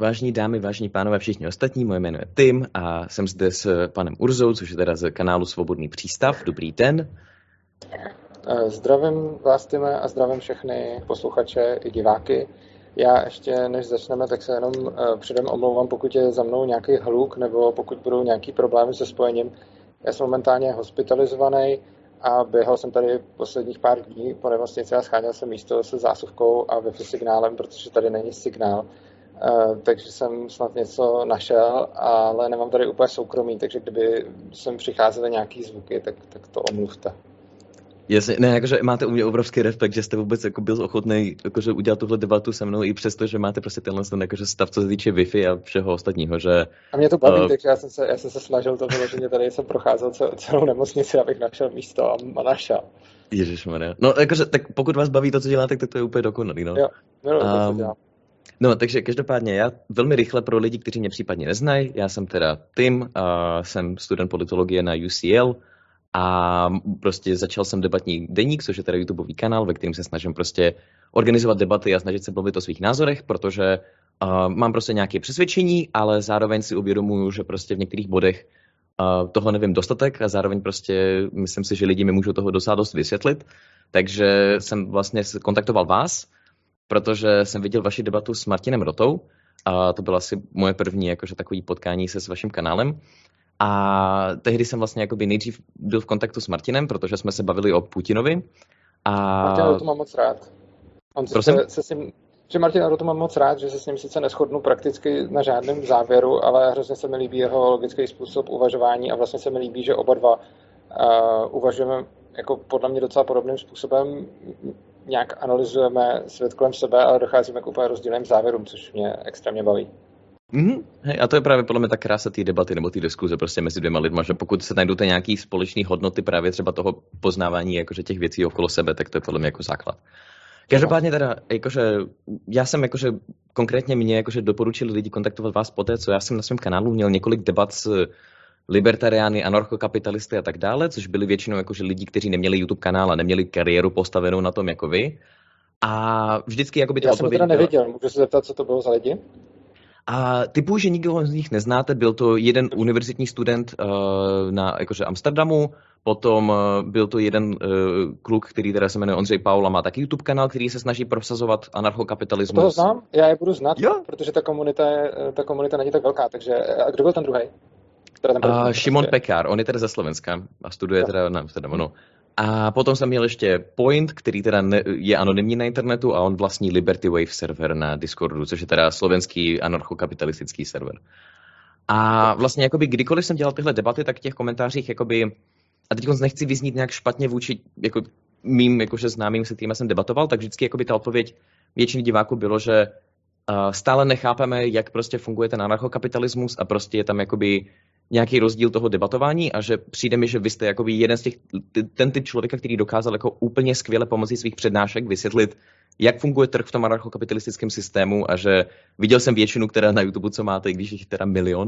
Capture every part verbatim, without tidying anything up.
Vážení dámy, vážení pánové, všichni ostatní, moje jméno je Tim a jsem zde s panem Urzou, což je teda z kanálu Svobodný přístav. Dobrý den. Zdravím vás, Time, a zdravím všechny posluchače i diváky. Já ještě než začneme, tak se jenom předem omlouvám, pokud je za mnou nějaký hluk nebo pokud budou nějaký problémy se spojením. Já jsem momentálně hospitalizovaný a běhal jsem tady posledních pár dní po nemocnici a scháněl jsem místo se zásuvkou a Wi-Fi signálem, protože tady není signál. Uh, takže jsem snad něco našel, ale nemám tady úplně soukromí, takže kdyby sem přicházely nějaký zvuky, tak, tak to omluvte. Jasně, ne, jakože máte u mě obrovský respekt, že jste vůbec jako byl ochotný jakože udělat tuhle debatu se mnou, i přesto, že máte prostě tenhle jakože stav, co se týče Wi-Fi a všeho ostatního, že... A mě to baví, uh, takže já jsem se, já jsem se snažil to bylo, že mě tady jsem procházel celou nemocnici, abych našel místo a, a našel. Ježišmarja. No, jakože, tak pokud vás baví to, co děláte, tak to je úplně dokonalý, no. Jo, miluji to, co um, dělám. No, takže každopádně já velmi rychle pro lidi, kteří mě případně neznají, já jsem teda Tim, uh, jsem student politologie na U C L a prostě začal jsem debatní deník, což je teda YouTubeový kanál, ve kterém se snažím prostě organizovat debaty a snažit se mluvit o svých názorech, protože uh, mám prostě nějaké přesvědčení, ale zároveň si uvědomuju, že prostě v některých bodech uh, toho nevím dostatek a zároveň prostě myslím si, že lidi mi můžou toho docela dost vysvětlit, takže jsem vlastně kontaktoval vás, protože jsem viděl vaši debatu s Martinem Rotou a to bylo asi moje první jakože takový potkání se s vaším kanálem. A tehdy jsem vlastně jakoby nejdřív byl v kontaktu s Martinem, protože jsme se bavili o Putinovi. A... Martina Rotu mám moc rád. On se, se s ním, že Martina Rotu mám moc rád, že se s ním sice neshodnu prakticky na žádném závěru, ale hrozně se mi líbí jeho logický způsob uvažování a vlastně se mi líbí, že oba dva uh, uvažujeme jako podle mě docela podobným způsobem. Nějak analyzujeme svět kolem sebe, ale docházíme k úplně rozdílným závěrům, což mě extrémně baví. Mm-hmm. Hej, a to je právě podle mě ta krása té debaty nebo té diskuze prostě mezi dvěma lidma, že pokud se najdou nějaký společný hodnoty právě třeba toho poznávání jakože těch věcí okolo sebe, tak to je podle mě jako základ. Každopádně teda, jakože já jsem jakože konkrétně mě jakože doporučili lidi kontaktovat vás poté, co já jsem na svém kanálu měl několik debat s libertariány, anarchokapitalisty a tak dále, což byli většinou jakože lidi, kteří neměli YouTube kanál a neměli kariéru postavenou na tom jako vy. A vždycky jakoby to Já jsem to teda nevěděl, můžu se zeptat, co to bylo za lidi? A typu, že nikdo z nich neznáte, byl to jeden univerzitní student uh, na jakože Amsterdamu, potom uh, byl to jeden uh, kluk, který teda se jmenuje Ondřej Paul a má taky YouTube kanál, který se snaží prosazovat anarchokapitalismus. Toho znám, já je budu znát, jo? Protože ta komunita, je, ta komunita není tak velká, takže a kdo byl ten druhý? Uh, Šimon Pekár, on je teda ze Slovenska a studuje jo. teda na Amsterdamu, no. A potom jsem měl ještě Point, který teda ne, je anonymní na internetu a on vlastní Liberty Wave server na Discordu, což je teda slovenský anarchokapitalistický server. A vlastně jakoby kdykoliv jsem dělal tyhle debaty, tak v těch komentářích jakoby, a teď nechci vyznít nějak špatně vůči jako mým jakože známým, se kterými jsem debatoval, tak vždycky jakoby ta odpověď většiny diváků bylo, že uh, stále nechápeme, jak prostě funguje ten anarchokapitalismus a prostě je tam jakoby nějaký rozdíl toho debatování a že přijde mi, že vy jste jakoby jeden z těch, ten typ člověka, který dokázal jako úplně skvěle pomocí svých přednášek vysvětlit, jak funguje trh v tom anarchokapitalistickém systému a že viděl jsem většinu, která na YouTube, co máte, i když jich teda milion.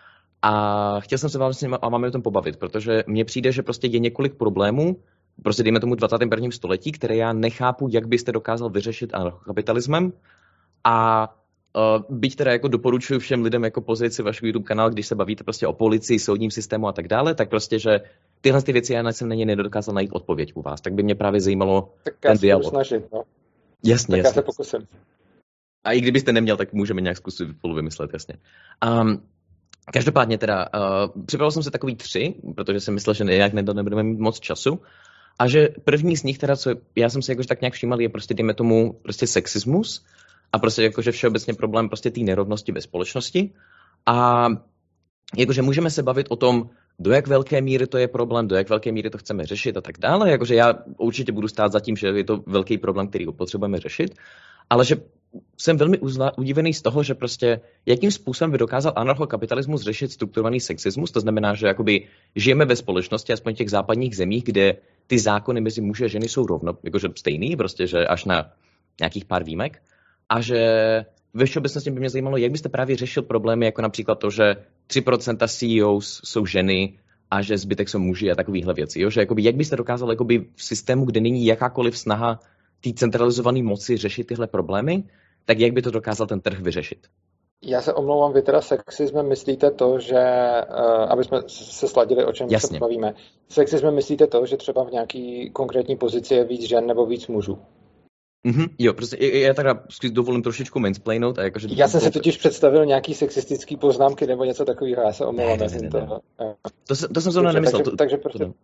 A chtěl jsem se vám s ním a máme o tom pobavit, protože mně přijde, že prostě je několik problémů, prostě dejme tomu dvacátém prvním století, které já nechápu, jak byste dokázal vyřešit anarchokapitalismem. A Uh, byť teda jako doporučuji všem lidem jako pozici vašeho YouTube kanál, když se bavíte prostě o policii, soudním systému a tak dále, tak prostě, že tyhle ty věci já jsem na ně nedokázal najít odpověď u vás. Tak by mě právě zajímalo tak ten dialog. Tak já se snažit, no. Jasně, tak jasně. já se pokusím. A i kdybyste neměl, tak můžeme nějak zkusit spolu vymyslet, jasně. Um, každopádně teda, uh, připravil jsem se takový tři, protože jsem myslel, že nějak nebudeme mít moc času. A že první z nich teda, co já jsem si jakože tak nějak všímal, je prostě, dejme tomu, prostě sexismus. A prostě jakože všeobecně problém prostě té nerovnosti ve společnosti. A jakože můžeme se bavit o tom, do jak velké míry to je problém, do jak velké míry to chceme řešit a tak dále. Jakože já určitě budu stát za tím, že je to velký problém, který potřebujeme řešit. Ale že jsem velmi udivený z toho, že prostě jakým způsobem by dokázal anarchokapitalismus řešit strukturovaný sexismus. To znamená, že jakoby žijeme ve společnosti, aspoň v těch západních zemích, kde ty zákony mezi muži a ženy jsou rovno, jakože stejný, prostě, že až na nějakých pár výjimek. A že ve všeobecnosti by mě zajímalo, jak byste právě řešil problémy, jako například to, že tři procenta C E Os jsou ženy a že zbytek jsou muži a takovýhle věci. Jo? Že jakoby, jak byste dokázal jakoby, v systému, kde není jakákoliv snaha té centralizované moci řešit tyhle problémy, tak jak by to dokázal ten trh vyřešit? Já se omlouvám, vy teda sexismem myslíte to, že, uh, aby jsme se sladili, o čem Jasně. se bavíme, sexismem myslíte to, že třeba v nějaký konkrétní pozici je víc žen nebo víc mužů? Mm-hmm, jo, prostě já teda dovolím trošičku mansplainout. A jakože já jsem si totiž představil nějaký sexistický poznámky nebo něco takového, já se omlouvám. Ne, ne, ne, to, ne. To, to jsem zrovna nemyslel. Takže, to, takže prostě... To...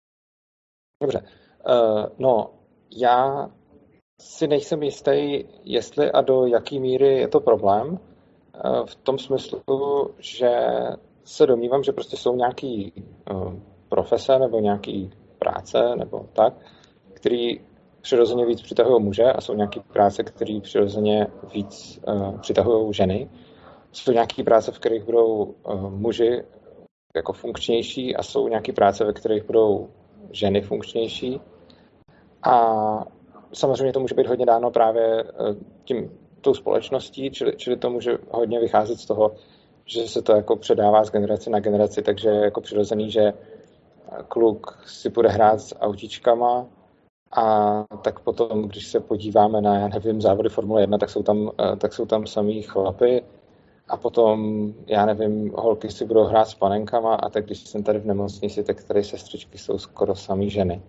Dobře. Uh, no, já si nejsem jistý, jestli a do jaký míry je to problém. Uh, v tom smyslu, že se domnívám, že prostě jsou nějaký uh, profese nebo nějaký práce nebo tak, který přirozeně víc přitahují muže a jsou nějaké práce, které přirozeně víc uh, přitahují ženy. Jsou nějaké práce, v kterých budou uh, muži jako funkčnější a jsou nějaké práce, ve kterých budou ženy funkčnější. A samozřejmě to může být hodně dáno právě uh, tím, tou společností, čili, čili to může hodně vycházet z toho, že se to jako předává z generace na generaci, takže je jako přirozený, že kluk si bude hrát s autíčkama, a tak potom, když se podíváme na, já nevím, závody Formule jedna, tak jsou tam, tak jsou tam samý chlapy a potom, já nevím, holky si budou hrát s panenkama a tak když jsem tady v nemocnici, tak tady sestřičky jsou skoro samý ženy.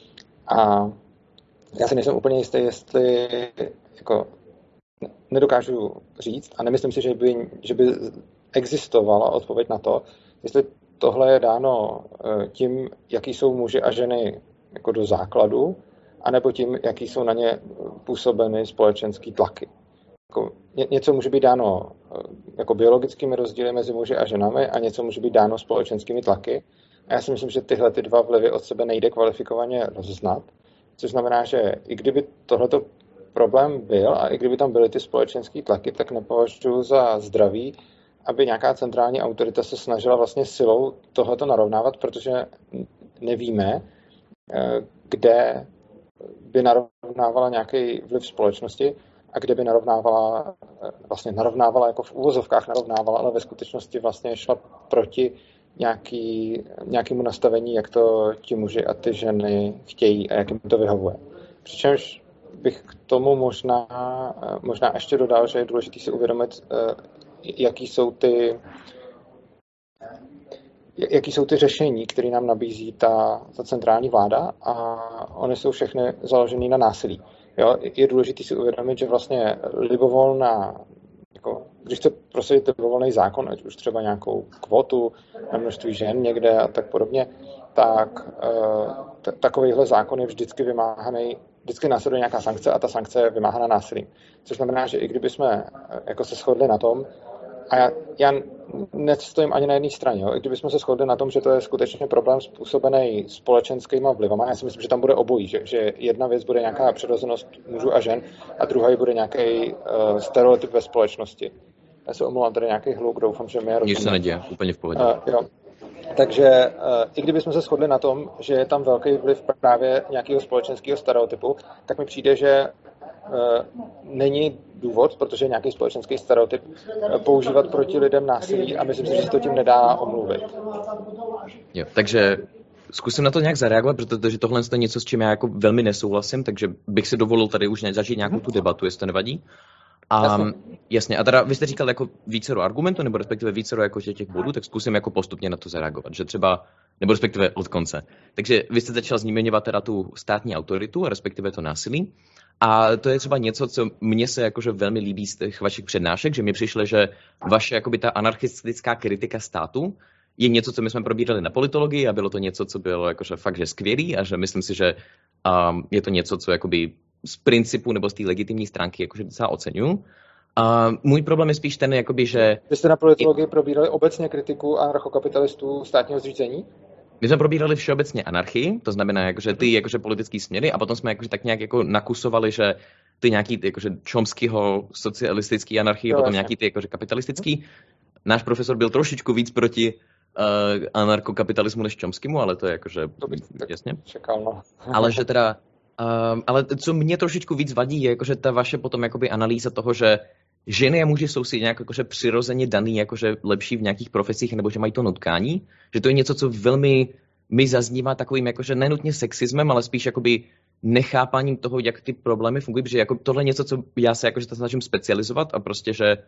A já si nejsem úplně jistý, jestli jako nedokážu říct a nemyslím si, že by, že by existovala odpověď na to, jestli tohle je dáno tím, jaký jsou muži a ženy jako do základu, anebo tím, jaký jsou na ně působeny společenský tlaky. Jako ně, něco může být dáno jako biologickými rozdíly mezi muži a ženami a něco může být dáno společenskými tlaky. A já si myslím, že tyhle ty dva vlivy od sebe nejde kvalifikovaně rozeznat, což znamená, že i kdyby tohleto problém byl a i kdyby tam byly ty společenské tlaky, tak nepovažuji za zdravý, aby nějaká centrální autorita se snažila vlastně silou tohleto narovnávat, protože nevíme, kde by narovnávala nějaký vliv společnosti a kde by narovnávala, vlastně narovnávala jako v úvozovkách narovnávala, ale ve skutečnosti vlastně šla proti nějaký, nějakému nastavení, jak to ti muži a ty ženy chtějí a jak jim to vyhovuje. Přičemž bych k tomu možná, možná ještě dodal, že je důležité si uvědomit, jaký jsou ty jaký jsou ty řešení, které nám nabízí ta, ta centrální vláda a ony jsou všechny založené na násilí. Jo? Je důležité si uvědomit, že vlastně libovolná, jako, když chce prosadit libovolný zákon, ať už třeba nějakou kvotu na množství žen někde a tak podobně, tak t- takovýhle zákon je vždycky vymáhaný, vždycky následuje nějaká sankce a ta sankce je vymáhána násilím. Což znamená, že i kdyby jsme jako se shodli na tom, a já, já nestojím ani na jedné straně. Jo. I kdybychom se shodli na tom, že to je skutečně problém způsobený společenskýma vlivama, já si myslím, že tam bude obojí, že, že jedna věc bude nějaká přirozenost mužů a žen a druhá bude nějaký uh, stereotyp ve společnosti. Já se omlouvám, tady nějaký hluk, doufám, že mi je rozumět. Nic se neděje, úplně v pohodě. Uh, jo. Takže uh, i kdybychom se shodli na tom, že je tam velký vliv právě nějakého společenského stereotypu, tak mi přijde, že uh, není důvod, protože nějaký společenský stereotyp uh, používat proti lidem násilí a myslím si, že se to tím nedá omluvit. Jo, takže zkusím na to nějak zareagovat, protože tohle je něco, s čím já jako velmi nesouhlasím, takže bych si dovolil tady už začít nějakou tu debatu, jestli to nevadí. A, jasně. jasně. A teda vy jste říkal jako vícero argumentů, nebo respektive vícero jako těch bodů, tak zkusím jako postupně na to zareagovat, že třeba, nebo respektive od konce. Takže vy jste začal zmiňovat teda tu státní autoritu, respektive to násilí. A to je třeba něco, co mně se jakože velmi líbí z těch vašich přednášek, že mi přišlo, že vaše jakoby ta anarchistická kritika státu je něco, co my jsme probírali na politologii a bylo to něco, co bylo jakože fakt, že skvělý a že myslím si, že um, je to něco, co jakoby z principu nebo z té legitimní stránky jakože docela oceňuju. A můj problém je spíš ten, jakoby, že... Vy jste na politologii probírali obecně kritiku anarchokapitalistů státního zřízení? My jsme probírali všeobecně anarchii, to znamená jakože ty jakože politický směry a potom jsme jakože tak nějak jako nakusovali, že ty nějaký jakože Chomskyho socialistický anarchii a potom jasně. Nějaký ty jakože kapitalistický. Náš profesor byl trošičku víc proti uh, anarchokapitalismu než Chomskymu, ale to je jakože to bych jasně. Čekal, no. Ale že teda Um, ale co mě trošičku víc vadí, je jakože ta vaše potom jakoby analýza toho, že ženy a muži jsou si nějak jakože přirozeně daný jakože lepší v nějakých profesích, nebo že mají to nutkání, že to je něco, co velmi mi zaznívá takovým jakože nenutně sexismem, ale spíš jakoby nechápaním toho, jak ty problémy fungují, protože jako tohle je něco, co já se jakože to snažím specializovat a prostě, že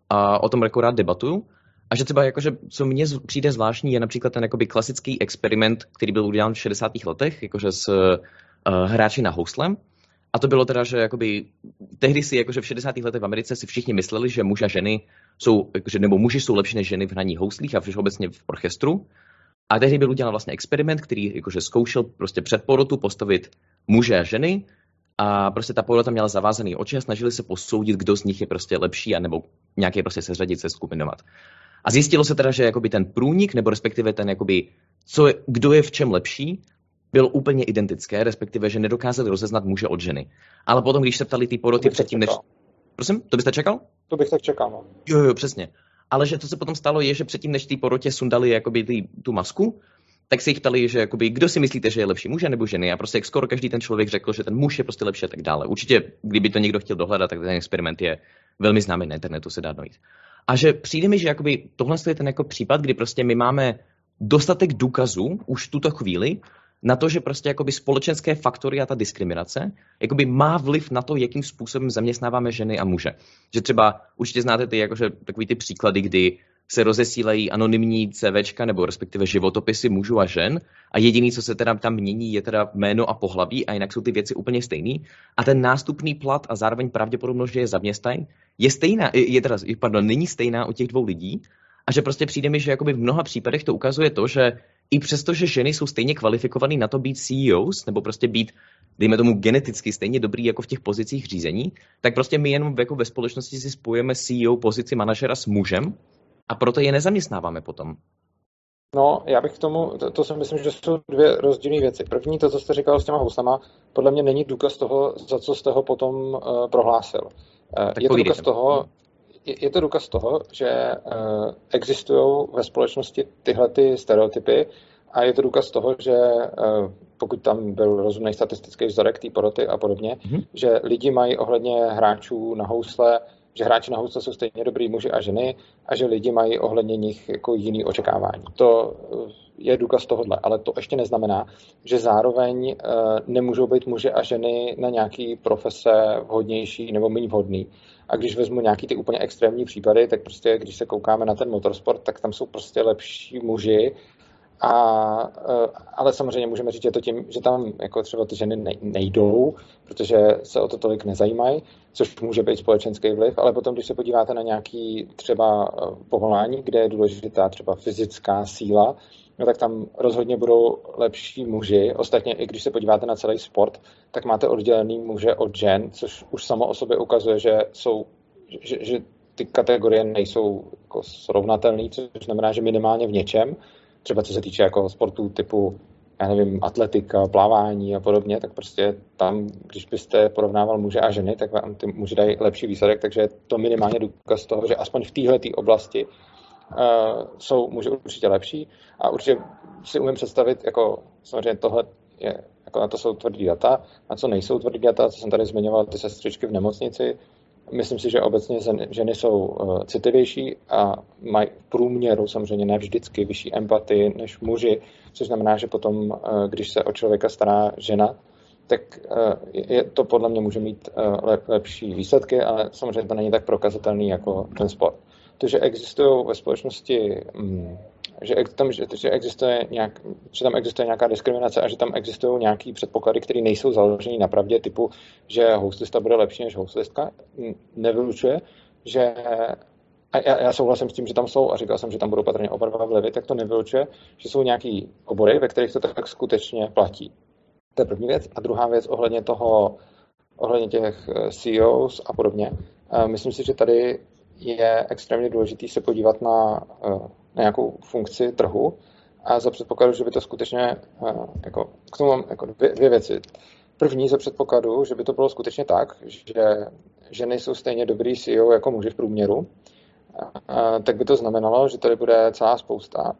a o tom jako rád debatuju. A že třeba jakože, co mně přijde zvláštní, je například ten jakoby klasický experiment, který byl udělán v šedesátých letech, jakože s uh, hráči na housle. A to bylo teda, že jakoby, tehdy si jakože v šedesátých letech v Americe si všichni mysleli, že muži a ženy jsou, jakože, nebo muži jsou lepší než ženy v hraní houslích a obecně v orchestru. A tehdy byl udělán vlastně experiment, který jakože zkoušel prostě před porotu postavit muže a ženy a prostě ta porota měla zavázaný oči a snažili se posoudit, kdo z nich je prostě lepší a nebo nějaký prostě seřadit, se skupinovat. A zjistilo se teda, že jakoby ten průnik, nebo respektive ten jakoby, co je, kdo je v čem lepší, byl úplně identické, respektive, že nedokázali rozeznat muže od ženy. Ale potom, když se ptali ty poroty předtím, než... Prosím, to byste čekal? To bych tak čekal, no. Jo, jo, přesně. Ale že to se potom stalo je, že předtím, než ty porotě sundali jakoby ty, tu masku, tak se jich ptali, že jakoby, kdo si myslíte, že je lepší, muže nebo ženy? A prostě jak skoro každý ten člověk řekl, že ten muž je prostě lepší a tak dále. Určitě, kdyby to někdo chtěl dohledat, tak ten experiment je velmi známý na internetu, se dá dojít. A že přijde mi, že jakoby tohle je ten jako případ, kdy prostě my máme dostatek důkazů už v tuto chvíli na to, že prostě jakoby společenské faktory a ta diskriminace jakoby má vliv na to, jakým způsobem zaměstnáváme ženy a muže. Že třeba určitě znáte ty jakože takový ty příklady, kdy se rozesílají anonymní CVčka nebo respektive životopisy mužů a žen a jediný, co se teda tam mění, je teda jméno a pohlaví a jinak jsou ty věci úplně stejný a ten nástupný plat a zároveň pravděpodobnost, že je zaměstnají, je stejná, je teda, pardon, není stejná u těch dvou lidí a že prostě přijde mi, že jakoby v mnoha případech to ukazuje to, že i přesto, že ženy jsou stejně kvalifikovaný na to být C E Os nebo prostě být, dejme tomu geneticky stejně dobrý jako v těch pozicích řízení, tak prostě my jenom jako ve společnosti si spojujeme C E O pozici manažera s mužem a proto je nezaměstnáváme potom. No, já bych k tomu, to, to si myslím, že jsou dvě rozdílné věci. První, to, co jste říkal s těma houslama, podle mě není důkaz toho, za co jste ho potom uh, prohlásil. Uh, je, to důkaz toho, je, je to důkaz toho, že uh, existují ve společnosti tyhle ty stereotypy a je to důkaz toho, že uh, pokud tam byl rozumný statistický vzorek té poroty a podobně, mm-hmm. že lidi mají ohledně hráčů na housle, že hráči na housle jsou stejně dobrý muži a ženy a že lidi mají ohledně nich jako jiný očekávání. To je důkaz tohohle, ale to ještě neznamená, že zároveň nemůžou být muži a ženy na nějaký profese vhodnější nebo méně vhodný. A když vezmu nějaký ty úplně extrémní případy, tak prostě když se koukáme na ten motorsport, tak tam jsou prostě lepší muži. A, ale samozřejmě můžeme říct, že to tím, že tam jako třeba ty ženy nejdou, protože se o to tolik nezajímají, což může být společenský vliv, ale potom, když se podíváte na nějaký třeba povolání, kde je důležitá třeba fyzická síla, no tak tam rozhodně budou lepší muži. Ostatně i když se podíváte na celý sport, tak máte oddělený muže od žen, což už samo o sobě ukazuje, že jsou, že, že ty kategorie nejsou jako srovnatelné, což znamená, že minimálně v něčem, třeba co se týče jako sportů typu, já nevím, atletika, plavání a podobně, tak prostě tam, když byste porovnával muže a ženy, tak vám ty muži dají lepší výsledek, takže je to minimálně důkaz toho, že aspoň v téhleté oblasti uh, jsou muži určitě lepší a určitě si umím představit, jako samozřejmě tohle je, jako na to jsou tvrdý data, na co nejsou tvrdý data, co jsem tady zmiňoval, ty sestřičky v nemocnici. Myslím si, že obecně ženy jsou citlivější a mají v průměru samozřejmě ne vždycky vyšší empatii než muži, což znamená, že potom, když se o člověka stará žena, tak je to podle mě může mít lepší výsledky, ale samozřejmě to není tak prokazatelný jako ten sport. To, že existují ve společnosti, že tam, že existuje nějak, že tam existuje nějaká diskriminace a že tam existují nějaký předpoklady, které nejsou založené na pravdě, typu, že houslista bude lepší než houslistka, nevylučuje, že a já, já souhlasím s tím, že tam jsou a říkal jsem, že tam budou patrně oba dva vlivy, tak to nevylučuje, že jsou nějaký obory, ve kterých to tak skutečně platí. To je první věc. A druhá věc ohledně toho, ohledně těch C E Os a podobně. Myslím si, že tady je extrémně důležitý se podívat na, na nějakou funkci trhu a za předpokladu, že by to skutečně, jako, k tomu mám jako dvě, dvě věci. První za předpokladu, že by to bylo skutečně tak, že ženy jsou stejně dobrý C E O jako muži v průměru, tak by to znamenalo, že tady bude celá spousta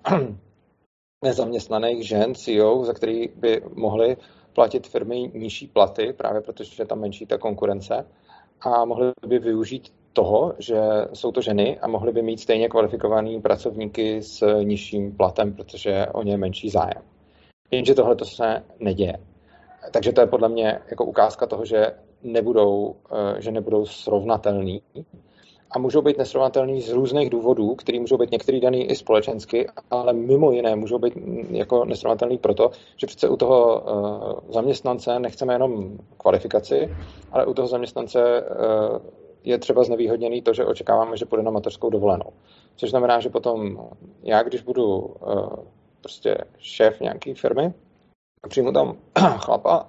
nezaměstnaných žen C E O, za který by mohly platit firmy nižší platy, právě protože je tam menší ta konkurence a mohly by využít toho, že jsou to ženy a mohly by mít stejně kvalifikovaný pracovníky s nižším platem, protože o ně je menší zájem. Jenže tohle to se neděje. Takže to je podle mě jako ukázka toho, že nebudou, že nebudou srovnatelný. a můžou být nesrovnatelný z různých důvodů, který můžou být některý daný i společensky, ale mimo jiné můžou být jako nesrovnatelný proto, že přece u toho uh, zaměstnance nechceme jenom kvalifikaci, ale u toho zaměstnance uh, je třeba znevýhodněný to, že očekáváme, že půjde na mateřskou dovolenou. Což znamená, že potom já, když budu uh, prostě šéf nějaké firmy a přijmu tam chlapa,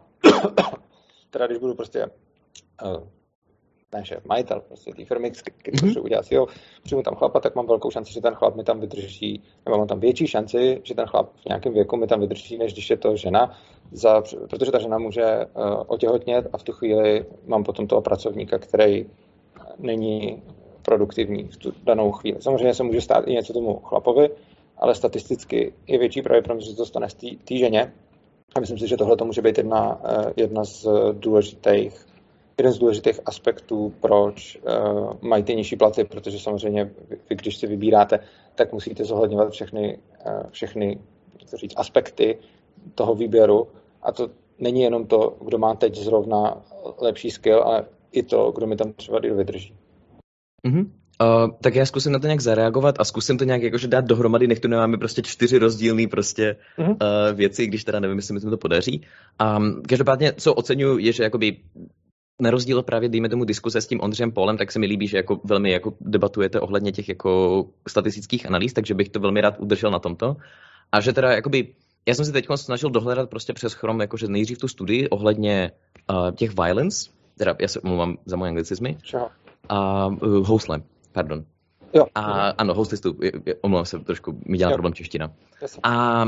teda když budu prostě uh, ten šéf, majitel prostě té firmy, který mm-hmm. potřebuji udělat C E O, přijmu tam chlapa, tak mám velkou šanci, že ten chlap mi tam vydrží, nebo mám tam větší šanci, že ten chlap v nějakém věku mi tam vydrží, než když je to žena, za, protože ta žena může uh, otěhotnět a v tu chvíli mám potom toho pracovníka, který není produktivní v tu danou chvíli. Samozřejmě se může stát i něco tomu chlapovi, ale statisticky je větší pravděpodobnost, že to stane té ženě. A myslím si, že tohle to může být jedna, jedna z důležitých, jeden z důležitých aspektů, proč uh, mají ty nižší platy, protože samozřejmě vy, když si vybíráte, tak musíte zohledňovat všechny, uh, všechny co říct, aspekty toho výběru. A to není jenom to, kdo má teď zrovna lepší skill, ale i to, kdo mi tam třeba díl vydrží. Mm-hmm. Uh, tak já zkusím na to nějak zareagovat a zkusím to nějak jakože dát dohromady, nech tu nemáme prostě čtyři rozdílné prostě mm-hmm. uh, věci, když teda nevím, jestli mi to podaří. Um, každopádně, co oceňuji, je, že jakoby na rozdíl právě, dejme tomu diskuse s tím Ondřejem Polem, tak se mi líbí, že jako velmi jako debatujete ohledně těch jako statistických analýz, takže bych to velmi rád udržel na tomto. A že teda jakoby, já jsem si teď snažil dohledat prostě přes Chrome, jakože nejdřív tu studii ohledně uh, těch violence, teda já se omlouvám za moje anglicizmy, a uh, housle, pardon. Jo. A ano, hostlistu, omlouvám se, trošku mi dělá jo. problém čeština. A,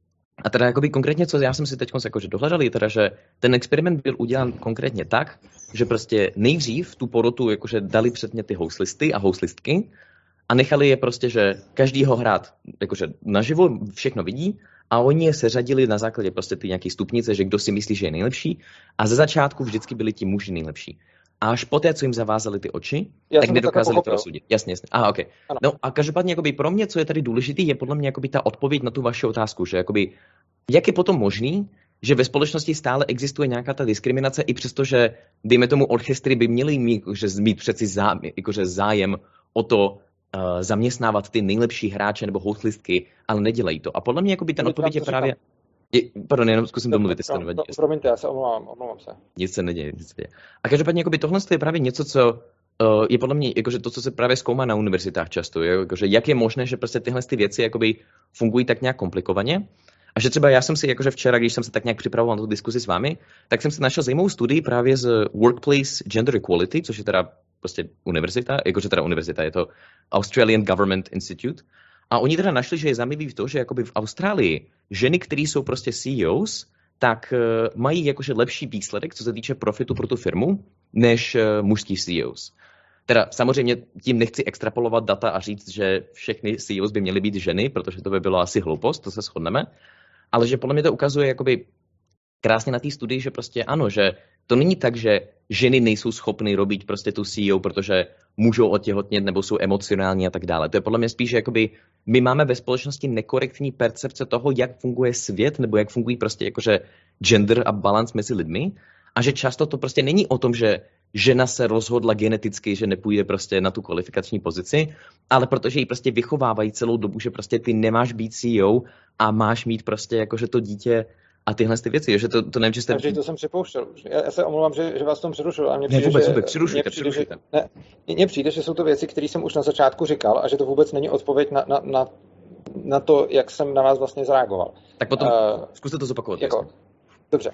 a teda jakoby konkrétně, co já jsem si teď jakože dohledal, je teda, že ten experiment byl udělán konkrétně tak, že prostě nejdřív tu porotu jakože dali předně ty houslisty a houslistky a nechali je prostě, že každý ho hrát jakože naživo, všechno vidí a oni je seřadili na základě prostě ty nějaký stupnice, že kdo si myslí, že je nejlepší a ze začátku vždycky byli ti muži nejlepší. A až poté, co jim zavázali ty oči, já tak nedokázali to rozsudit. Jasně, jasně. Aha, okay. No a každopádně jakoby pro mě, co je tady důležitý, je podle mě jakoby ta odpověď na tu vaši otázku, že jakoby, jak je potom možný, že ve společnosti stále existuje nějaká ta diskriminace, i přesto, že dejme tomu orchestry by měly mít, že mít přeci zá, jakože zájem o to uh, zaměstnávat ty nejlepší hráče nebo houslistky, ale nedělají to. A podle mě jakoby ten odpověď je právě... Je, pardon, jenom zkusím domluvit, jestli to nevadí. No, promiňte, já se omlouvám, omlouvám se. Nic se neděje, nic se děje. A každopádně jakoby tohle je právě něco, co uh, je podle mě jakože to, co se právě zkoumá na univerzitách často. Je, jakože jak je možné, že prostě tyhle ty věci jakoby fungují tak nějak komplikovaně. A že třeba já jsem si jakože včera, když jsem se tak nějak připravoval na tu diskuzi s vámi, tak jsem si našel zajímavou studii právě z Workplace Gender Equality, což je teda prostě univerzita, jakože teda univerzita, je to Australian Government Institute. A oni teda našli, že je zajímavý v to, že jakoby v Austrálii ženy, které jsou prostě C E Os, tak uh, mají jakože lepší výsledek, co se týče profitu pro tu firmu, než uh, mužský C E Os. Teda samozřejmě tím nechci extrapolovat data a říct, že všechny C E Os by měly být ženy, protože to by bylo asi hloupost, to se shodneme, ale že podle mě to ukazuje jakoby krásně na té studii, že prostě ano, že to není tak, že ženy nejsou schopny robit prostě tu C E O, protože můžou otěhotnět nebo jsou emocionální a tak dále. To je podle mě spíš, že jakoby my máme ve společnosti nekorektní percepce toho, jak funguje svět nebo jak fungují prostě jakože gender a balance mezi lidmi a že často to prostě není o tom, že žena se rozhodla geneticky, že nepůjde prostě na tu kvalifikační pozici, ale protože ji prostě vychovávají celou dobu, že prostě ty nemáš být C E O a máš mít prostě jakože to dítě a tyhle ty věci, že to, to nevím, že jste... Takže to jsem připouštěl. Já, já se omlouvám, že, že vás tom přerušil, ale mně přijde, ne, vůbec, že... Vůbec, přirušujte, přijde, přirušujte. Že, ne, mně přijde, že jsou to věci, které jsem už na začátku říkal a že to vůbec není odpověď na, na, na, na to, jak jsem na vás vlastně zareagoval. Tak potom uh, zkuste to zopakovat. Jako, dobře.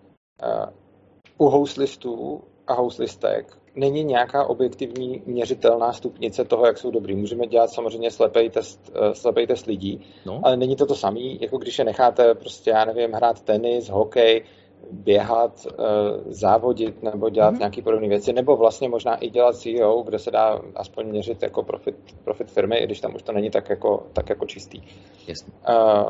Uh, u houselistů a houslistek není nějaká objektivní měřitelná stupnice toho, jak jsou dobrý. Můžeme dělat samozřejmě slepej test, uh, slepej test lidí, no. Ale není to to samý, jako když je necháte prostě, já nevím, hrát tenis, hokej, běhat, uh, závodit nebo dělat mm-hmm. nějaké podobné věci, nebo vlastně možná i dělat C E O, kde se dá aspoň měřit jako profit, profit firmy, i když tam už to není tak jako, tak jako čistý. Jasně. Uh,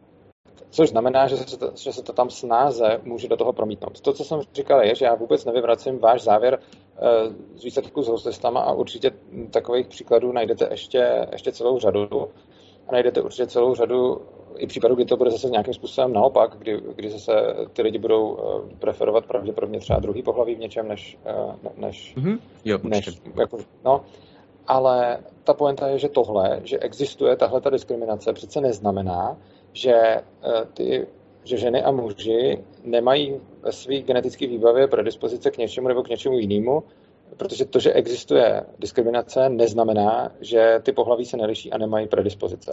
Což znamená, že se, to, že se to tam snáze může do toho promítnout. To, co jsem říkal, je, že já vůbec nevyvracím váš závěr uh, z výsledku s houslistama a určitě takových příkladů najdete ještě, ještě celou řadu. A najdete určitě celou řadu i případů, kdy to bude zase nějakým způsobem naopak, kdy, kdy zase ty lidi budou uh, preferovat pravděpodobně třeba druhý pohlaví v něčem, než, uh, než, mm-hmm. jo, než jako, no. Ale ta pointa je, že tohle, že existuje tahle ta diskriminace, přece neznamená, že, ty, že ženy a muži nemají ve své genetické výbavě predispozice k něčemu nebo k něčemu jinému, protože to, že existuje diskriminace, neznamená, že ty pohlaví se neliší a nemají predispozice.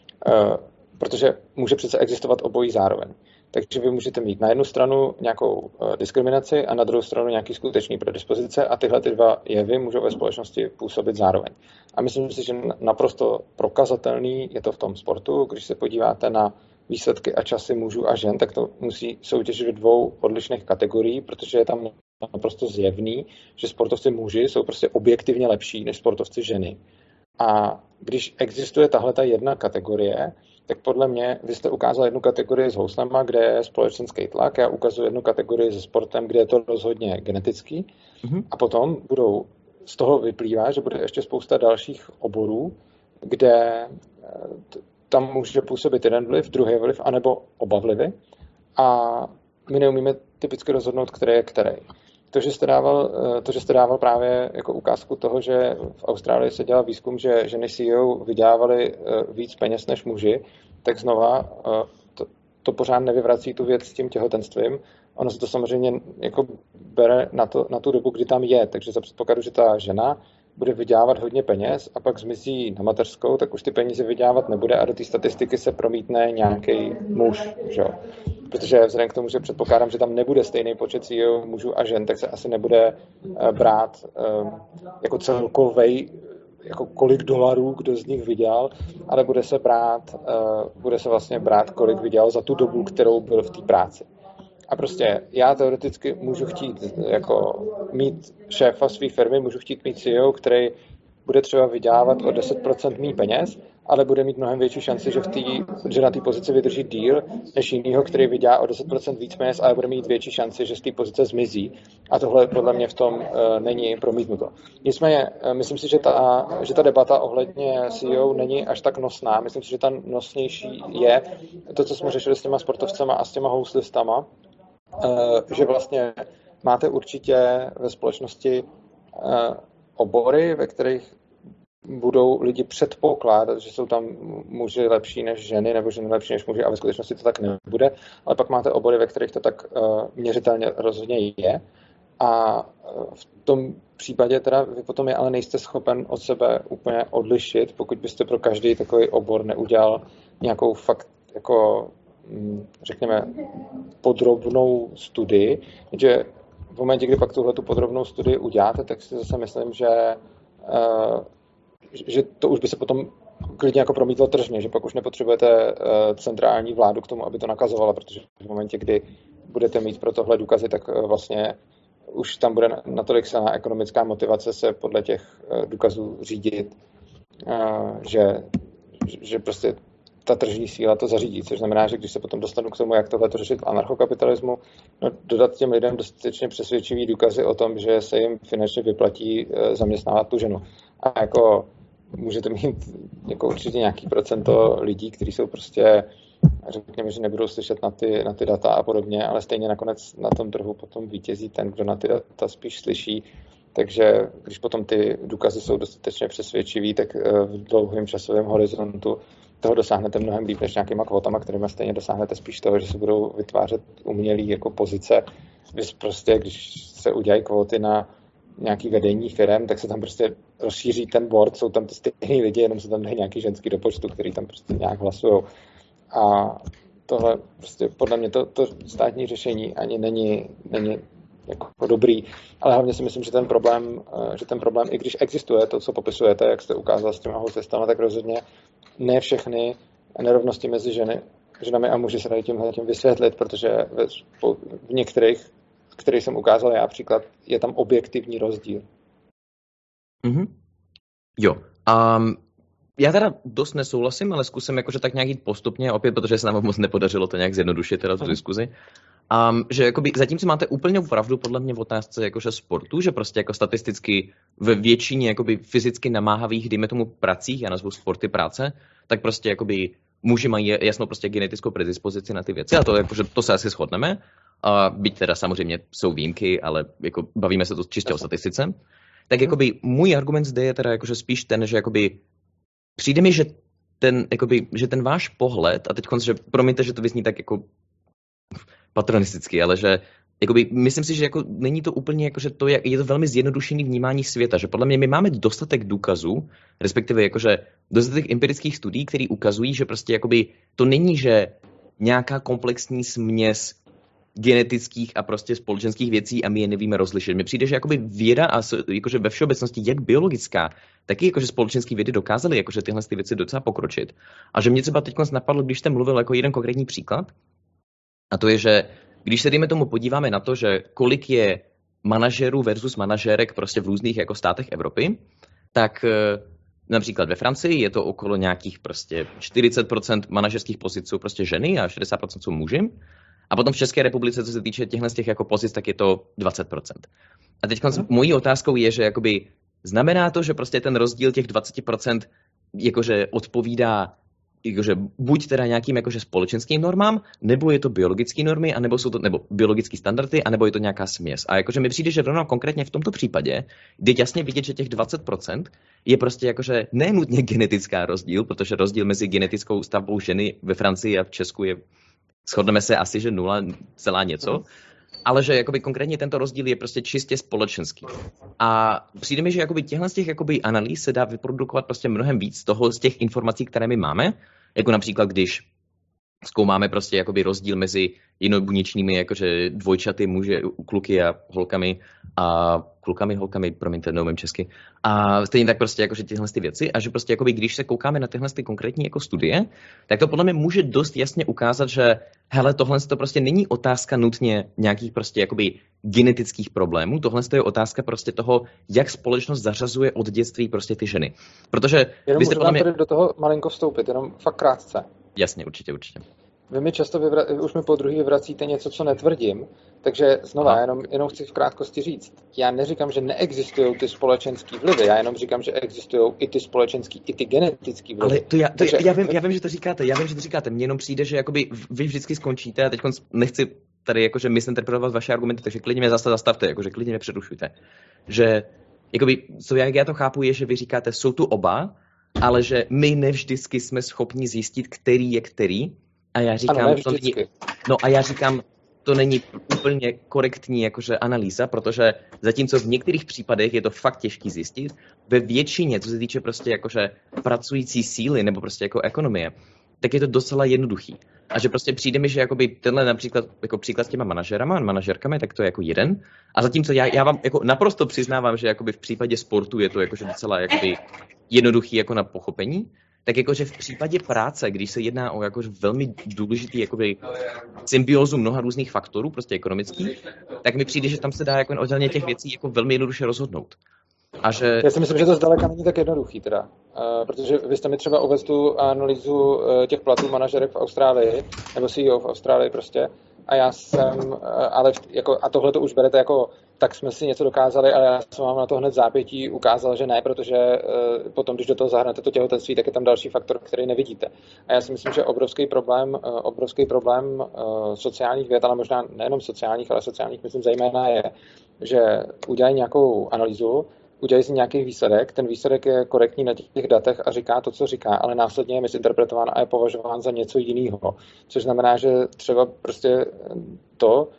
Protože může přece existovat obojí zároveň. Takže vy můžete mít na jednu stranu nějakou diskriminaci a na druhou stranu nějaký skutečný predispozice a tyhle ty dva jevy můžou ve společnosti působit zároveň. A myslím si, že naprosto prokazatelný je to v tom sportu. Když se podíváte na výsledky a časy mužů a žen, tak to musí soutěžit v dvou odlišných kategorií, protože je tam naprosto zjevný, že sportovci muži jsou prostě objektivně lepší než sportovci ženy. A když existuje tahle ta jedna kategorie, tak podle mě, vy jste ukázal jednu kategorii s houslema, kde je společenský tlak, já ukazuji jednu kategorii se sportem, kde je to rozhodně genetický. Mm-hmm. A potom budou, z toho vyplývá, že bude ještě spousta dalších oborů, kde tam může působit jeden vliv, druhý vliv, anebo oba vlivy. A my neumíme typicky rozhodnout, který je který. To, že jste dával, to, že jste dával právě jako ukázku toho, že v Austrálii se dělal výzkum, že ženy C E O vydělávaly víc peněz než muži, tak znova to, to pořád nevyvrací tu věc s tím těhotenstvím. Ono se to samozřejmě jako bere na, to, na tu dobu, kdy tam je. Takže za předpokladu, že ta žena bude vydělávat hodně peněz a pak zmizí na mateřskou, tak už ty peníze vydělávat nebude a do té statistiky se promítne nějaký muž. Že? Protože vzhledem k tomu, že předpokládám, že tam nebude stejný počet C E O mužů a žen, tak se asi nebude brát jako celkovej, jako kolik dolarů kdo z nich vydělal, ale bude se brát, bude se vlastně brát, kolik vydělal za tu dobu, kterou byl v té práci. A prostě já teoreticky můžu chtít jako mít šéfa své firmy, můžu chtít mít C E O, který bude třeba vydělávat o deset procent méně peněz, ale bude mít mnohem větší šanci, že, v tý, že na té pozici vydrží díl, než jinýho, který vydělá o deset procent víc peněz, ale bude mít větší šanci, že z té pozice zmizí. A tohle podle mě v tom uh, není promítnuto. Nicméně, uh, myslím si, že ta, že ta debata ohledně C E O není až tak nosná. Myslím si, že ta nosnější je to, co jsme řešili s těma sportovcema a s těma houslistama, uh, že vlastně máte určitě ve společnosti uh, obory, ve kterých budou lidi předpokládat, že jsou tam muži lepší než ženy, nebo ženy lepší než muži, a ve skutečnosti to tak nebude. Ale pak máte obory, ve kterých to tak uh, měřitelně rozhodně je. A v tom případě teda vy potom je ale nejste schopen od sebe úplně odlišit, pokud byste pro každý takový obor neudělal nějakou fakt jako, řekněme, podrobnou studii. Takže v momentě, kdy pak tuhle tu podrobnou studii uděláte, tak si zase myslím, že uh, že to už by se potom klidně jako promítlo tržně, že pak už nepotřebujete centrální vládu k tomu, aby to nakazovala, protože v momentě, kdy budete mít pro tohle důkazy, tak vlastně už tam bude natolik silná ekonomická motivace se podle těch důkazů řídit, že, že prostě ta tržní síla to zařídí, což znamená, že když se potom dostanu k tomu, jak tohle to řešit v anarchokapitalismu, no, dodat těm lidem dostatečně přesvědčivý důkazy o tom, že se jim finančně vyplatí zaměstnávat tu ženu. A jako můžete mít jako určitě nějaký procento lidí, kteří jsou prostě, řekněme, že nebudou slyšet na ty, na ty data a podobně, ale stejně nakonec na tom trhu potom vítězí ten, kdo na ty data spíš slyší. Takže když potom ty důkazy jsou dostatečně přesvědčivý, tak v dlouhém časovém horizontu toho dosáhnete mnohem líp než nějakýma kvotama, kterými stejně dosáhnete spíš toho, že se budou vytvářet umělý jako pozice. Vy prostě, když se udělají kvóty na nějaký vedení firem, tak se tam prostě rozšíří ten board, jsou tam ty stejný lidi, jenom se tam dají nějaký ženský do počtu, který tam prostě nějak hlasují. A tohle prostě podle mě to, to státní řešení ani není, není jako dobrý, ale hlavně si myslím, že ten problém, že ten problém, i když existuje to, co popisujete, jak jste ukázal s těma housistama, tak rozhodně ne všechny nerovnosti mezi ženy, ženami a muži se dají tímhle tím vysvětlit, protože v, v některých, který jsem ukázal já příklad, je tam objektivní rozdíl. Mm-hmm. Jo. Um, já teda dost nesouhlasím, ale zkusím jakože tak nějak jít postupně, opět, protože se nám moc nepodařilo to nějak zjednodušit teda tu mm-hmm. diskuzi. Um, že jakoby, zatímco máte úplně pravdu podle mě v otázce jakože sportu, že prostě jako statisticky ve většině jakoby fyzicky namáhavých, dejme tomu pracích, já nazvu sporty práce, tak prostě jakoby muži mají jasnou prostě genetickou predispozici na ty věci a to, jakože, to se asi shodneme. A byť teda samozřejmě jsou výjimky, ale jako bavíme se to čistě o statistice. tak jakoby můj argument zde je teda jakože spíš ten, že jakoby přijde mi, že ten, jakoby, že ten váš pohled, a teď že promiňte, že to vyzní tak jako patronisticky, ale že jakoby, myslím si, že jako není to úplně jako, že to je, je to velmi zjednodušený vnímání světa, že podle mě my máme dostatek důkazů, respektive jakože dostatek empirických studií, které ukazují, že prostě jakoby to není, že nějaká komplexní směs genetických a prostě společenských věcí a my je nevíme rozlišit. Mně přijde, že jakoby věda a jakože ve všeobecnosti jak biologická, tak i jakože společenské vědy dokázaly jakože tyhle ty věci docela pokročit. A že mě třeba teď napadlo, když jste mluvil jako jeden konkrétní příklad, a to je, že když se dejme tomu podíváme na to, že kolik je manažerů versus manažérek prostě v různých jako státech Evropy, tak například ve Francii je to okolo nějakých prostě čtyřicet procent manažerských pozic jsou prostě ženy a šedesát procent jsou muži. A potom v České republice, co se týče těchto z těch jako pozic, tak je to dvacet procent. A teď no. mojí otázkou je, že jakoby znamená to, že prostě ten rozdíl těch dvacet procent jakože odpovídá jakože buď teda nějakým jakože společenským normám, nebo je to biologické normy, anebo jsou to nebo biologické standardy, anebo je to nějaká směs. A jakože mi přijde, že rovnou konkrétně v tomto případě jde jasně vidět, že těch dvacet procent je prostě jakože nenutně genetická rozdíl, protože rozdíl mezi genetickou stavbou ženy ve Francii a v Česku je, shodneme se asi, že nula celá něco, ale že jakoby konkrétně tento rozdíl je prostě čistě společenský. A přijde mi, že jakoby těchhle z těch jakoby analýz se dá vyprodukovat prostě mnohem víc z toho, z těch informací, které my máme, jako například, když zkoumáme prostě jakoby rozdíl mezi jednobuněčnými jakože dvojčaty muže, kluky a holkami a klukami, holkami, promiňte, neumím česky. A stejně tak prostě jakože tyhle ty věci a že prostě jakoby když se koukáme na tyhle ty konkrétní jako studie, tak to podle mě může dost jasně ukázat, že hele, tohle to prostě není otázka nutně nějakých prostě jakoby genetických problémů, tohle je otázka prostě toho, jak společnost zařazuje od dětství prostě ty ženy. Protože jenom byste podle mě... tady do toho malinko vstoupit, jenom fakt krátce. Jasně, určitě, určitě. Vy mi často vyvra- už mi po druhý vyvracíte něco, co netvrdím, takže znova, jenom, jenom chci v krátkosti říct. Já neříkám, že neexistují ty společenský vlivy, já jenom říkám, že existují i ty společenský, i ty genetický vlivy. Ale to já, to takže... já, vím, já vím, že to říkáte, já vím, že to říkáte, mně jenom přijde, že jakoby vy vždycky skončíte a teď nechci tady jakože misinterpretovat vaše argumenty, takže klidně mě zase zastavte, jakože klidně mě přerušujte. Že jakoby, co já, jak já to chápu, je, že vy říkáte, jsou tu oba, ale že my nevždycky jsme schopni zjistit, který je který. A já říkám, ano, to není, no a já říkám, to není úplně korektní jakože analýza, protože zatímco v některých případech je to fakt těžký zjistit, ve většině, co se týče prostě jakože pracující síly nebo prostě jako ekonomie, tak je to docela jednoduchý. A že prostě přijde mi, že jakoby tenhle například jako příklad s těma manažerama, manažerkami, tak to je jako jeden. A zatímco já, já vám jako naprosto přiznávám, že jakoby v případě sportu je to jakože docela jakoby jednoduchý jako na pochopení, tak jakože v případě práce, když se jedná o jakože velmi důležitý jakoby symbiózu mnoha různých faktorů, prostě ekonomických, tak mi přijde, že tam se dá jako odděleně těch věcí jako velmi jednoduše rozhodnout. A že... Já si myslím, že to zdaleka není tak jednoduchý teda, uh, protože vy jste mi třeba uvedl tu analýzu uh, těch platů manažerek v Austrálii, nebo C E O v Austrálii prostě, a já jsem, uh, ale v, jako, a tohle to už berete jako, tak jsme si něco dokázali, ale já jsem vám na to hned zápětí ukázal, že ne, protože uh, potom, když do toho zahrnete to těhotenství, tak je tam další faktor, který nevidíte. A já si myslím, že obrovský problém, uh, obrovský problém uh, sociálních věd, ale možná nejenom sociálních, ale sociálních, myslím, zejména je, že udělají nějakou analýzu, udělají si nějaký výsledek, ten výsledek je korektní na těch datech a říká to, co říká, ale následně je misinterpretován a je považován za něco jiného. Což znamená, že třeba prostě to,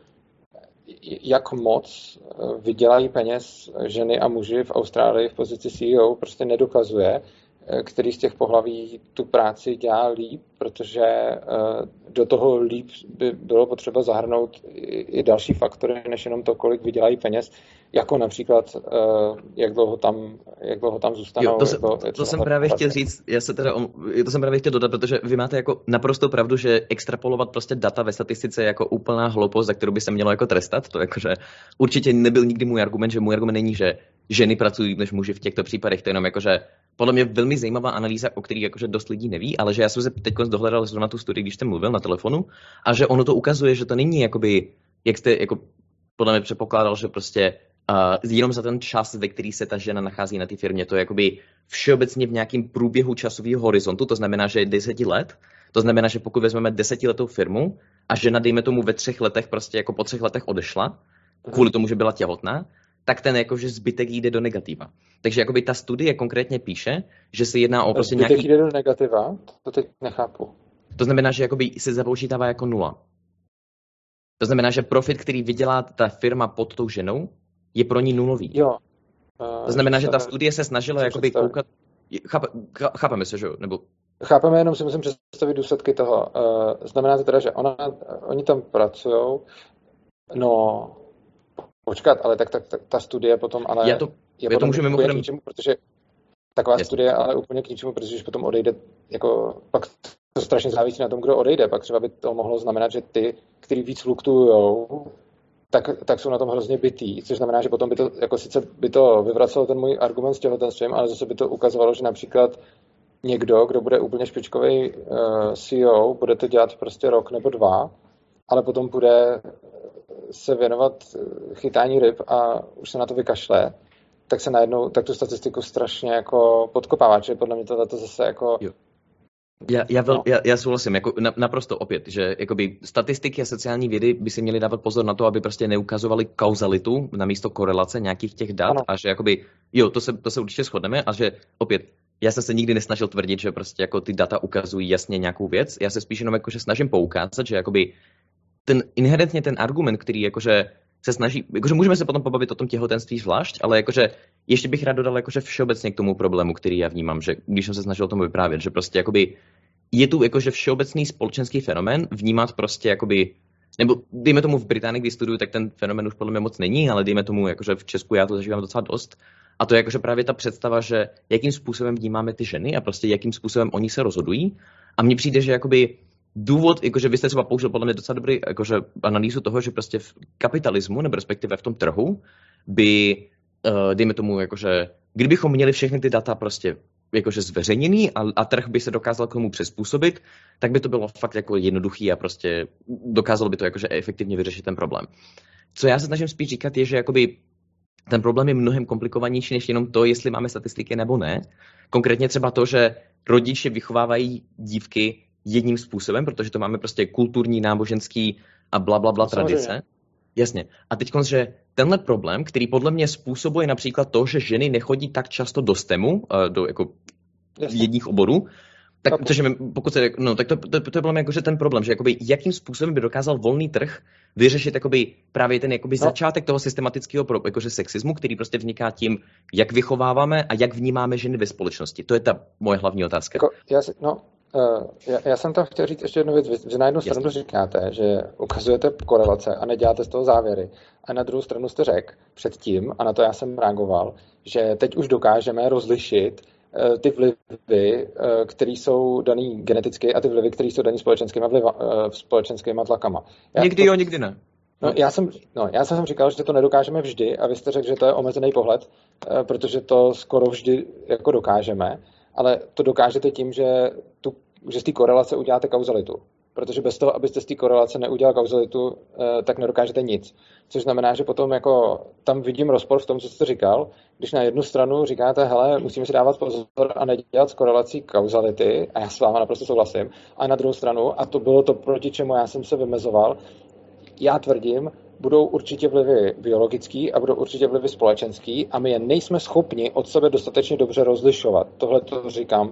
jak moc vydělají peněz ženy a muži v Austrálii v pozici C E O, prostě nedokazuje, který z těch pohlaví tu práci dělá líp, protože do toho líp by bylo potřeba zahrnout i další faktory, než jenom to, kolik vydělají peněz, jako například, jak dlouho tam, jak dlouho tam zůstanou. Jo, to, se, to, to jsem právě chtěl říct, já se teda, to jsem právě chtěl dodat, protože vy máte jako naprosto pravdu, že extrapolovat prostě data ve statistice je jako úplná hloupost, za kterou by se mělo jako trestat. To jakože určitě nebyl nikdy můj argument, že můj argument není, že ženy pracují než muži v těchto případech, to je jenom jakože podle mě velmi zajímavá analýza, o který jakože dost lidí neví, ale že já jsem se teď dohledal zrovna tu studii, když jsem mluvil na telefonu, a že ono to ukazuje, že to není jakoby, jak jste jako podle mě předpokládal, že prostě uh, jenom za ten čas, ve který se ta žena nachází na té firmě, to je jakoby všeobecně v nějakém průběhu časového horizontu, to znamená, že je deset let, to znamená, že pokud vezmeme desetiletou firmu a žena, dejme tomu ve třech letech, prostě jako po třech letech odešla, kvůli tomu, že byla těhotná, tak ten jakože zbytek jde do negativa. Takže jakoby ta studie konkrétně píše, že se jedná o prostě zbytek nějaký... jde do negativa? To teď nechápu. To znamená, že jakoby se započítává jako nula. To znamená, že profit, který vydělá ta firma pod tou ženou, je pro ní nulový. Jo. Uh, to znamená, že ta studie se snažila jakoby koukat... Chápe, chápeme se, že jo? Nebo... Chápeme, jenom si musím představit důsledky toho. Uh, znamená to teda, že ona, oni tam pracujou, no... Počkat, ale tak, tak, tak ta studie potom, ale... Já to, je já to můžu mimochodem... K ničemu, protože taková Jasně. studie ale úplně k ničemu, protože když potom odejde, jako pak to strašně závisí na tom, kdo odejde. Pak třeba by to mohlo znamenat, že ty, kteří víc fluktujou, tak, tak jsou na tom hrozně bitý, což znamená, že potom by to, jako sice by to vyvracelo ten můj argument s těhotenstvím, ale zase by to ukazovalo, že například někdo, kdo bude úplně špičkový uh, C E O, bude to dělat prostě rok nebo dva, ale potom bude se věnovat chytání ryb a už se na to vykašle, tak se najednou, tak tu statistiku strašně jako podkopává, čili podle mě to, to zase jako... Jo. Já, já, vel, no. já, já souhlasím, jako na, naprosto opět, že jakoby statistiky a sociální vědy by si měly dávat pozor na to, aby prostě neukazovali kauzalitu na místo korelace nějakých těch dat ano. A že jakoby, jo, to se, to se určitě shodneme a že opět, já jsem se nikdy nesnažil tvrdit, že prostě jako ty data ukazují jasně nějakou věc, já se spíš jenom jakože snažím poukázat, že jakoby ten inherentně ten argument, který jakože se snaží, jakože můžeme se potom pobavit o tom těhotenství zvlášť, ale jakože ještě bych rád dodal jakože všeobecně k tomu problému, který já vnímám, že když jsem se snažil o tom vyprávět, že prostě jakoby je tu jakože všeobecný společenský fenomén vnímat prostě jakoby, nebo dejme tomu v Británii, kdy studuju, tak ten fenomén už podle mě moc není, ale dejme tomu jakože v Česku já to zažívám docela dost. A to je jakože právě ta představa, že jakým způsobem vnímáme ty ženy a prostě jakým způsobem oni se rozhodují. A mně přijde, že jakoby důvod, jakože vy jste třeba použil podle mě docela dobrý jakože analýzu toho, že prostě v kapitalismu, nebo respektive v tom trhu, by, uh, dejme tomu, jakože, kdybychom měli všechny ty data prostě jakože zveřejněný a, a trh by se dokázal k tomu přizpůsobit, tak by to bylo fakt jako jednoduchý a prostě dokázalo by to jakože efektivně vyřešit ten problém. Co já se snažím spíš říkat je, že jakoby ten problém je mnohem komplikovanější než jenom to, jestli máme statistiky nebo ne. Konkrétně třeba to, že rodiče vychovávají dívky jedním způsobem, protože to máme prostě kulturní, náboženský a bla, bla, bla no, tradice. Samozřejmě. Jasně. A teď že tenhle problém, který podle mě způsobuje například to, že ženy nechodí tak často do STEMu, do jako jedních oborů, tak, což je, pokud se, no, tak to, to, to je podle mě jakože ten problém, že jakoby, jakým způsobem by dokázal volný trh vyřešit jakoby, právě ten jakoby, no. začátek toho systematického jakože sexismu, který prostě vzniká tím, jak vychováváme a jak vnímáme ženy ve společnosti. To je ta moje hlavní otázka. Jako, já si, no, Uh, já, já jsem tam chtěl říct ještě jednu věc, že na jednu stranu Jasně. říkáte, že ukazujete korelace a neděláte z toho závěry. A na druhou stranu jste řekl předtím, a na to já jsem reagoval, že teď už dokážeme rozlišit uh, ty vlivy, uh, které jsou daný geneticky a ty vlivy, které jsou daný společenskými, vliva, uh, společenskými tlakama. Já někdy to, jo, někdy ne. No, já jsem, no, já jsem říkal, že to nedokážeme vždy a vy jste řekl, že to je omezený pohled, uh, protože to skoro vždy jako dokážeme. Ale to dokážete tím, že, tu, že z té korelace uděláte kauzalitu. Protože bez toho, abyste z té korelace neudělal kauzalitu, tak nedokážete nic. Což znamená, že potom jako tam vidím rozpor v tom, co jste říkal, když na jednu stranu říkáte, hele, musíme si dávat pozor a nedělat s korelací kauzality, a já s váma naprosto souhlasím, a na druhou stranu, a to bylo to, proti čemu já jsem se vymezoval, já tvrdím, budou určitě vlivy biologický a budou určitě vlivy společenský a my je nejsme schopni od sebe dostatečně dobře rozlišovat. Tohle to říkám.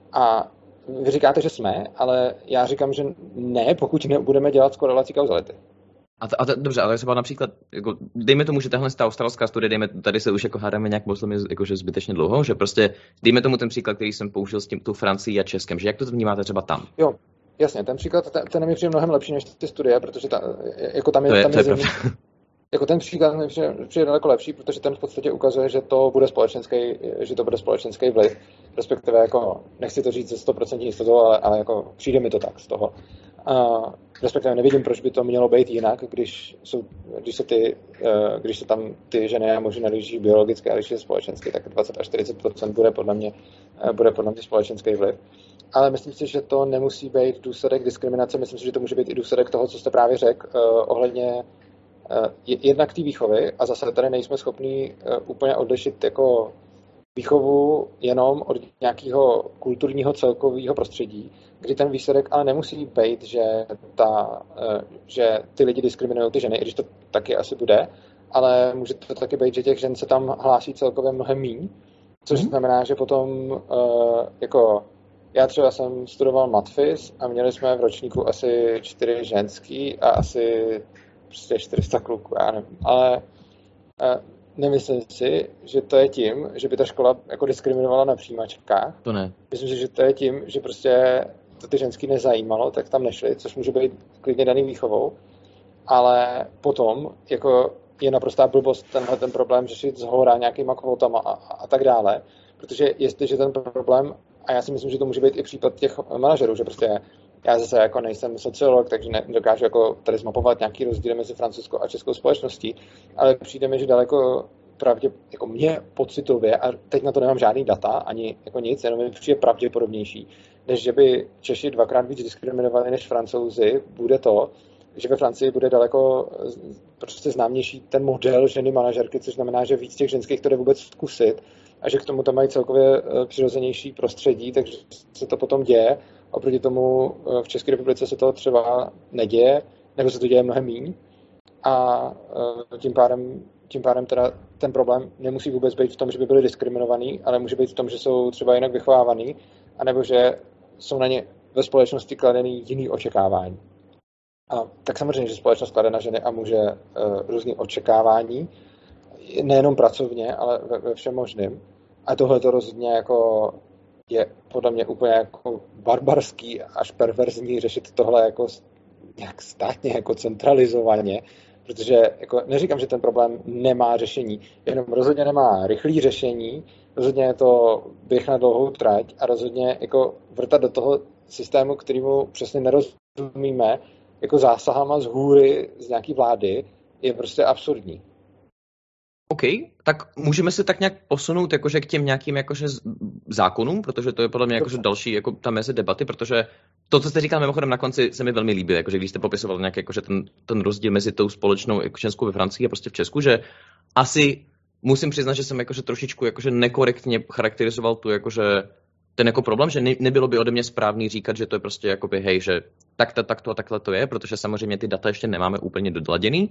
A vy říkáte, že jsme, ale já říkám, že ne, pokud nebudeme dělat s korelací kauzality. A, t- a t- dobře, ale třeba například, jako, dejme tomu, že tahle ta australská studie, dejme, tady se už jako hádáme nějak muslimy jakože zbytečně dlouho, že prostě, dejme tomu ten příklad, který jsem použil s tím tu Francii a Českem, že jak to vnímáte třeba tam? Jo, jasně, ten příklad, ten, ten mi přijde mnohem lepší než ty studie, protože ta, jako tam je, to je, tam to je, je zimný, jako ten příklad mi přijde, přijde daleko lepší, protože ten v podstatě ukazuje, že to bude společenský, že to bude společenský vliv, respektive jako, nechci to říct ze sto procent jistotou, ale, ale jako přijde mi to tak z toho. A respektive nevidím, proč by to mělo být jinak, když, jsou, když, se, ty, když se tam ty ženy a muži nelíží biologicky a liší společensky, tak dvacet až čtyřicet procent bude podle mě, bude podle mě společenský vliv. Ale myslím si, že to nemusí být důsledek diskriminace, myslím si, že to může být i důsledek toho, co jste právě řekl, uh, ohledně uh, jednak té výchovy, a zase tady nejsme schopní uh, úplně odlišit jako výchovu jenom od nějakého kulturního celkového prostředí, kdy ten výsledek ale nemusí být, že, ta, uh, že ty lidi diskriminují ty ženy, i když to taky asi bude, ale může to taky být, že těch žen se tam hlásí celkově mnohem míň, což mm. znamená, že potom uh, jako já třeba jsem studoval matfis a měli jsme v ročníku asi čtyři ženský a asi prostě čtyři sta kluků, já nevím, ale uh, nemyslím si, že to je tím, že by ta škola jako diskriminovala na přijímačkách. To ne. Myslím si, že to je tím, že prostě to ty ženský nezajímalo, tak tam nešli, což může být klidně daný výchovou, ale potom jako je naprostá blbost tenhle ten problém řešit zhora nějakýma kvotama a, a tak dále, protože jestliže ten problém, a já si myslím, že to může být i případ těch manažerů, že prostě já zase jako nejsem sociolog, takže nedokážu jako tady zmapovat nějaký rozdíl mezi francouzskou a českou společností, ale přijde mi, že daleko pravdě, jako mě pocitově, a teď na to nemám žádný data, ani jako nic, jenom mi přijde pravděpodobnější, než že by Češi dvakrát víc diskriminovali než Francouzi, bude to, že ve Francii bude daleko prostě známější ten model ženy manažerky, což znamená, že víc těch ženských to jde vůbec zkusit a že k tomu tam mají celkově přirozenější prostředí, takže se to potom děje. Oproti tomu v České republice se to třeba neděje, nebo se to děje mnohem míň. A tím pádem, tím pádem teda ten problém nemusí vůbec být v tom, že by byli diskriminovaní, ale může být v tom, že jsou třeba jinak vychovávaný, anebo že jsou na ně ve společnosti kladený jiný očekávání. A tak samozřejmě, že společnost klade na ženy a muže uh, různý očekávání, nejenom pracovně, ale ve, ve všem možným. A tohle to rozhodně jako je podle mě úplně jako barbarský až perverzní řešit tohle jako nějak státně, jako centralizovaně, protože jako neříkám, že ten problém nemá řešení, jenom rozhodně nemá rychlé řešení, rozhodně je to běh na dlouhou trať a rozhodně jako vrtat do toho systému, kterému přesně nerozumíme, jako zásahama z hůry z nějaký vlády, je prostě absurdní. OK, tak můžeme se tak nějak posunout jakože k těm nějakým jakože zákonům, protože to je podle mě jakože další jako tam mezi debaty, protože to, co jste říkal mimochodem na konci, se mi velmi líbí, jakože když jste popisoval nějak jakože ten, ten rozdíl mezi tou společnou jako ženskou ve Francii a prostě v Česku, že asi musím přiznat, že jsem jakože trošičku jakože nekorektně charakterizoval tu jakože ten jako problém, že ne, nebylo by ode mě správný říkat, že to je prostě jakoby hej, že takto, takto a takhle to je, protože samozřejmě ty data ještě nemáme úplně dodladěný.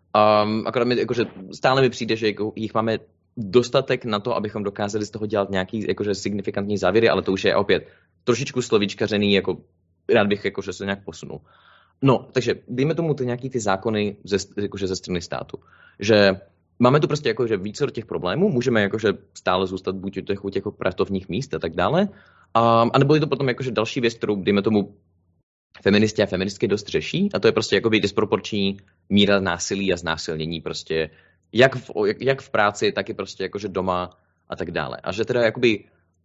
Um, akorát mi, jakože stále mi přijde, že jako jich máme dostatek na to, abychom dokázali z toho dělat nějaký jakože signifikantní závěry, ale to už je opět trošičku slovíčkařený, jako rád bych jakože se nějak posunul. No, takže dejme tomu ty nějaký ty zákony ze, jakože ze strany státu, že máme tu prostě jakože více těch problémů, můžeme jakože stále zůstat buď u těch, u těch pracovních míst a tak dále, um, anebo je to potom jakože další věc, kterou dejme tomu feministi a feministky dost řeší, a to je prostě jakoby disproporční míra násilí a znásilnění prostě jak v, jak, jak v práci, tak i prostě jakože doma a tak dále. A že teda jakoby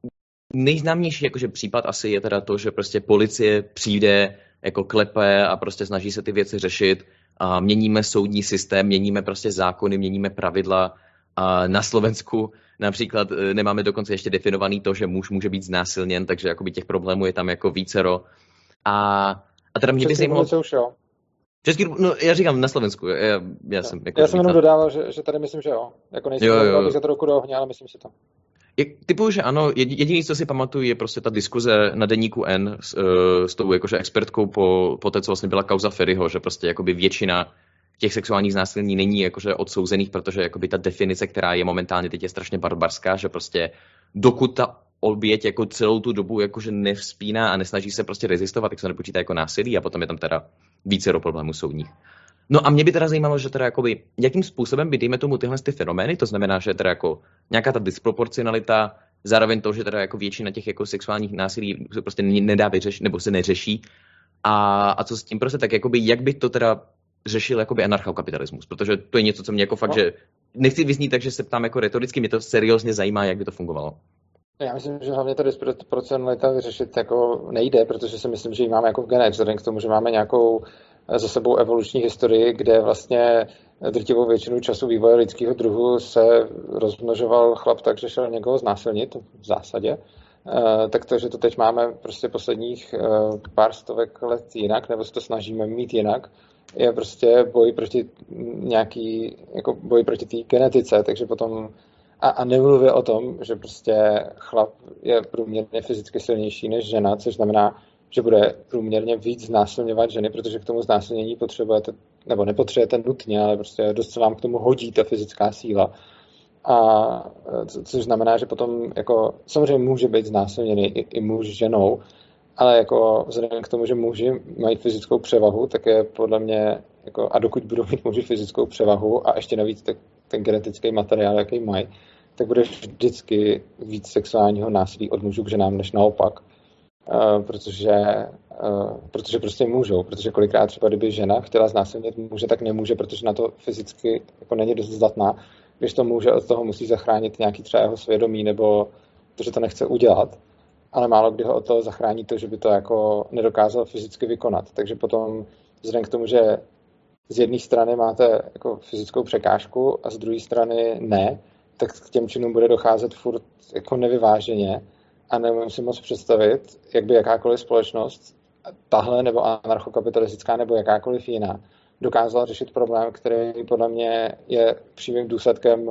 nejznámější jakože případ asi je teda to, že prostě policie přijde, jako klepe a prostě snaží se ty věci řešit. A měníme soudní systém, měníme prostě zákony, měníme pravidla. A na Slovensku například nemáme dokonce ještě definovaný to, že muž může být znásilněn, takže jakoby těch problémů je tam jako vícero. A, a teda mě by zajímalo... Český, no já říkám na Slovensku, já, já jsem jako... Já jsem jenom dodával, že, že tady myslím, že jo. Jako nejsem dodával bych za to ruku do ohně, ale myslím si to. Typuju, že ano, jediný, co si pamatuju, je prostě ta diskuze na deníku N s, s tou jakože expertkou po, po té, co vlastně byla kauza Ferryho, že prostě jakoby většina těch sexuálních znásilnění není jakože odsouzených, protože jakoby ta definice, která je momentálně teď je strašně barbarská, že prostě dokud ta oběť jako celou tu dobu jakože nevzpíná a nesnaží se prostě rezistovat, tak se nepočítá jako násilí a potom je tam teda více problémů soudních. No a mě by teda zajímalo, že teda jakoby, jakým způsobem by dejme tomu tyhle ty fenomény, to znamená, že teda jako nějaká ta disproporcionalita, zároveň to, že teda jako většina těch jako sexuálních násilí se prostě nedá vyřešit, nebo se neřeší. A, a co s tím prostě, tak jakoby, jak by to teda řešil jakoby anarchokapitalismus, protože to je něco, co mě jako fakt, no. že nechci vyznít tak, že se ptám jako retoricky, mě to seriózně zajímá, jak by to fungovalo. Já myslím, že hlavně ta disproporcionalita vyřešit jako nejde, protože si myslím, že ji máme jako v genech, vzhledem k tomu, že máme nějakou za sebou evoluční historii, kde vlastně drtivou většinu času vývoje lidského druhu se rozmnožoval chlap tak, že šel někoho znásilnit v zásadě. Tak to, že to teď máme prostě posledních pár stovek let jinak, nebo se to snažíme mít jinak, je prostě boj proti nějaký, jako boj proti té genetice, takže potom a, a nemluvě o tom, že prostě chlap je průměrně fyzicky silnější než žena, což znamená, že bude průměrně víc znásilňovat ženy, protože k tomu znásilnění potřebujete nebo nepotřebujete nutně, ale prostě dost se vám k tomu hodí ta fyzická síla. A což znamená, že potom jako samozřejmě může být znásilněný i, i muž s ženou, ale jako vzhledem k tomu, že muži mají fyzickou převahu, tak je podle mě, jako, a dokud budou mít muži fyzickou převahu a ještě navíc tak, ten genetický materiál, jaký mají, tak bude vždycky víc sexuálního násilí od mužů k ženám, než naopak. Uh, protože, uh, protože prostě můžou, protože kolikrát třeba, kdyby žena chtěla znásilnit muže, tak nemůže, protože na to fyzicky jako není dost zdatná, když to muže od toho musí zachránit nějaký třeba jeho svědomí, nebo to, že to nechce udělat, ale málo kdy ho od toho zachrání to, že by to jako nedokázal fyzicky vykonat. Takže potom vzhledem k tomu, že z jedné strany máte jako fyzickou překážku a z druhé strany ne, tak k těm činům bude docházet furt jako nevyváženě a nemůžu si moc představit, jak by jakákoliv společnost, tahle nebo anarchokapitalistická nebo jakákoliv jiná, dokázala řešit problém, který podle mě je přímým důsledkem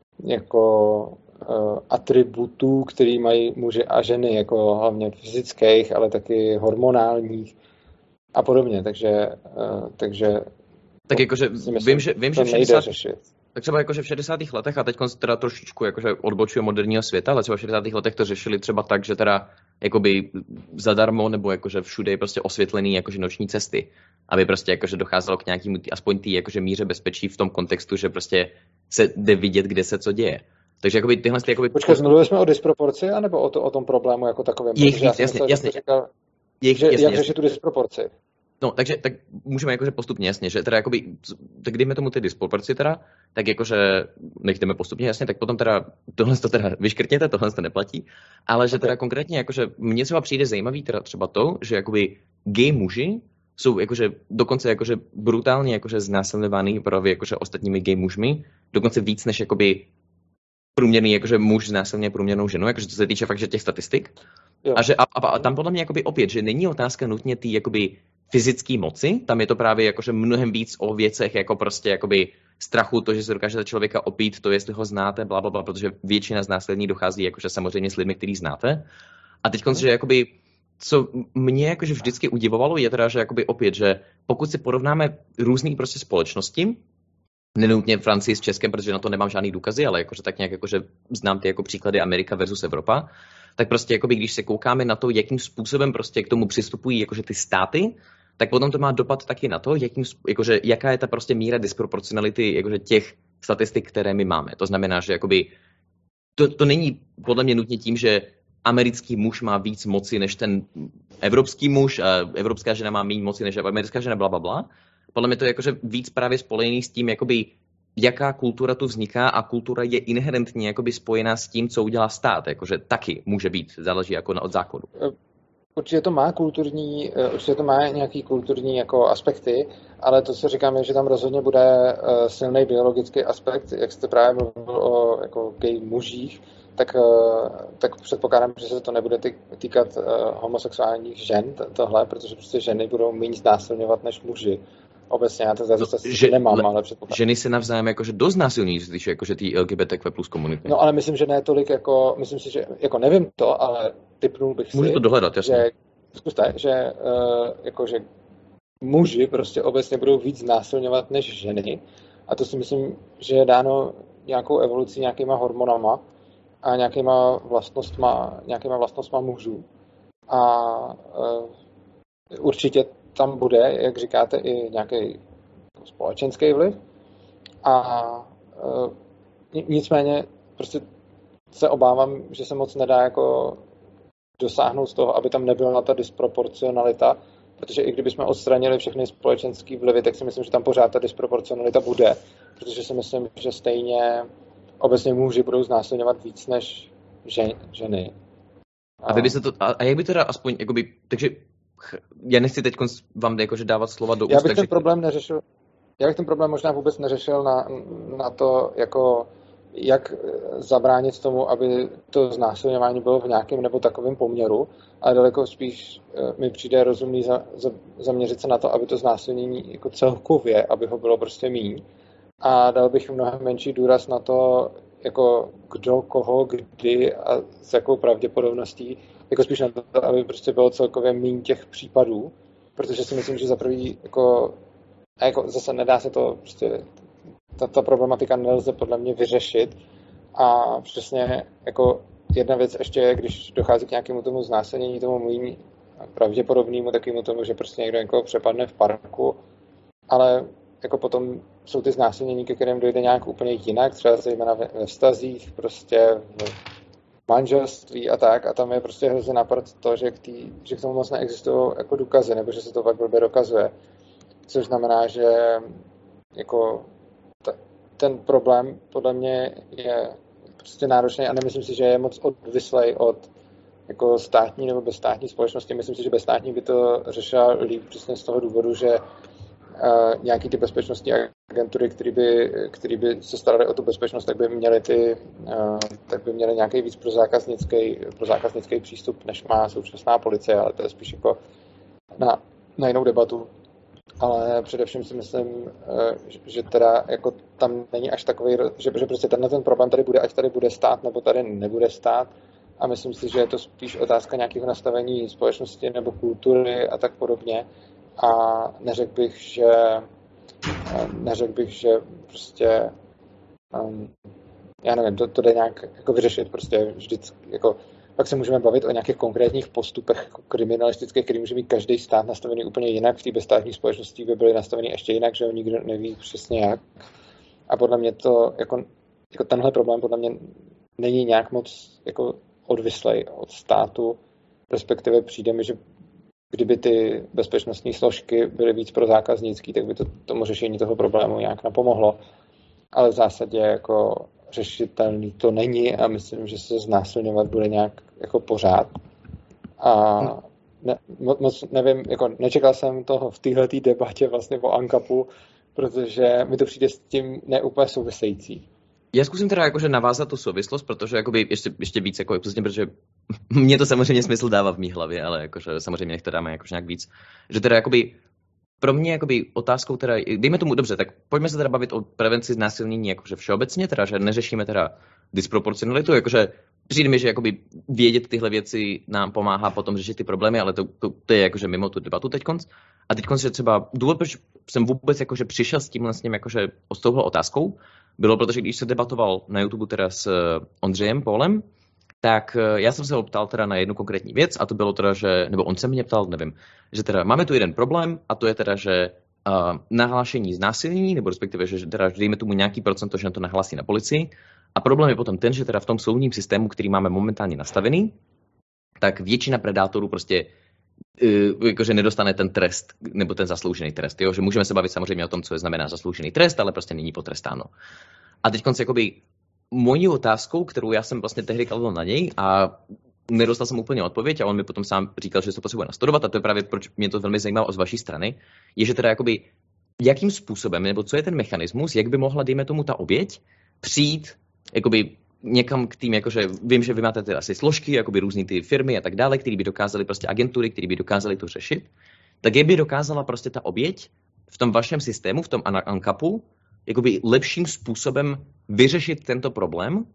jako uh, atributů, který mají muži a ženy, jako hlavně fyzických, ale taky hormonálních a podobně. Takže, uh, takže tak jakože vím, že, vím, že v šedesátých tak třeba jakože v šedesátých letech, a teď teda trošičku jakože odbočuje moderního světa, ale třeba v šedesátých letech to řešili třeba tak, že teda jakoby zadarmo nebo jakože všude je prostě osvětlený jakože noční cesty, aby prostě jakože docházelo k nějakému aspoň tý jakože míře bezpečí v tom kontextu, že prostě se jde vidět, kde se co děje. Takže jakoby tyhle ty jakoby... Počkej, mluvili jsme o disproporci, anebo o, to, o tom problému jako takovém? Jejich víc, jasně, myslel, jasně. Říkal, Jejich, že, jasně, jak jasně. řešit tu disproporci? No, takže tak můžeme jakože postupně, jasně, že teda jakoby, tak dejme tomu ty disproporci teda, tak jakože nechteme postupně, jasně, tak potom teda tohle to teda vyškrtněte, tohle to neplatí, ale že okay. Teda konkrétně jakože mně třeba přijde zajímavý teda třeba to, že jakoby gay muži jsou jakože dokonce jakože brutálně jakože znásilňovaný právě jakože ostatními gay mužmi, dokonce víc než jakoby průměrný jakože muž znásilňuje průměrnou ženu, jakože to se týče fakt, že těch statistik. Jo. A, že, a, a tam podle mě jakoby opět, že není otázka nutně tý jakoby fyzické moci, tam je to právě jakože mnohem víc o věcech jako prostě jakoby strachu, to, že se dokážete člověka opít, to, jestli ho znáte, bla, bla, bla, protože většina znásilnění dochází jakože samozřejmě s lidmi, který znáte. A teď konc, že jakoby, co mě jakože vždycky udivovalo, je teda, že jakoby opět, že pokud si porovnáme různý prostě společnosti, nenutně Francii s Českem, protože na to nemám žádný důkazy, ale jakože tak nějak jakože znám ty jako příklady Amerika versus Evropa, tak prostě jakoby, když se koukáme na to, jakým způsobem prostě k tomu přistupují jakože ty státy, tak potom to má dopad taky na to, jakým, jakože, jaká je ta prostě míra disproporcionality jakože těch statistik, které my máme. To znamená, že jakoby, to, to není podle mě nutně tím, že americký muž má víc moci než ten evropský muž a evropská žena má méně moci než americká žena, bla, bla, bla. Podle mě to je jakože víc právě spojený s tím, jakoby, jaká kultura tu vzniká a kultura je inherentně jakoby spojená s tím, co udělá stát. Jakože taky může být, záleží jako na, od zákonu. Určitě to má kulturní, určitě to má nějaký kulturní jako aspekty, ale to, co říkám, je, že tam rozhodně bude silný biologický aspekt, jak jste právě mluvil o jako gay mužích, tak, tak předpokládám, že se to nebude týkat homosexuálních žen, tohle, protože prostě ženy budou méně znásilňovat než muži. Obecně, já to zase no, že, nemám, le, ale předpokládám. Ženy se navzájem jakože dost násilní, co se týče jakože tý L G B T Q plus komunity. No ale myslím, že ne tolik jako, myslím si, že, jako nevím to, ale tipnul bych si. Můžu to dohledat, jasně. Že, zkuste, že, uh, jako, že muži prostě obecně budou víc znásilňovat než ženy a to si myslím, že je dáno nějakou evolucí, nějakýma hormonama a nějakýma vlastnostma, nějakýma vlastnostma mužů. A uh, určitě tam bude, jak říkáte, i nějaký společenský vliv. A e, nicméně prostě se obávám, že se moc nedá jako dosáhnout z toho, aby tam nebyla ta disproporcionalita, protože i kdybychom odstranili všechny společenské vlivy, tak si myslím, že tam pořád ta disproporcionalita bude, protože si myslím, že stejně obecně muži budou znásilňovat víc než žen, ženy. A, a, vy byste to, a, a jak by teda aspoň, jakoby, takže já nechci teď vám jakože dávat slova do úst. Já bych takže... ten problém neřešil, já bych ten problém možná vůbec neřešil na, na to, jako jak zabránit tomu, aby to znásilňování bylo v nějakém nebo takovém poměru, ale daleko spíš mi přijde rozumný za, za, zaměřit se na to, aby to znásilnění jako celkově, aby ho bylo prostě míň. A dal bych mnohem menší důraz na to, jako kdo, koho, kdy a s jakou pravděpodobností, jako spíš na to, aby prostě bylo celkově míň těch případů, protože si myslím, že za prvý jako a jako zase nedá se to prostě, ta, ta problematika nelze podle mě vyřešit a přesně jako jedna věc ještě je, když dochází k nějakému tomu znásilnění, tomu méně pravděpodobnému takovému tomu, že prostě někdo někoho přepadne v parku, ale jako potom jsou ty znásilnění, ke kterým dojde nějak úplně jinak, třeba zejména ve, ve vztazích, prostě v manželství a tak, a tam je prostě hrozně napad to, že k, tý, že k tomu moc neexistují jako důkazy, nebo že se to pak blbě dokazuje. Což znamená, že jako ta, ten problém podle mě je prostě náročný a nemyslím si, že je moc odvislej od jako státní nebo bezstátní společnosti. Myslím si, že bezstátní by to řešila líp přesně z toho důvodu, že uh, nějaký ty bezpečnostní agentury, které by, který by se staraly o tu bezpečnost, tak by měly ty, uh, tak by měly nějaký víc prozákaznický, prozákaznický přístup, než má současná policie, ale to je spíš jako na, na jinou debatu. Ale především si myslím, uh, že teda jako tam není až takový, že, že prostě tenhle ten problém tady bude, ať tady bude stát, nebo tady nebude stát. A myslím si, že je to spíš otázka nějakého nastavení společnosti nebo kultury a tak podobně. A neřekl bych, že neřekl bych, že prostě um, já nevím, to, to jde nějak jako vyřešit. Prostě vždycky, jako, pak se můžeme bavit o nějakých konkrétních postupech jako kriminalistických, který může mít každý stát nastavený úplně jinak. V té bezstátní společnosti by byly nastavený ještě jinak, že ho nikdo neví přesně jak. A podle mě to, jako, jako tenhle problém podle mě není nějak moc jako odvislej od státu, respektive přijde mi, že kdyby ty bezpečnostní složky byly víc prozákaznický, tak by to tomu řešení toho problému nějak napomohlo. Ale v zásadě jako řešitelný to není a myslím, že se znásilňovat bude nějak jako pořád. A ne, moc nevím, jako nečekal jsem toho v téhletý debatě vlastně o ANCAPu, protože mi to přijde s tím neúplně související. Já zkusím teda jakože navázat tu souvislost, protože jakoby ještě, ještě víc, jako, protože mě to samozřejmě smysl dává v mý hlavě, ale jakože samozřejmě nech to dáme jakože nějak víc. Že teda jakoby pro mě jakoby otázkou teda, dejme tomu dobře, tak pojďme se teda bavit o prevenci znásilnění jakože všeobecně, teda, že neřešíme teda disproporcionalitu, jakože přijde mi, že jakoby vědět tyhle věci nám pomáhá potom řešit ty problémy, ale to, to, to je jakože mimo tu debatu teďkonc. A teďkonc, že třeba důvod, proč jsem vůbec jakože přišel s tímhle s tím jakože s touhle otázkou, bylo, protože když se debatoval na YouTube teda s Ondřejem Pólem, tak já jsem se ho ptal teda na jednu konkrétní věc a to bylo teda, že, nebo on se mě ptal, nevím, že teda máme tu jeden problém a to je teda, že uh, nahlášení znásilnění, nebo respektive, že teda dejme tomu nějaký procento, že to nahlásí na policii a problém je potom ten, že teda v tom soudním systému, který máme momentálně nastavený, tak většina predátorů prostě uh, jakože nedostane ten trest, nebo ten zasloužený trest, jo? Že můžeme se bavit samozřejmě o tom, co je znamená zasloužený trest, ale prostě není potrestáno. A teď konce jakoby mojí otázkou, kterou já jsem vlastně tehdy kladl na něj a nedostal jsem úplně odpověď a on mi potom sám říkal, že to potřebuje nastudovat a to je právě, proč mě to velmi zajímalo z vaší strany, je, že teda jakoby jakým způsobem, nebo co je ten mechanismus, jak by mohla, dejme tomu, ta oběť přijít jakoby někam k tým, jakože vím, že vy máte ty asi složky, jakoby různý ty firmy a tak dále, které by dokázaly prostě agentury, které by dokázaly to řešit, tak jak by dokázala prostě ta oběť v tom vašem systému, v tom ANCAPu, jakoby lepším způsobem vyřešit tento problém,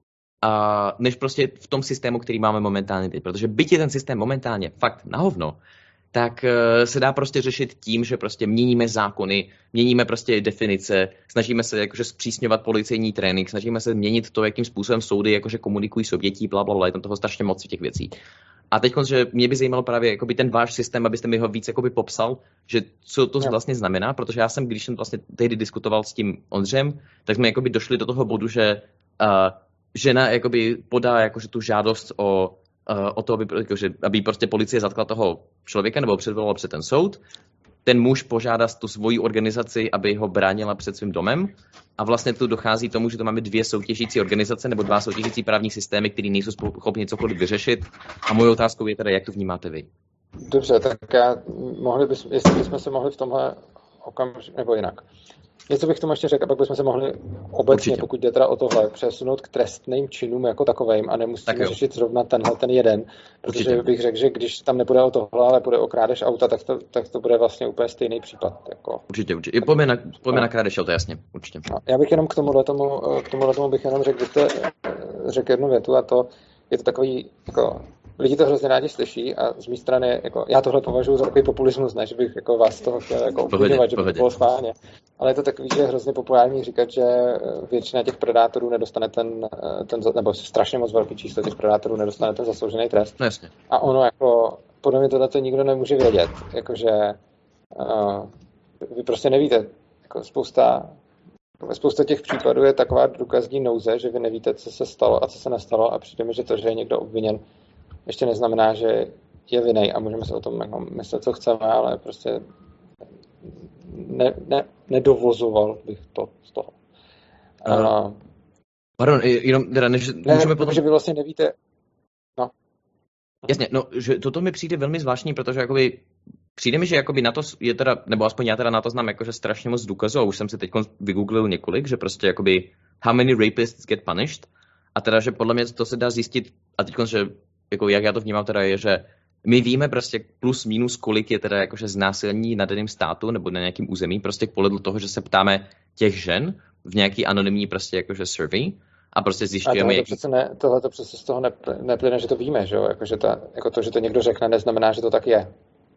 a než prostě v tom systému, který máme momentálně teď. Protože byť je ten systém momentálně fakt na hovno, tak uh, se dá prostě řešit tím, že prostě měníme zákony, měníme prostě definice, snažíme se jakože zpřísňovat policejní trénink, snažíme se měnit to, jakým způsobem soudy jakože komunikují s obětí, blablabla, je tam toho strašně moc těch věcí. A teď, že mě by zajímalo právě jakoby ten váš systém, abyste mi ho víc jakoby popsal, že co to no. vlastně znamená, protože já jsem, když jsem vlastně tehdy diskutoval s tím Ondřejem, tak jsme jakoby došli do toho bodu, že uh, žena jakoby podá jakože tu žádost o, uh, o to, aby, jakože, aby prostě policie zatkla toho člověka nebo předvolala před ten soud. Ten muž požádá tu svoji organizaci, aby ho bránila před svým domem a vlastně tu dochází tomu, že to máme dvě soutěžící organizace nebo dva soutěžící právní systémy, které nejsou schopni cokoliv vyřešit. A moje otázkou je teda, jak to vnímáte vy? Dobře, tak já, mohli bys, jestli bychom se mohli v tomhle okamžiku, nebo jinak. Něco bych tomu ještě řekl, a pak bychom se mohli obecně, Určitě. Pokud jde teda o tohle, přesunout k trestným činům jako takovým a nemusíme řešit zrovna tenhle ten jeden, protože Určitě. Bych řekl, že když tam nebude o tohle, ale bude o krádež auta, tak to, tak to bude vlastně úplně stejný případ. Jako. Určitě, určitě. Pojďme na, pojďme no. na krádež auta, jasně, určitě. No, já bych jenom k tomuhle tomu, k tomuhle tomu bych jenom řekl, že jste řekl jednu větu a to je to takový jako lidi to hrozně rádi slyší a z mé strany, jako, já tohle považuji za takový populismus, ne, že bych jako vás toho chtěl jako obviňovat, že by to bylo schválně. Ale je to takový, že je hrozně populární říkat, že většina těch predátorů nedostane ten, ten nebo strašně moc velký číslo těch predátorů nedostane ten zasloužený trest. No, jasně. A ono jako, podle mě tohle to nikdo nemůže vědět, jakože uh, vy prostě nevíte, jako spousta Spousta těch případů je taková důkazní nouze, že vy nevíte, co se stalo a co se nestalo a přijde mi, že to, že je někdo obviněn, ještě neznamená, že je vinnej a můžeme se o tom jako myslet, co chceme, ale prostě ne, ne, nedovozoval bych to z toho. Uh, Pardon, jenom teda než ne, můžeme potom... že vy vlastně nevíte... No. Jasně, no, že toto mi přijde velmi zvláštní, protože jakoby přijde mi, že jakoby na to je teda, nebo aspoň já teda na to znám jakože strašně moc důkazů a už jsem si teď vygooglil několik, že prostě jakoby how many rapists get punished a teda, že podle mě to se dá zjistit a teď, že jako jak já to vnímám teda je, že my víme prostě plus minus kolik je teda jakože znásilnění na daném státu nebo na nějakém území, prostě podle toho, že se ptáme těch žen v nějaký anonymní prostě jakože survey a prostě zjišťujeme... tohle, jaký... přece ne, tohle to přece z toho neplyne, že to víme, že jo? Jako, že ta, jako to, že to někdo řekne, neznamená, že to tak je.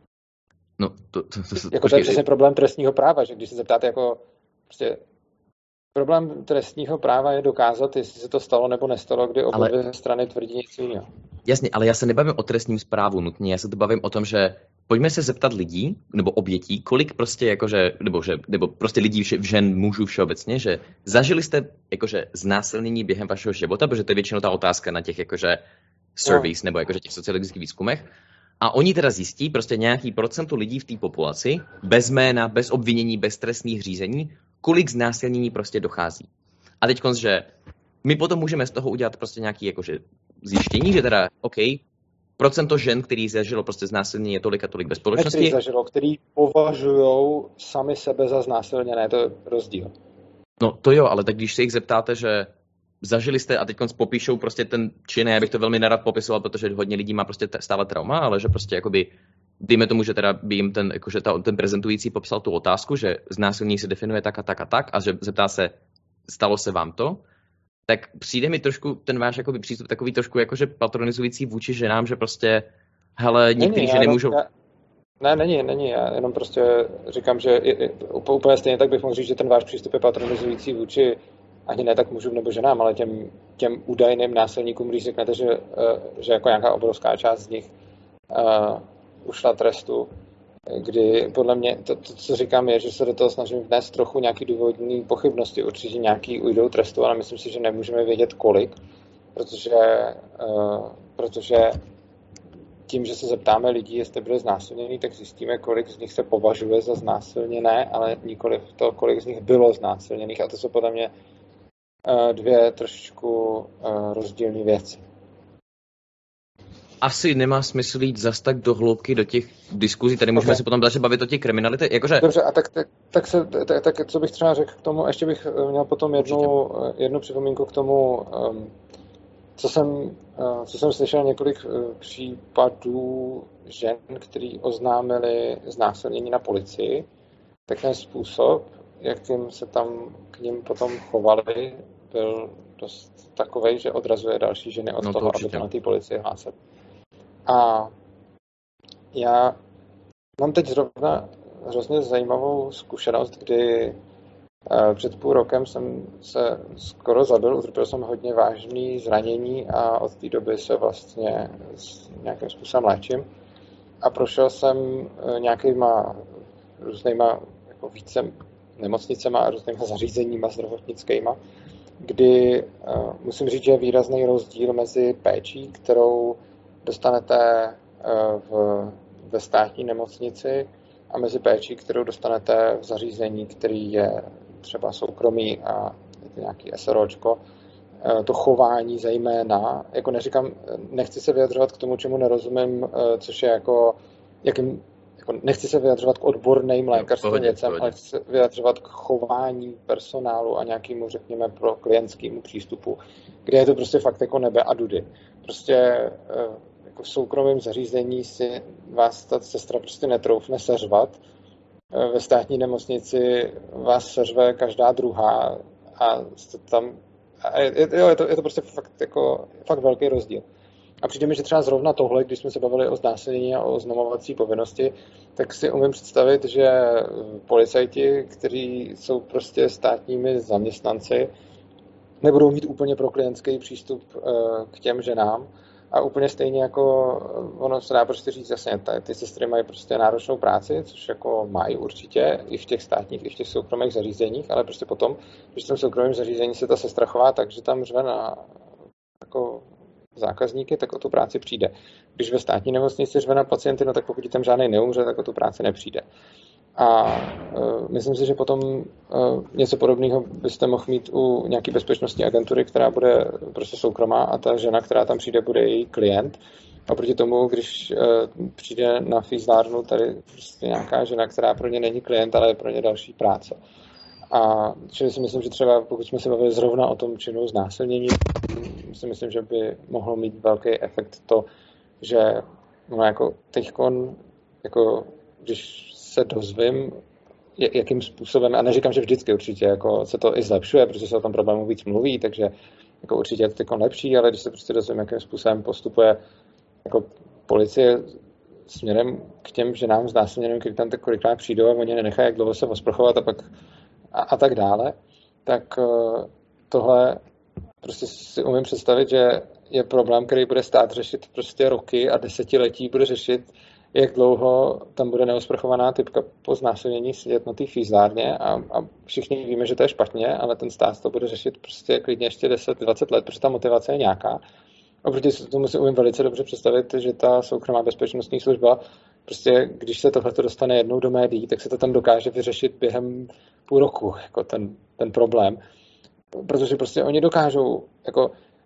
No, to, to, to, to, jako to je přesně problém trestního práva, že když se zeptáte jako prostě problém trestního práva je dokázat, jestli se to stalo nebo nestalo, kdy obě ale... strany tvrdí něco jiného. Jasně, ale já se nebavím o trestním zprávu nutně, já se to bavím o tom, že pojďme se zeptat lidí, nebo obětí, kolik prostě jakože, nebo, že, nebo prostě lidí, žen, mužů všeobecně, že zažili jste jakože znásilnění během vašeho života, protože to je většinou ta otázka na těch jakože surveys, no. nebo jakože těch sociologických výzkumech. A oni teda zjistí prostě nějaký procento lidí v té populaci, bez jména, bez obvinění, bez trestných řízení, kolik znásilnění prostě dochází. A teď konc, že my potom můžeme z toho udělat prostě nějaký jakože zjištění, že teda, OK, procento žen, který zažilo prostě znásilnění je tolik a tolik ve společnosti. Který zažilo, který považujou sami sebe za znásilněné, to je rozdíl. No to jo, ale tak když se jich zeptáte, že zažili jste a teď popíšou prostě ten čin, já bych to velmi nerad popisoval, protože hodně lidí má prostě stále trauma, ale že prostě jakoby, dejme tomu, že teda by jim ten, jakože ta, ten prezentující popsal tu otázku, že znásilnění se definuje tak a tak a tak a že zeptá se, stalo se vám to, tak přijde mi trošku ten váš jakoby přístup takový trošku jakože patronizující vůči ženám, že prostě, hele, některý ženy můžou... Já... Ne, není, není, já jenom prostě říkám, že úplně stejně tak bych mohl říct, že ten váš přístup je patronizující vůči ani ne tak mužům nebo ženám, ale těm, těm údajným násilníkům, když řeknete, že, že jako nějaká obrovská část z nich uh, ušla trestu, kdy podle mě to, to, co říkám, je, že se do toho snažím vnést trochu nějaký důvodní pochybnosti. Určitě nějaký ujdou trestu, ale myslím si, že nemůžeme vědět kolik, protože, uh, protože tím, že se zeptáme lidí, jestli byli znásilnění, tak zjistíme, kolik z nich se považuje za znásilněné, ale nikoliv to, kolik z nich bylo znásilněných. A to jsou podle mě dvě trošičku rozdílné věci. Asi nemá smysl jít zas tak do hloubky do těch diskuzí, tady můžeme okay. se potom další bavit o těch kriminalitě. Jakože... Dobře, a tak, tak, tak, se, tak, tak co bych třeba řekl k tomu, ještě bych měl potom jednu, jednu připomínku k tomu, co jsem, co jsem slyšel několik případů žen, který oznámili znásilnění na policii, tak ten způsob, jak jim se tam k ním potom chovali, byl dost takovej, že odrazuje další ženy od no, toho, to aby to na té policii hlásili. A já mám teď zrovna hrozně zajímavou zkušenost, kdy před půl rokem jsem se skoro zabil, utrpěl jsem hodně vážné zranění a od té doby se vlastně nějakým způsobem léčím. A prošel jsem nějakýma různýma jako více nemocnicema a různýma zařízeníma zdravotnickýma, kdy uh, musím říct, že je výrazný rozdíl mezi péčí, kterou dostanete uh, v, ve státní nemocnici a mezi péčí, kterou dostanete v zařízení, který je třeba soukromý a je to nějaký SROčko. Uh, to chování zejména, jako neříkám, nechci se vyjadřovat k tomu, čemu nerozumím, uh, což je jako, jakým Jako nechci se vyjadřovat k odborným lékařským věcem, ale chci se vyjadřovat k chování personálu a nějakému, řekněme, pro klientskému přístupu, kde je to prostě fakt jako nebe a dudy. Prostě jako v soukromém zařízení si vás ta sestra prostě netroufne seřvat. Ve státní nemocnici vás seřve každá druhá a tam a je, jo, je, to, je to prostě fakt, jako, fakt velký rozdíl. A přijde mi, že třeba zrovna tohle, když jsme se bavili o znásilnění a o oznamovací povinnosti, tak si umím představit, že policajti, kteří jsou prostě státními zaměstnanci, nebudou mít úplně pro klientský přístup k těm ženám. A úplně stejně jako ono se dá prostě říct, jasně, ty sestry mají prostě náročnou práci, což jako mají určitě i v těch státních, i v těch soukromých zařízeních, ale prostě potom, když v tom soukromém zařízení se ta sestra chová tak, že tam řve na jako zákazníky, tak o tu práci přijde. Když ve státní nemocnici řve na pacienty, no tak pokud tam žádnej neumře, tak o tu práci nepřijde. A uh, myslím si, že potom uh, něco podobného byste mohl mít u nějaké bezpečnostní agentury, která bude prostě soukromá a ta žena, která tam přijde, bude její klient. A proti tomu, když uh, přijde na fízlárnu tady prostě nějaká žena, která pro ně není klient, ale je pro ně další práce. A čili si myslím, že třeba pokud jsme se bavili zrovna o tom činu znásilnění, si myslím, že by mohlo mít velký efekt to, že no jako teďkon, jako když se dozvím, jakým způsobem, a neříkám, že vždycky určitě jako se to i zlepšuje, protože se o tom problému víc mluví, takže jako určitě je to teďkon lepší, ale když se prostě dozvím, jakým způsobem postupuje jako policie směrem k těm ženám znásilněným, kteří tam tak kolikrát přijdou a oni nenechají, jak dlouho se osprchovat a pak a, a tak dále, tak uh, tohle prostě si umím představit, že je problém, který bude stát řešit prostě roky a desetiletí bude řešit, jak dlouho tam bude neosprchovaná typka po znásilnění sedět na té fízlárně a, a všichni víme, že to je špatně, ale ten stát to bude řešit prostě klidně ještě deset dvacet let, protože ta motivace je nějaká. Oproti tomu si umím velice dobře představit, že ta soukromá bezpečnostní služba, prostě když se tohle dostane jednou do médií, tak se to tam dokáže vyřešit během půl roku, jako ten, ten problém. Protože prostě oni dokážou, jako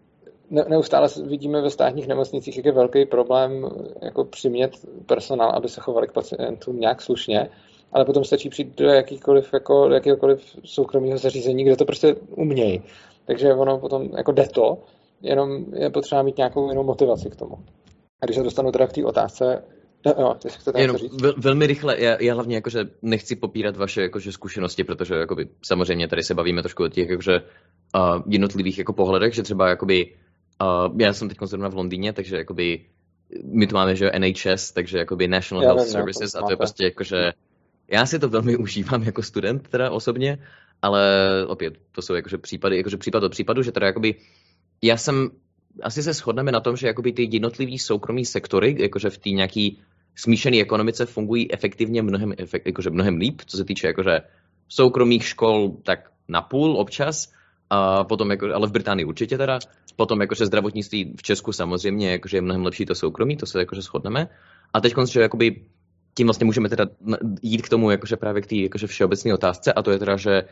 neustále vidíme ve státních nemocnicích, jak je velký problém jako přimět personál, aby se chovali k pacientům nějak slušně, ale potom stačí přijít do jakýkoliv, jako, jakýkoliv soukromého zařízení, kde to prostě umějí. Takže ono potom jako jde to, jenom je potřeba mít nějakou jinou motivaci k tomu. A když se dostanu teda k té otázce, no, no, ty si chcete jenom říct? Vel, velmi rychle, já, já hlavně jakože nechci popírat vaše jakože zkušenosti, protože jakoby, samozřejmě tady se bavíme trošku o těch jakože, uh, jednotlivých jako pohledech, že třeba jakoby, uh, já jsem teď zrovna v Londýně, takže jakoby, my tu máme že N H S, takže jakoby National já Health vím, Services a to je prostě jakože, já si to velmi užívám jako student teda osobně, ale opět to jsou jakože případy, jakože případ od případu, že teda jakoby, já jsem, asi se shodneme na tom, že jakoby ty jednotlivý soukromý sektory, jakože v té nějaký smíšené ekonomice fungují efektivně mnohem, efekt, jakože mnohem líp, co se týče jakože soukromých škol tak napůl občas, a potom jako, ale v Británii určitě teda, potom jakože zdravotnictví v Česku samozřejmě jakože je mnohem lepší to soukromí, to se jakože shodneme. A teď že jakoby tím vlastně můžeme teda jít k tomu jakože právě k té jakože všeobecné otázce a to je teda, že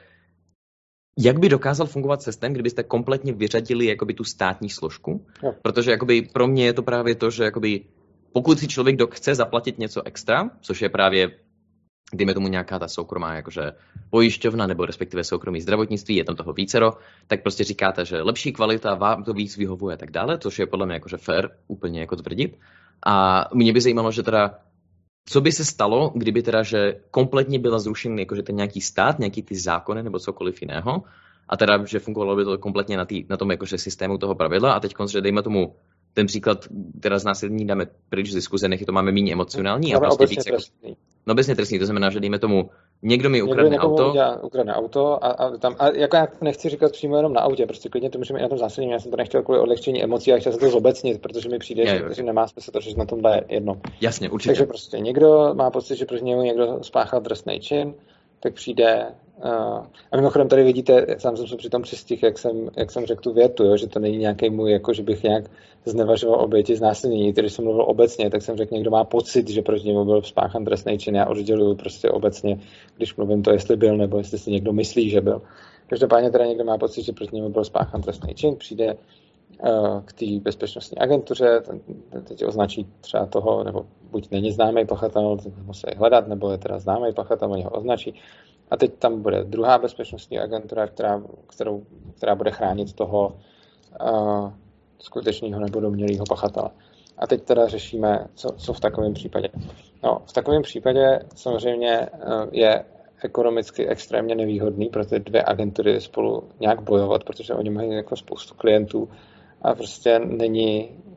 jak by dokázal fungovat systém, kdybyste kompletně vyřadili jakoby tu státní složku? Jo. Protože jakoby pro mě je to právě to, že jakoby pokud si člověk chce zaplatit něco extra, což je právě, dejme tomu nějaká ta soukromá jakože pojišťovna nebo respektive soukromý zdravotnictví, je tam toho vícero, tak prostě říkáte, že lepší kvalita vám to víc vyhovuje a tak dále, což je podle mě jakože fair úplně jako tvrdit. A mě by zajímalo, že teda co by se stalo, kdyby teda, že kompletně byla zrušen jakože ten nějaký stát, nějaký ty zákony nebo cokoliv jiného a teda, že fungovalo by to kompletně na, tý, na tom jakože systému toho pravidla a teď že dejme tomu ten příklad, teda znásilnění dáme pryč z diskuze, nech to máme méně emocionální a prostě víc jako, no obecně trestný, to znamená, že dejme tomu, někdo mi ukradne auto. Udělá, ukradne auto a, a, tam, a jako já nechci říkat přímo jenom na autě, prostě klidně to můžeme i na tom znásilnění, já jsem to nechtěl kvůli odlehčení emocí a chtěl jsem to zobecnit, protože mi přijde, je, že, že nemá smysl to, že na tom dá jedno. Jasně, určitě. Takže prostě někdo má pocit, že proti němu někdo spáchal trestný čin, tak přijde. Uh, a mimochodem tady vidíte, sám jsem se při tom přistih, jak jsem, jak jsem řekl tu větu, jo, že to není nějaký můj, jako že bych nějak znevažoval oběti znásilnění. Když jsem mluvil obecně, tak jsem řekl, někdo má pocit, že proti němu byl spáchan trestný čin. Já odděluju prostě obecně, když mluvím to, jestli byl, nebo jestli si někdo myslí, že byl. Každopádně teda někdo má pocit, že proti němu byl spáchan trestný čin, přijde uh, k té bezpečnostní agentuře, ten, ten teď označí třeba toho, nebo buď není známý pachatel, musí hledat, nebo je teda známý pachatel, oni ho označí. A teď tam bude druhá bezpečnostní agentura, která, kterou, která bude chránit toho uh, skutečného nebo domnělého pachatele. A teď teda řešíme, co, co v takovém případě. No, v takovém případě samozřejmě uh, je ekonomicky extrémně nevýhodný pro ty dvě agentury spolu nějak bojovat, protože oni mají jako spoustu klientů a prostě není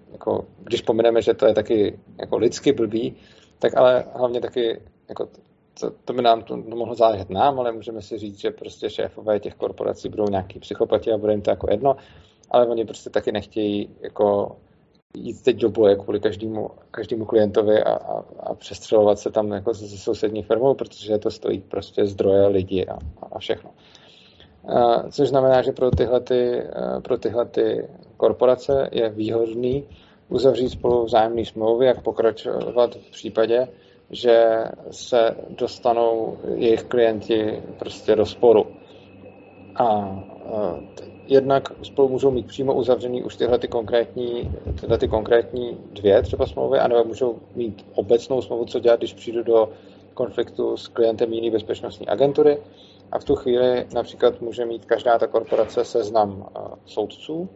jako, když pomineme, že to je taky jako lidsky blbý, tak ale hlavně taky jako to, to by nám to, to mohlo záležet nám, ale můžeme si říct, že prostě šéfové těch korporací budou nějaký psychopati a bude jim to jako jedno, ale oni prostě taky nechtějí jako jít teď do boje kvůli každému, každému klientovi a, a, a přestřelovat se tam jako se sousední firmou, protože to stojí prostě zdroje, lidi a, a všechno. Uh, což znamená, že pro tyhle, ty, uh, pro tyhle ty korporace je výhodný uzavřít spolu vzájemné smlouvy, jak pokračovat v případě, že se dostanou jejich klienti prostě do sporu. A uh, jednak spolu můžou mít přímo uzavřený už tyhle ty konkrétní, tyhle ty konkrétní dvě třeba smlouvy, anebo můžou mít obecnou smlouvu, co dělat, když přijdu do konfliktu s klientem jiné bezpečnostní agentury. A v tu chvíli například může mít každá ta korporace seznam uh, soudců, uh,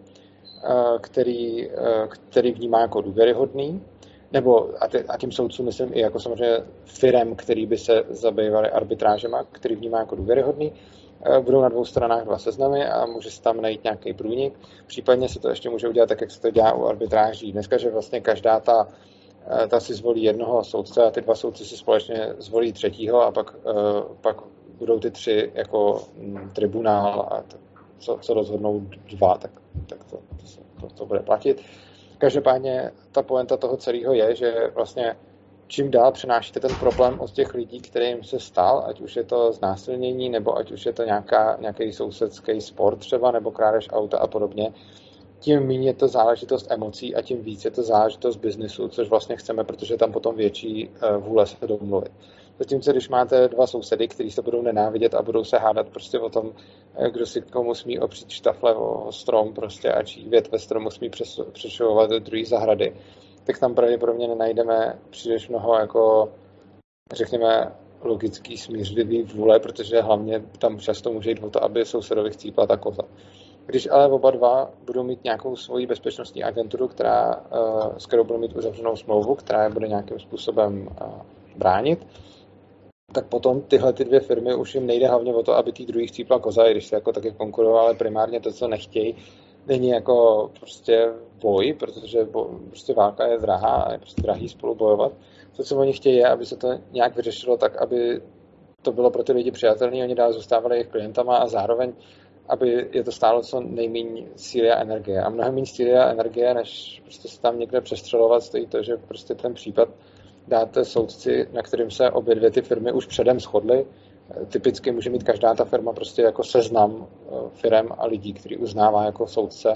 který, uh, který vnímá jako důvěryhodný, nebo a, ty, a tím soudcům myslím i jako samozřejmě firem, který by se zabývaly arbitrážema, který vnímá jako důvěryhodný. Budou na dvou stranách dva seznamy a může se tam najít nějaký průnik. Případně se to ještě může udělat tak, jak se to dělá u arbitráží. Dneska, že vlastně každá ta, ta si zvolí jednoho soudce a ty dva soudci si společně zvolí třetího a pak, pak budou ty tři jako tribunál a to, co, co rozhodnou dva, tak, tak to, to, to, to bude platit. Každopádně ta pointa toho celého je, že vlastně čím dál přenášíte ten problém od těch lidí, kterým se stal, ať už je to znásilnění, nebo ať už je to nějaká, nějaký sousedský sport třeba, nebo krádež auta a podobně, tím méně je to záležitost emocí a tím víc je to záležitost biznisu, což vlastně chceme, protože je tam potom větší vůle se domluvit. Zatímco, když máte dva sousedy, kteří se budou nenávidět a budou se hádat prostě o tom, kdo si komu smí opřít štafle o strom prostě a čí větve stromu smí přešovovat do druhé zahrady, tak tam pravděpodobně nenajdeme příliš mnoho jako, řekněme, logický smířlivý vůle, protože hlavně tam často může jít o to, aby sousedovi chcípla ta koza. Když ale oba dva budou mít nějakou svoji bezpečnostní agenturu, která, s kterou budou mít uzavřenou smlouvu, která je bude nějakým způsobem bránit, tak potom tyhle ty dvě firmy už jim nejde hlavně o to, aby tý druhý chcípla koza, i když se jako taky konkurovali, ale primárně to, co nechtějí, není jako prostě boj, protože bo, prostě válka je drahá a je prostě drahý spolu bojovat. To, co oni chtějí, je, aby se to nějak vyřešilo tak, aby to bylo pro ty lidi přijatelné, oni dál zůstávali jejich klientama a zároveň, aby je to stálo co nejméně síly a energie. A mnohem méně síly a energie, než prostě se tam někde přestřelovat, stojí to, že prostě ten případ dáte soudci, na kterým se obě dvě ty firmy už předem shodly. Typicky může mít každá ta firma prostě jako seznam firem a lidí, který uznává jako soudce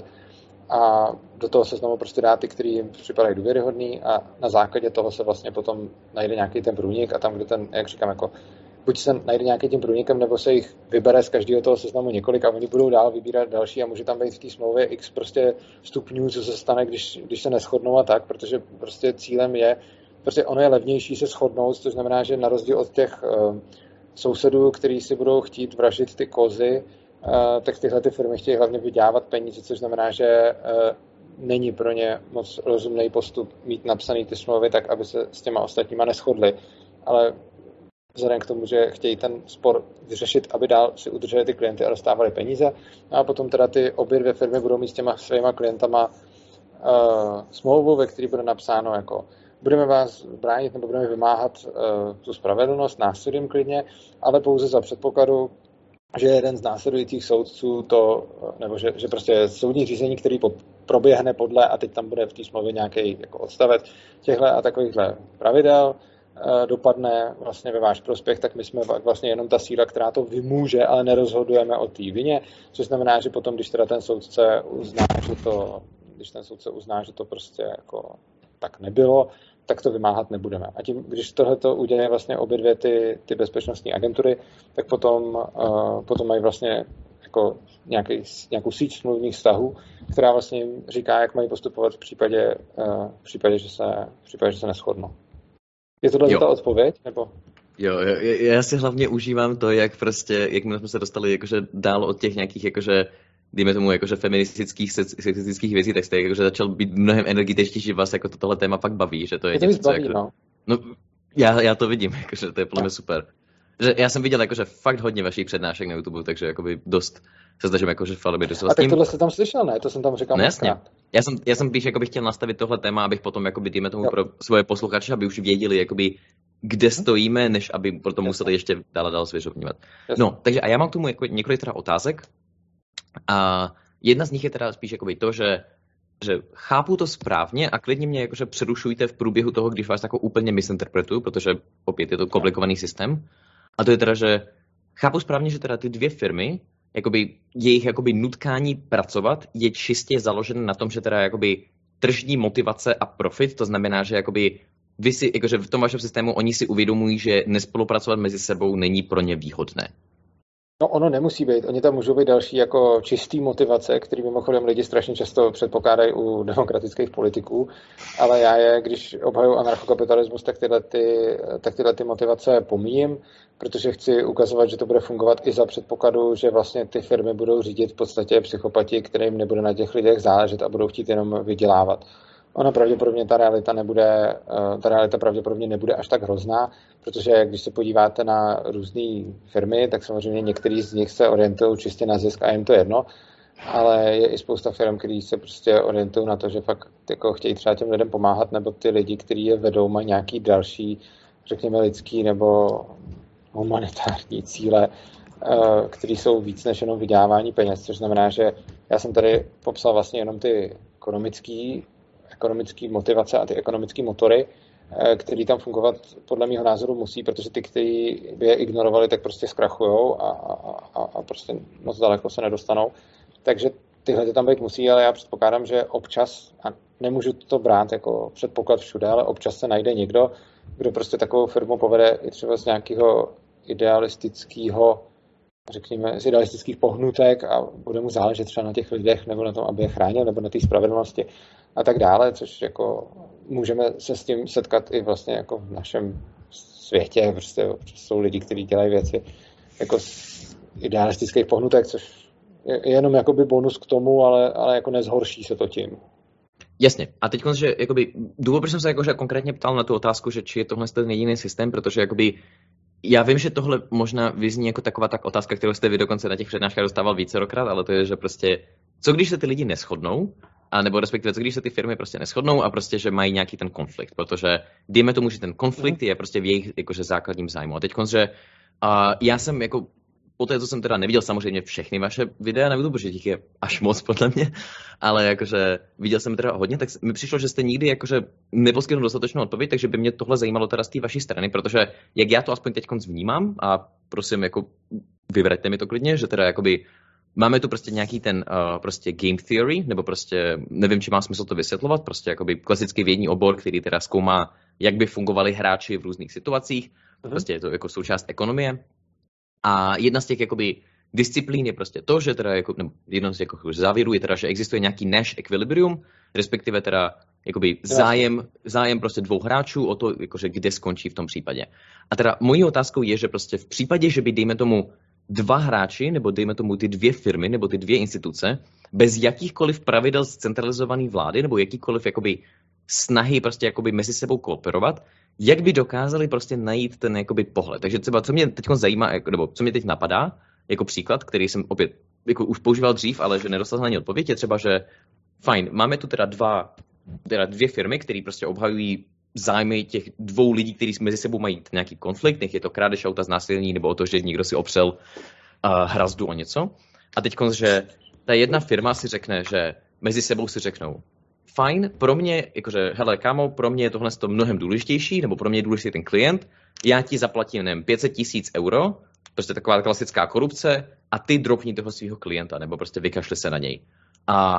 a do toho seznamu prostě dá ty, který jim připadají důvěryhodný a na základě toho se vlastně potom najde nějaký ten průnik a tam, kde ten, jak říkám, jako buď se najde nějaký tím průnikem, nebo se jich vybere z každého toho seznamu několik a oni budou dál vybírat další a může tam být v té smlouvě x prostě stupňů, co se stane, když, když se neshodnou a tak, protože prostě cílem je, prostě ono je levnější se shodnout, což znamená, že na rozdíl od těch uh, sousedů, kteří si budou chtít vraždit ty kozy, uh, tak tyhle ty firmy chtějí hlavně vydělávat peníze, což znamená, že uh, není pro ně moc rozumný postup mít napsaný ty smlouvy tak, aby se s těma ostatníma neshodli. Ale vzhledem k tomu, že chtějí ten spor vyřešit, aby dál si udrželi ty klienty a dostávali peníze. A potom teda ty obě dvě firmy budou mít s těma svýma klientama uh, smlouvu, ve které bude napsáno jako budeme vás bránit nebo budeme vymáhat uh, tu spravedlnost násilím klidně, ale pouze za předpokladu, že jeden z následujících soudců to, nebo že, že prostě soudní řízení, který po, proběhne podle, a teď tam bude v té smlouvě nějaký jako odstavec těchto a takovýchhle pravidel, uh, dopadne vlastně ve váš prospěch, tak my jsme vlastně jenom ta síla, která to vymůže, ale nerozhodujeme o té vině, což znamená, že potom, když teda ten soudce uzná, že to, když ten soudce uzná, že to prostě jako tak nebylo, tak to vymáhat nebudeme. A tím, když tohleto udělají vlastně obě dvě ty, ty bezpečnostní agentury, tak potom, uh, potom mají vlastně jako nějaký, nějakou síť smluvních vztahů, která vlastně jim říká, jak mají postupovat v případě, uh, v případě, že se, v případě, že se neshodnou. Je tohle ta odpověď? Nebo? Jo, jo, já si hlavně užívám to, jak prostě, jak my jsme se dostali jakože dál od těch nějakých jakože dejme tomu jakože feministických, sexistických věcí, tak jste jakože začal být mnohem energičtější, že vás jako tohle téma fakt baví, že to je, je to něco, baví, jako, no. no já, já to vidím, jakože to je podle mě super. Že já jsem viděl jakože fakt hodně vašich přednášek na YouTube, takže jakoby dost se snažím jakože falibit. A tak tohle jste tam slyšel, ne? To jsem tam říkal. No jasně. Já jsem, já jsem píš, jakoby chtěl nastavit tohle téma, abych potom jakoby, dejme tomu jo. pro svoje posluchače, aby už věděli, jakoby, kde stojíme, než aby potom museli ještě dál a dál svěžovnívat. No, takže a já mám k tomu jako několik teda otázek. A jedna z nich je teda spíš jakoby to, že, že chápu to správně a klidně mě jakože přerušujte v průběhu toho, když vás jako úplně misinterpretuju, protože opět je to komplikovaný systém. A to je teda, že chápu správně, že teda ty dvě firmy, jakoby jejich jakoby nutkání pracovat je čistě založené na tom, že teda jakoby tržní motivace a profit, to znamená, že jakoby vy si, jakože v tom vašem systému oni si uvědomují, že nespolupracovat mezi sebou není pro ně výhodné. No ono nemusí být. Oni tam můžou být další jako čistý motivace, který mimochodem lidi strašně často předpokládají u demokratických politiků, ale já je, když obhajuji anarchokapitalismus, tak tyhle, ty, tak tyhle ty motivace pomíjím, protože chci ukazovat, že to bude fungovat i za předpokladu, že vlastně ty firmy budou řídit v podstatě psychopati, kterým nebude na těch lidech záležet a budou chtít jenom vydělávat. Ona pravděpodobně ta realita nebude, ta realita pravděpodobně nebude až tak hrozná, protože když se podíváte na různé firmy, tak samozřejmě některý z nich se orientují čistě na zisk a jim to jedno, ale je i spousta firm, který se prostě orientují na to, že fakt jako chtějí třeba těm lidem pomáhat, nebo ty lidi, kteří je vedou, mají nějaký další, řekněme, lidský nebo humanitární cíle, který jsou víc než jenom vydělávání peněz, což znamená, že já jsem tady popsal vlastně jenom ty ekonomický ekonomické motivace a ty ekonomické motory, které tam fungovat podle mého názoru musí, protože ty, kteří by je ignorovali, tak prostě zkrachujou a, a, a prostě moc daleko se nedostanou. Takže tyhle ty tam být musí, ale já předpokládám, že občas, a nemůžu to brát jako předpoklad všude, ale občas se najde někdo, kdo prostě takovou firmu povede i třeba z nějakého idealistického, řekněme, z idealistických pohnutek a bude mu záležet třeba na těch lidech nebo na tom, aby je chránil, nebo na té spravedlnosti a tak dále, což jako můžeme se s tím setkat i vlastně jako v našem světě, prostě jsou lidi, kteří dělají věci jako z idealistických pohnutek, což je jenom jakoby bonus k tomu, ale, ale jako nezhorší se to tím. Jasně. A teď, že jakoby, důvod, proč jsem se jakože konkrétně ptal na tu otázku, že či je tohle ten jediný systém, protože jakoby já vím, že tohle možná vyzní jako taková tak otázka, kterou jste vy dokonce na těch přednáškách dostával vícerokrát, ale to je, že prostě, co když se ty lidi neshodnou, a nebo respektive, co když se ty firmy prostě neshodnou a prostě, že mají nějaký ten konflikt, protože dejme tomu, že ten konflikt je prostě v jejich jakože základním zájmu. A teď, že uh, já jsem jako poté, co jsem teda neviděl samozřejmě všechny vaše videa na YouTube, protože těch je až moc podle mě, ale jakože viděl jsem teda hodně, tak mi přišlo, že jste nikdy jakože neposkytnul dostatečnou odpověď, takže by mě tohle zajímalo teda z té vaší strany, protože jak já to aspoň teď vnímám a prosím, jako vyvraťte mi to klidně, že teda jakoby máme tu prostě nějaký ten uh, prostě game theory, nebo prostě nevím, či má smysl to vysvětlovat, prostě jakoby klasický vědní obor, který teda zkoumá, jak by fungovali hráči v různých situacích, uh-huh. Prostě je to jako součást ekonomie. A jedna z těch jakoby disciplín je prostě to, že teda jako, nebo jedno z jako závěrů je teda, že existuje nějaký Nash equilibrium, respektive teda jakoby zájem, zájem prostě dvou hráčů o to, jakože kde skončí v tom případě. A teda mojí otázkou je, že prostě v případě, že by dejme tomu dva hráči, nebo dejme tomu ty dvě firmy, nebo ty dvě instituce, bez jakýchkoliv pravidel z centralizované vlády, nebo jakýkoliv jakoby snahy prostě jakoby mezi sebou kooperovat, jak by dokázali prostě najít ten jakoby pohled. Takže třeba, co mě teď zajímá, nebo co mě teď napadá, jako příklad, který jsem opět jako už používal dřív, ale že nedostal na ně odpověď, je třeba, že fajn, máme tu teda dva, teda dvě firmy, které prostě obhajují zájmy těch dvou lidí, kteří mezi sebou mají nějaký konflikt, nech je to krádež auta, znásilnění, nebo o to, že někdo si opřel uh, hrazdu o něco. A teď, že ta jedna firma si řekne, že mezi sebou si řeknou, fajn, pro mě, jakože, hele, kámo, pro mě je tohle to mnohem důležitější, nebo pro mě je důležitý ten klient, já ti zaplatím, nevím, pět set tisíc euro, prostě taková klasická korupce, a ty dropni toho svého klienta, nebo prostě vykašli se na něj. A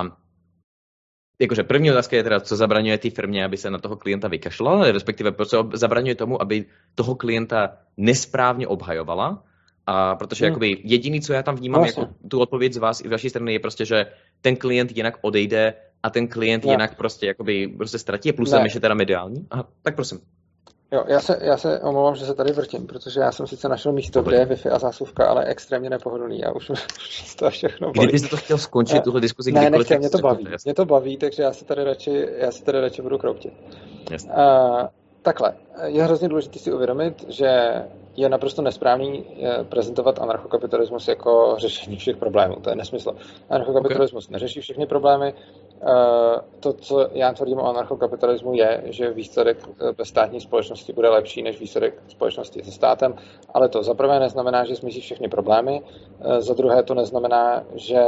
jakože první otázka je teda, co zabraňuje té firmě, aby se na toho klienta vykašlala, respektive co zabraňuje tomu, aby toho klienta nesprávně obhajovala, a protože hmm. jakoby jediný, co já tam vnímám, vlastně. Jako tu odpověď z vás i z vaší strany je prostě, že ten klient jinak odejde a ten klient ne. jinak prostě jakoby prostě ztratí, plus tam ještě teda mediální. Aha, tak prosím. Jo, já se, já se omlouvám, že se tady vrtím, protože já jsem sice našel místo, kde je Wi-Fi a zásuvka, ale extrémně nepohodlný a už, už to všechno bolí. Kdybyste to chtěl skončit, tuhle diskuzi ne, kdykoliv... Ne, nechtěl, mě to baví, mě to baví, takže já se tady radši, já se tady radši budu kroutit. Jasně. Uh, Takhle, je hrozně důležité si uvědomit, že je naprosto nesprávný prezentovat anarchokapitalismus jako řešení všech problémů. To je nesmysl. Anarchokapitalismus okay. neřeší všechny problémy. To, co já tvrdím o anarchokapitalismu, je, že výsledek bez státní společnosti bude lepší než výsledek společnosti se státem, ale to za prvé neznamená, že zmizí všechny problémy, za druhé to neznamená, že,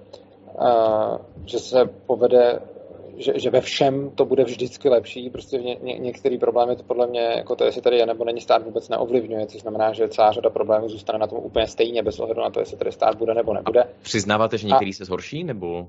že se povede Že, že ve všem to bude vždycky lepší, prostě ně, ně, některé problémy to podle mě, jako to, jestli tady je nebo není stát, vůbec neovlivňuje, což znamená, že celá řada problémů zůstane na tom úplně stejně, bez ohledu na to, jestli tady stát bude nebo nebude. A přiznáváte, že některý A, se zhorší, nebo?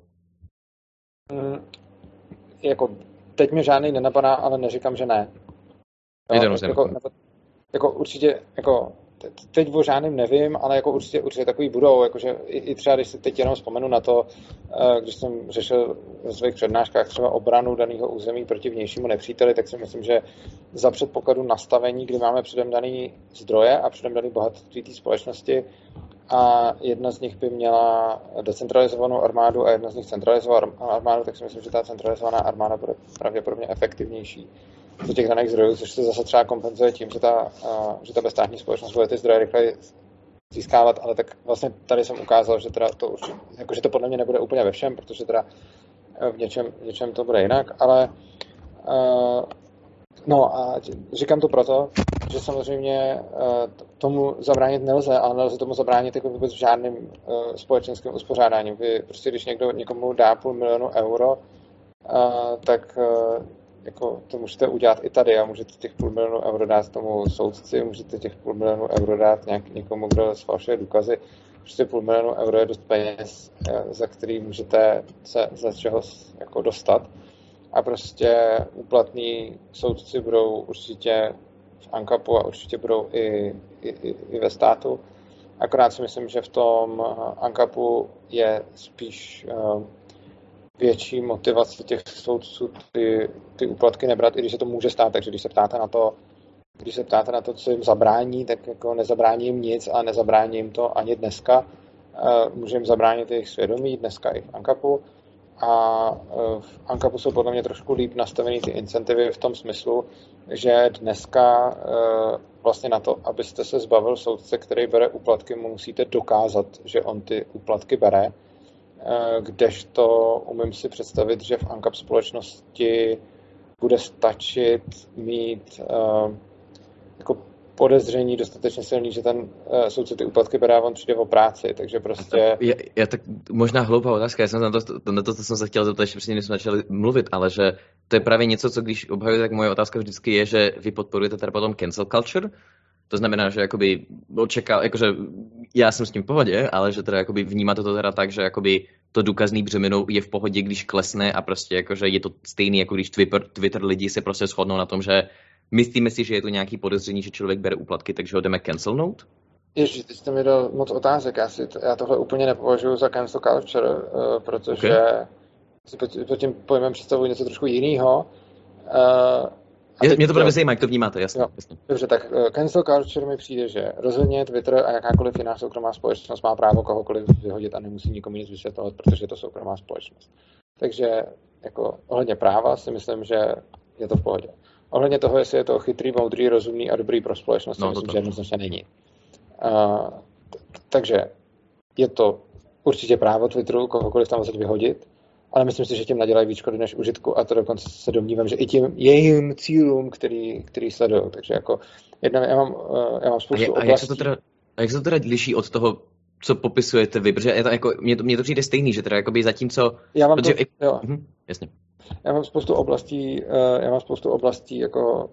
Mm, jako, teď mě žádný nenapadá, ale neříkám, že ne. Jo, jako, nebo, jako určitě, jako teď o žádným nevím, ale jako určitě, určitě takový budou, jakože i, i třeba, když si teď jenom vzpomenu na to, když jsem řešil ve svých přednáškách třeba obranu daného území proti vnějšímu nepříteli, tak si myslím, že za předpokladu nastavení, kdy máme předem daný zdroje a předem daný bohatství té společnosti a jedna z nich by měla decentralizovanou armádu a jedna z nich centralizovanou armádu, tak si myslím, že ta centralizovaná armáda bude pravděpodobně efektivnější do těch daných zdrojů, což se zase třeba kompenzuje tím, že ta, že ta bezstátní společnost bude ty zdroje rychleji získávat, ale tak vlastně tady jsem ukázal, že teda to, jako, že to podle mě nebude úplně ve všem, protože teda v něčem, v něčem to bude jinak, ale uh, no a říkám to proto, že samozřejmě uh, tomu zabránit nelze, ale nelze tomu zabránit jako vůbec žádným uh, společenským uspořádáním. Vy prostě, když někdo někomu dá půl milionu euro, uh, tak uh, jako to můžete udělat i tady a můžete těch půl milionu euro dát tomu soudci, můžete těch půl milionu euro dát nějak někomu, kdo sfalšuje důkazy. Prostě půl milionu euro je dost peněz, za který můžete se za čeho jako dostat. A prostě úplatní soudci budou určitě v ANCAPu a určitě budou i, i, i ve státu. Akorát si myslím, že v tom ANCAPu je spíš větší motivace těch soudců ty, ty úplatky nebrat, i když se to může stát, takže když se ptáte na to, když se ptáte na to, co jim zabrání, tak jako nezabrání jim nic a nezabrání jim to ani dneska. Může jim zabránit jejich svědomí, dneska i v ANCAPu. A v ANCAPu jsou podle mě trošku líp nastavený ty incentivy v tom smyslu, že dneska vlastně na to, abyste se zbavil soudce, který bere úplatky, mu musíte dokázat, že on ty úplatky bere, kdežto umím si představit, že v ANCAP společnosti bude stačit mít uh, jako podezření dostatečně silný, že ten uh, soudce ty úplatky bere a on přijde o práci, takže prostě... Já, já tak možná hloupá otázka, já jsem na to, to, na to, co jsem se chtěl zeptat, ještě předtím, než jsme začali mluvit, ale že to je právě něco, co když obhajujete, tak moje otázka vždycky je, že vy podporujete teda potom cancel culture. To znamená, že jakoby očekal, jakože já jsem s tím v pohodě, ale že teda jakoby vnímáte to teda tak, že jakoby to důkazný břemeno je v pohodě, když klesne a prostě jakože je to stejný, jako když Twitter, Twitter lidi se prostě shodnou na tom, že myslíme si, že je to nějaký podezření, že člověk bere úplatky, takže ho jdeme cancelnout? Ježiš, teď jste mi dal moc otázek, já, si to, já tohle úplně nepovažuji za cancel culture, uh, protože okay. si pod, pod tím pojmem představuji něco trošku jiného. Uh, A mě to právě zajímá, jak to vnímáte, jasně. Jo, jasně. Dobře, tak uh, cancel culture mi přijde, že rozhodně Twitter a jakákoliv jiná soukromá společnost má právo kohokoliv vyhodit a nemusí nikomu nic vysvětlovat, protože je to soukromá společnost. Takže jako ohledně práva si myslím, že je to v pohodě. Ohledně toho, jestli je to chytrý, moudrý, rozumný a dobrý pro společnost, no, myslím, že jednoznačně není. Uh, t- takže je to určitě právo Twitteru kohokoliv tam vzít vyhodit, ale myslím si, že tím nadělají víc škody než užitku a to dokonce se domnívám, že i tím jejím cílům, který, který sledují. Takže jako jedna, já mám, já mám spoustu a, je, a jak se to teda, a jak se to teda liší od toho, co popisujete vy? Protože je to jako, mně, to, mně to přijde stejný, že teda jakoby zatímco... Já mám, protože, to, jo. Mhm, jasně. Já mám spoustu oblastí, já mám spoustu oblastí jako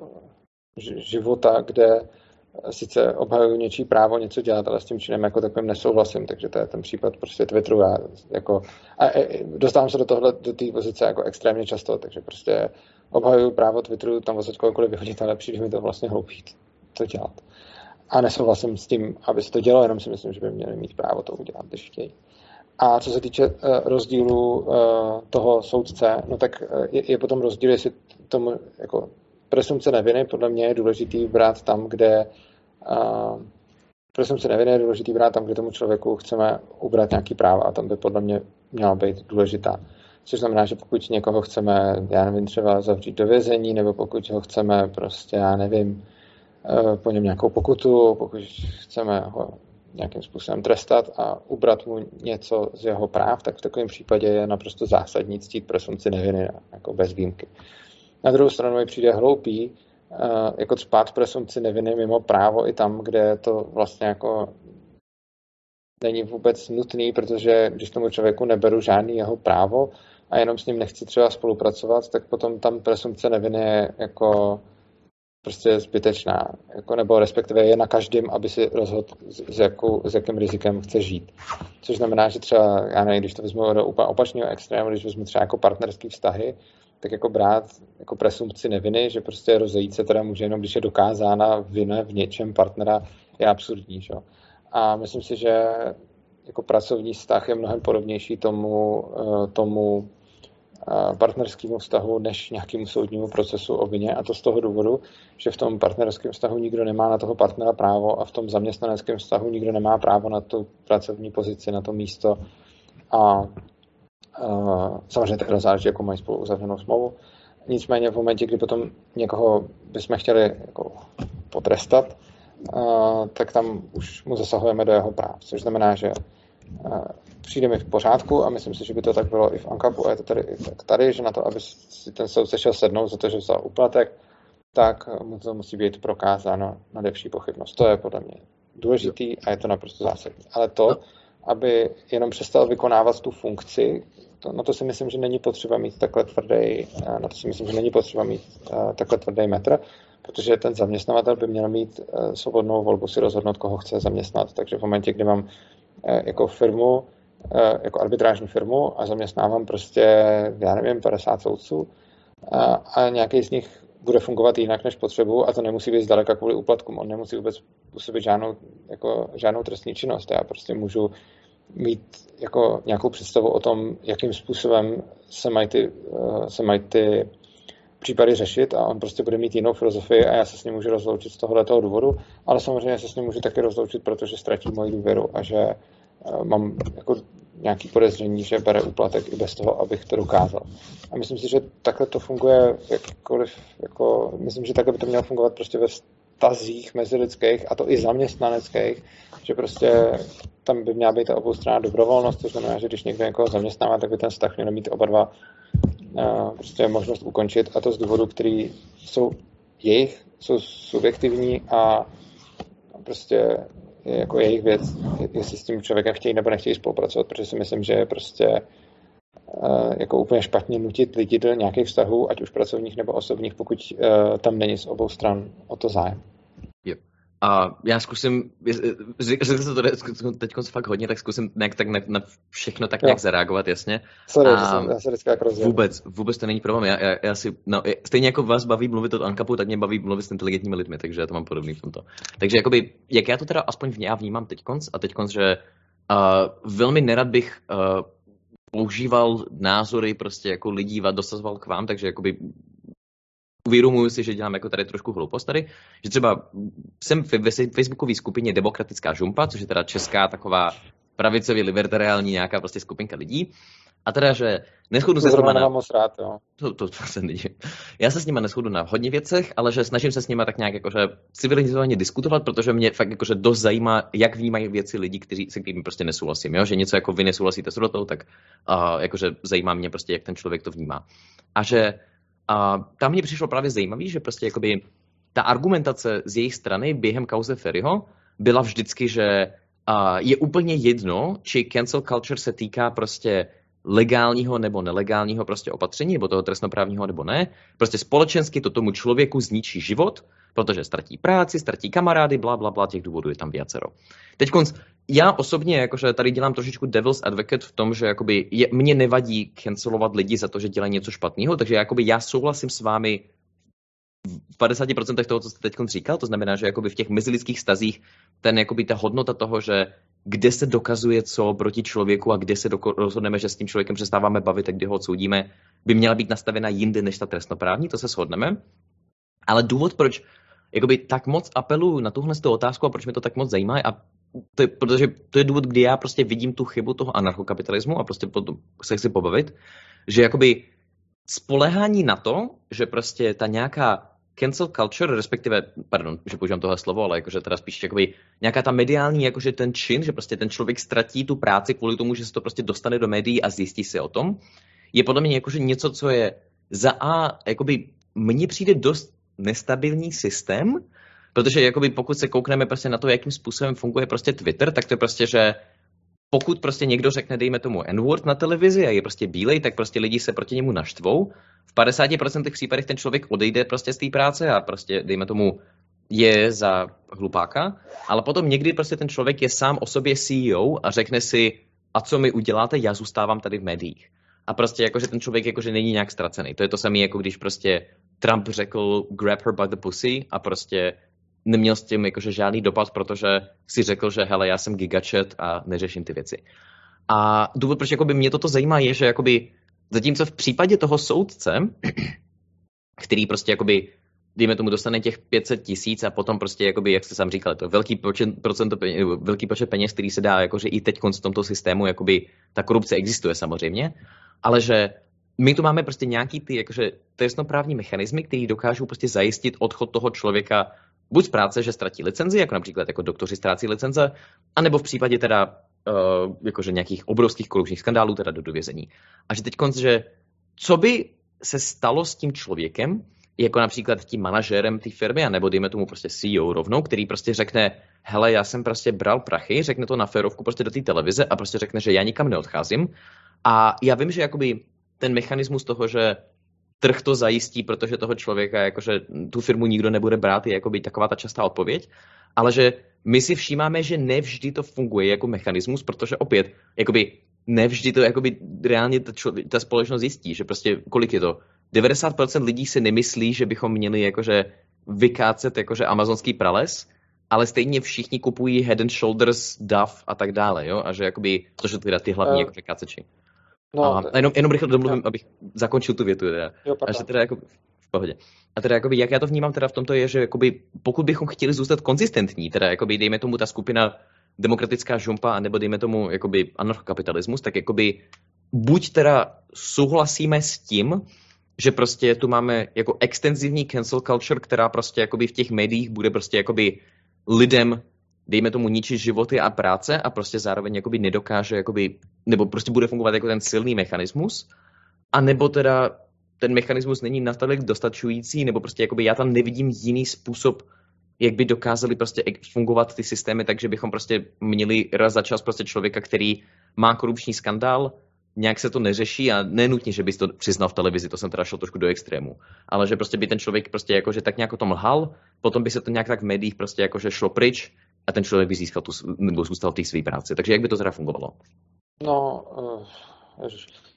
života, kde sice obhajuju něčí právo něco dělat, ale s tím činem jako takovým nesouhlasím, takže to je ten případ prostě Twitteru. Já jako, a dostávám se do tohle, do té pozice jako extrémně často, takže prostě obhajuju právo Twitteru tam vozit kohokoliv vyhodit, ale přijde mi to vlastně hloupý to dělat. A nesouhlasím s tím, aby se to dělo, jenom si myslím, že by měli mít právo to udělat, když chtějí. A co se týče uh, rozdílu uh, toho soudce, no tak uh, je, je potom rozdíl, jestli tomu jako presumpce neviny podle mě je důležitý brát tam, kde uh, presumpce neviny je důležitý brát tam, kde tomu člověku chceme ubrat nějaký práva a tam by podle mě měla být důležitá. Což znamená, že pokud někoho chceme, já nevím, třeba zavřít do vězení, nebo pokud ho chceme prostě, já nevím, po něm nějakou pokutu, pokud chceme ho nějakým způsobem trestat a ubrat mu něco z jeho práv, tak v takovém případě je naprosto zásadní ctít presumpci neviny, jako bez výjimky. Na druhou stranu mi přijde hloupý jako cpát presumpci neviny mimo právo i tam, kde to vlastně jako není vůbec nutný, protože když tomu člověku neberu žádný jeho právo a jenom s ním nechci třeba spolupracovat, tak potom tam presumpce neviny je jako prostě zbytečná, jako, nebo respektive je na každém, aby si rozhodl, s, jakou, s jakým rizikem chce žít. Což znamená, že třeba, já nevím, když to vezmu do úplně opačného extrému, když vezmu třeba jako partnerský vztahy, tak jako brát jako presumpci neviny, že prostě rozejít se teda může jenom, když je dokázána vina v něčem partnera, je absurdní. Že? A myslím si, že jako pracovní vztah je mnohem podobnější tomu, tomu partnerskému vztahu než nějakému soudnímu procesu o vině, a to z toho důvodu, že v tom partnerském vztahu nikdo nemá na toho partnera právo a v tom zaměstnaneckém vztahu nikdo nemá právo na tu pracovní pozici, na to místo a, a samozřejmě teda záleží, jako mají spolu uzavřenou smlouvu. Nicméně v momentě, kdy potom někoho bychom chtěli jako potrestat, a, tak tam už mu zasahujeme do jeho práv, což znamená, že přijde mi v pořádku a myslím si, že by to tak bylo i v ANCAPu a je to tady i tak tady, že na to, aby si ten soudce šel sednout za to, že vzal úplatek, tak mu to musí být prokázáno na lepší pochybnost. To je podle mě důležitý a je to naprosto zásadní. Ale to, aby jenom přestal vykonávat tu funkci, to, na to si myslím, že není potřeba mít takhle tvrdý, na to si myslím, že není potřeba mít uh, takhle tvrdý metr, protože ten zaměstnavatel by měl mít uh, svobodnou volbu si rozhodnout, koho chce zaměstnat. Takže v momentě, kdy mám uh, jako firmu, jako arbitrážní firmu a zaměstnávám prostě, já nevím, padesát soudců a, a nějaký z nich bude fungovat jinak, než potřebuji a to nemusí být zdaleka kvůli úplatkům. On nemusí vůbec působit žádnou, jako, žádnou trestní činnost. Já prostě můžu mít jako nějakou představu o tom, jakým způsobem se mají ty, se mají ty případy řešit a on prostě bude mít jinou filozofii a já se s ním můžu rozloučit z tohoto důvodu, ale samozřejmě se s ním můžu taky rozloučit, protože ztratí moji důvěru a že mám jako nějaký podezření, že bere úplatek i bez toho, abych to dokázal. A myslím si, že takhle to funguje jakkoliv, jako, myslím, že takhle by to mělo fungovat prostě ve vztazích mezilidských, a to i zaměstnaneckých, že prostě tam by měla být ta oboustranná dobrovolnost, což znamená, že když někdo někoho zaměstnává, tak by ten vztah měl mít oba dva prostě možnost ukončit, a to z důvodů, který jsou jejich, jsou subjektivní a prostě je jako jejich věc, jestli s tím člověkem chtějí nebo nechtějí spolupracovat, protože si myslím, že je prostě uh, jako úplně špatně nutit lidi do nějakých vztahů, ať už pracovních nebo osobních, pokud uh, tam není z obou stran o to zájem. Jo. A já zkusím, řekl jsem to teď fakt hodně, tak zkusím nějak tak na, na všechno tak nějak jo. zareagovat, jasně. Sorry, a že jsem, já se vždycky jak rozdělil. Vůbec, vůbec to není problém. Já, já, já si, no, stejně jako vás baví mluvit o ANCAPu, tak mě baví mluvit s inteligentními lidmi, takže já to mám podobný v tomto. Takže jakoby, jak já to teda aspoň v já vnímám teďkonc, a teďkonc, že uh, velmi nerad bych uh, používal názory prostě jako lidí a dosazoval k vám, takže jakoby uvědomuji si, že dělám jako tady trošku hloupost tady, že třeba jsem ve facebookové skupině Demokratická žumpa, což je teda česká taková pravicově libertariální nějaká prostě skupinka lidí. A teda, že neschodu se s nima na... moc rád, jo. To, to, to se nedí. Já se s nima neschodu na hodně věcech, ale že snažím se s nima tak nějak jakože civilizovaně diskutovat, protože mě fakt jakože dost zajímá, jak vnímají věci lidi, kteří, se kterými prostě nesouhlasím, jo? Že něco jako vy nesouhlasíte s rotou, tak uh, jakože zajímá mě prostě, jak ten člověk to vnímá. A že A tam mně přišlo právě zajímavý, že prostě jakoby ta argumentace z jejich strany během kauze Feriho byla vždycky, že uh, je úplně jedno, či cancel culture se týká prostě legálního nebo nelegálního prostě opatření, nebo toho trestnoprávního nebo ne. Prostě společensky to tomu člověku zničí život, protože ztratí práci, ztratí kamarády, bla, bla, bla, těch důvodů je tam viacero. Teďkonc, já osobně jakože tady dělám trošičku devil's advocate v tom, že jakoby je, mě nevadí cancelovat lidi za to, že dělají něco špatného, takže jakoby já souhlasím s vámi v padesát procent toho, co jste teďkonc říkal, to znamená, že jakoby v těch mezilidských vztazích ten jakoby ta hodnota toho, že kde se dokazuje co proti člověku a kde se doko- rozhodneme, že s tím člověkem přestáváme bavit a kdy ho odsoudíme, by měla být nastavena jinde než ta trestnoprávní, to se shodneme. Ale důvod, proč jakoby tak moc apeluju na tuhle otázku a proč mě to tak moc zajímá, a to je, protože to je důvod, kdy já prostě vidím tu chybu toho anarchokapitalismu a prostě se chci pobavit, Že jakoby spolehání na to, že prostě ta nějaká cancel culture, respektive, pardon, že používám tohle slovo, ale jakože teda spíš jakoby nějaká ta mediální, jakože ten čin, že prostě ten člověk ztratí tu práci kvůli tomu, že se to prostě dostane do médií a zjistí se o tom, je podle mě jakože něco, co je za A, jakoby mně přijde dost nestabilní systém, protože jakoby pokud se koukneme prostě na to, jakým způsobem funguje prostě Twitter, tak to je prostě, že pokud prostě někdo řekne, dejme tomu N-word na televizi a je prostě bílej, tak prostě lidi se proti němu naštvou. V padesáti procentech případech ten člověk odejde prostě z té práce a prostě, dejme tomu, je za hlupáka, ale potom někdy prostě ten člověk je sám o sobě C E O a řekne si, a co mi uděláte, já zůstávám tady v médiích. A prostě jakože ten člověk jakože není nějak ztracený. To je to samé, jako když prostě Trump řekl grab her by the pussy a prostě neměl s tím jakože žádný dopad, protože si řekl, že hele, já jsem gigachat a neřeším ty věci. A důvod, proč jakoby mě toto zajímá, je, že jakoby zatímco v případě toho soudce, který prostě jakoby, dejme tomu, dostane těch pět set tisíc a potom prostě, jakoby, jak jste sám říkali, to velký počet, procento peněz, velký počet peněz, který se dá, jakože i teď v tomto systému, jakoby ta korupce existuje samozřejmě, ale že my tu máme prostě nějaký ty jakože trestnoprávní mechanismy, který dokážou prostě zajistit odchod toho člověka buď z práce, že ztratí licenzi, jako například jako doktoři ztrácí licence, anebo v případě teda uh, jakože nějakých obrovských korupčních skandálů teda do dovězení. A že teď konc, že co by se stalo s tím člověkem, jako například tím manažérem té firmy, anebo dejme tomu prostě C E O rovnou, který prostě řekne, hele, já jsem prostě bral prachy, řekne to na férovku prostě do té televize a prostě řekne, že já nikam neodcházím. A já vím, že jakoby ten mechanismus toho, že trh to zajistí, protože toho člověka, jakože tu firmu nikdo nebude brát, je jakoby taková ta častá odpověď, ale že my si všímáme, že nevždy to funguje jako mechanismus, protože opět, jakoby nevždy to jakoby reálně ta, člověk, ta společnost zjistí, že prostě kolik je to? devadesát procent lidí si nemyslí, že bychom měli jakože vykácet jakože amazonský prales, ale stejně všichni kupují Head and Shoulders, Dove a tak dále, jo? A že jakoby, to jsou teda ty hlavní uh, jakože káceči. No, a jenom, jenom rychle domluvím, no. Abych zakončil tu větu. Teda. Jo, a že teda jako v pohodě. A teda jakoby, jak já to vnímám teda v tomto je, že jakoby, pokud bychom chtěli zůstat konzistentní, teda jakoby, dejme tomu ta skupina demokratická žumpa, anebo dejme tomu jakoby anarchokapitalismus, tak jakoby buď teda souhlasíme s tím, že prostě tu máme jako extenzivní cancel culture, která prostě jakoby v těch médiích bude prostě jakoby lidem, dejme tomu, ničit životy a práce a prostě zároveň jakoby nedokáže, jakoby, nebo prostě bude fungovat jako ten silný mechanismus, a nebo teda ten mechanismus není natolik dostačující, nebo prostě jakoby já tam nevidím jiný způsob, jak by dokázali prostě fungovat ty systémy, takže bychom prostě měli raz za čas prostě člověka, který má korupční skandál, nějak se to neřeší a nenutně, že bys to přiznal v televizi, to jsem teda šel trošku do extrému, ale že prostě by ten člověk prostě jakože tak nějak o tom lhal, potom by se to nějak tak v médiích prostě jakože šlo pryč a ten člověk by získal tu, nebo zůstal v té své práci. Takže jak by to teda fungovalo? No, uh,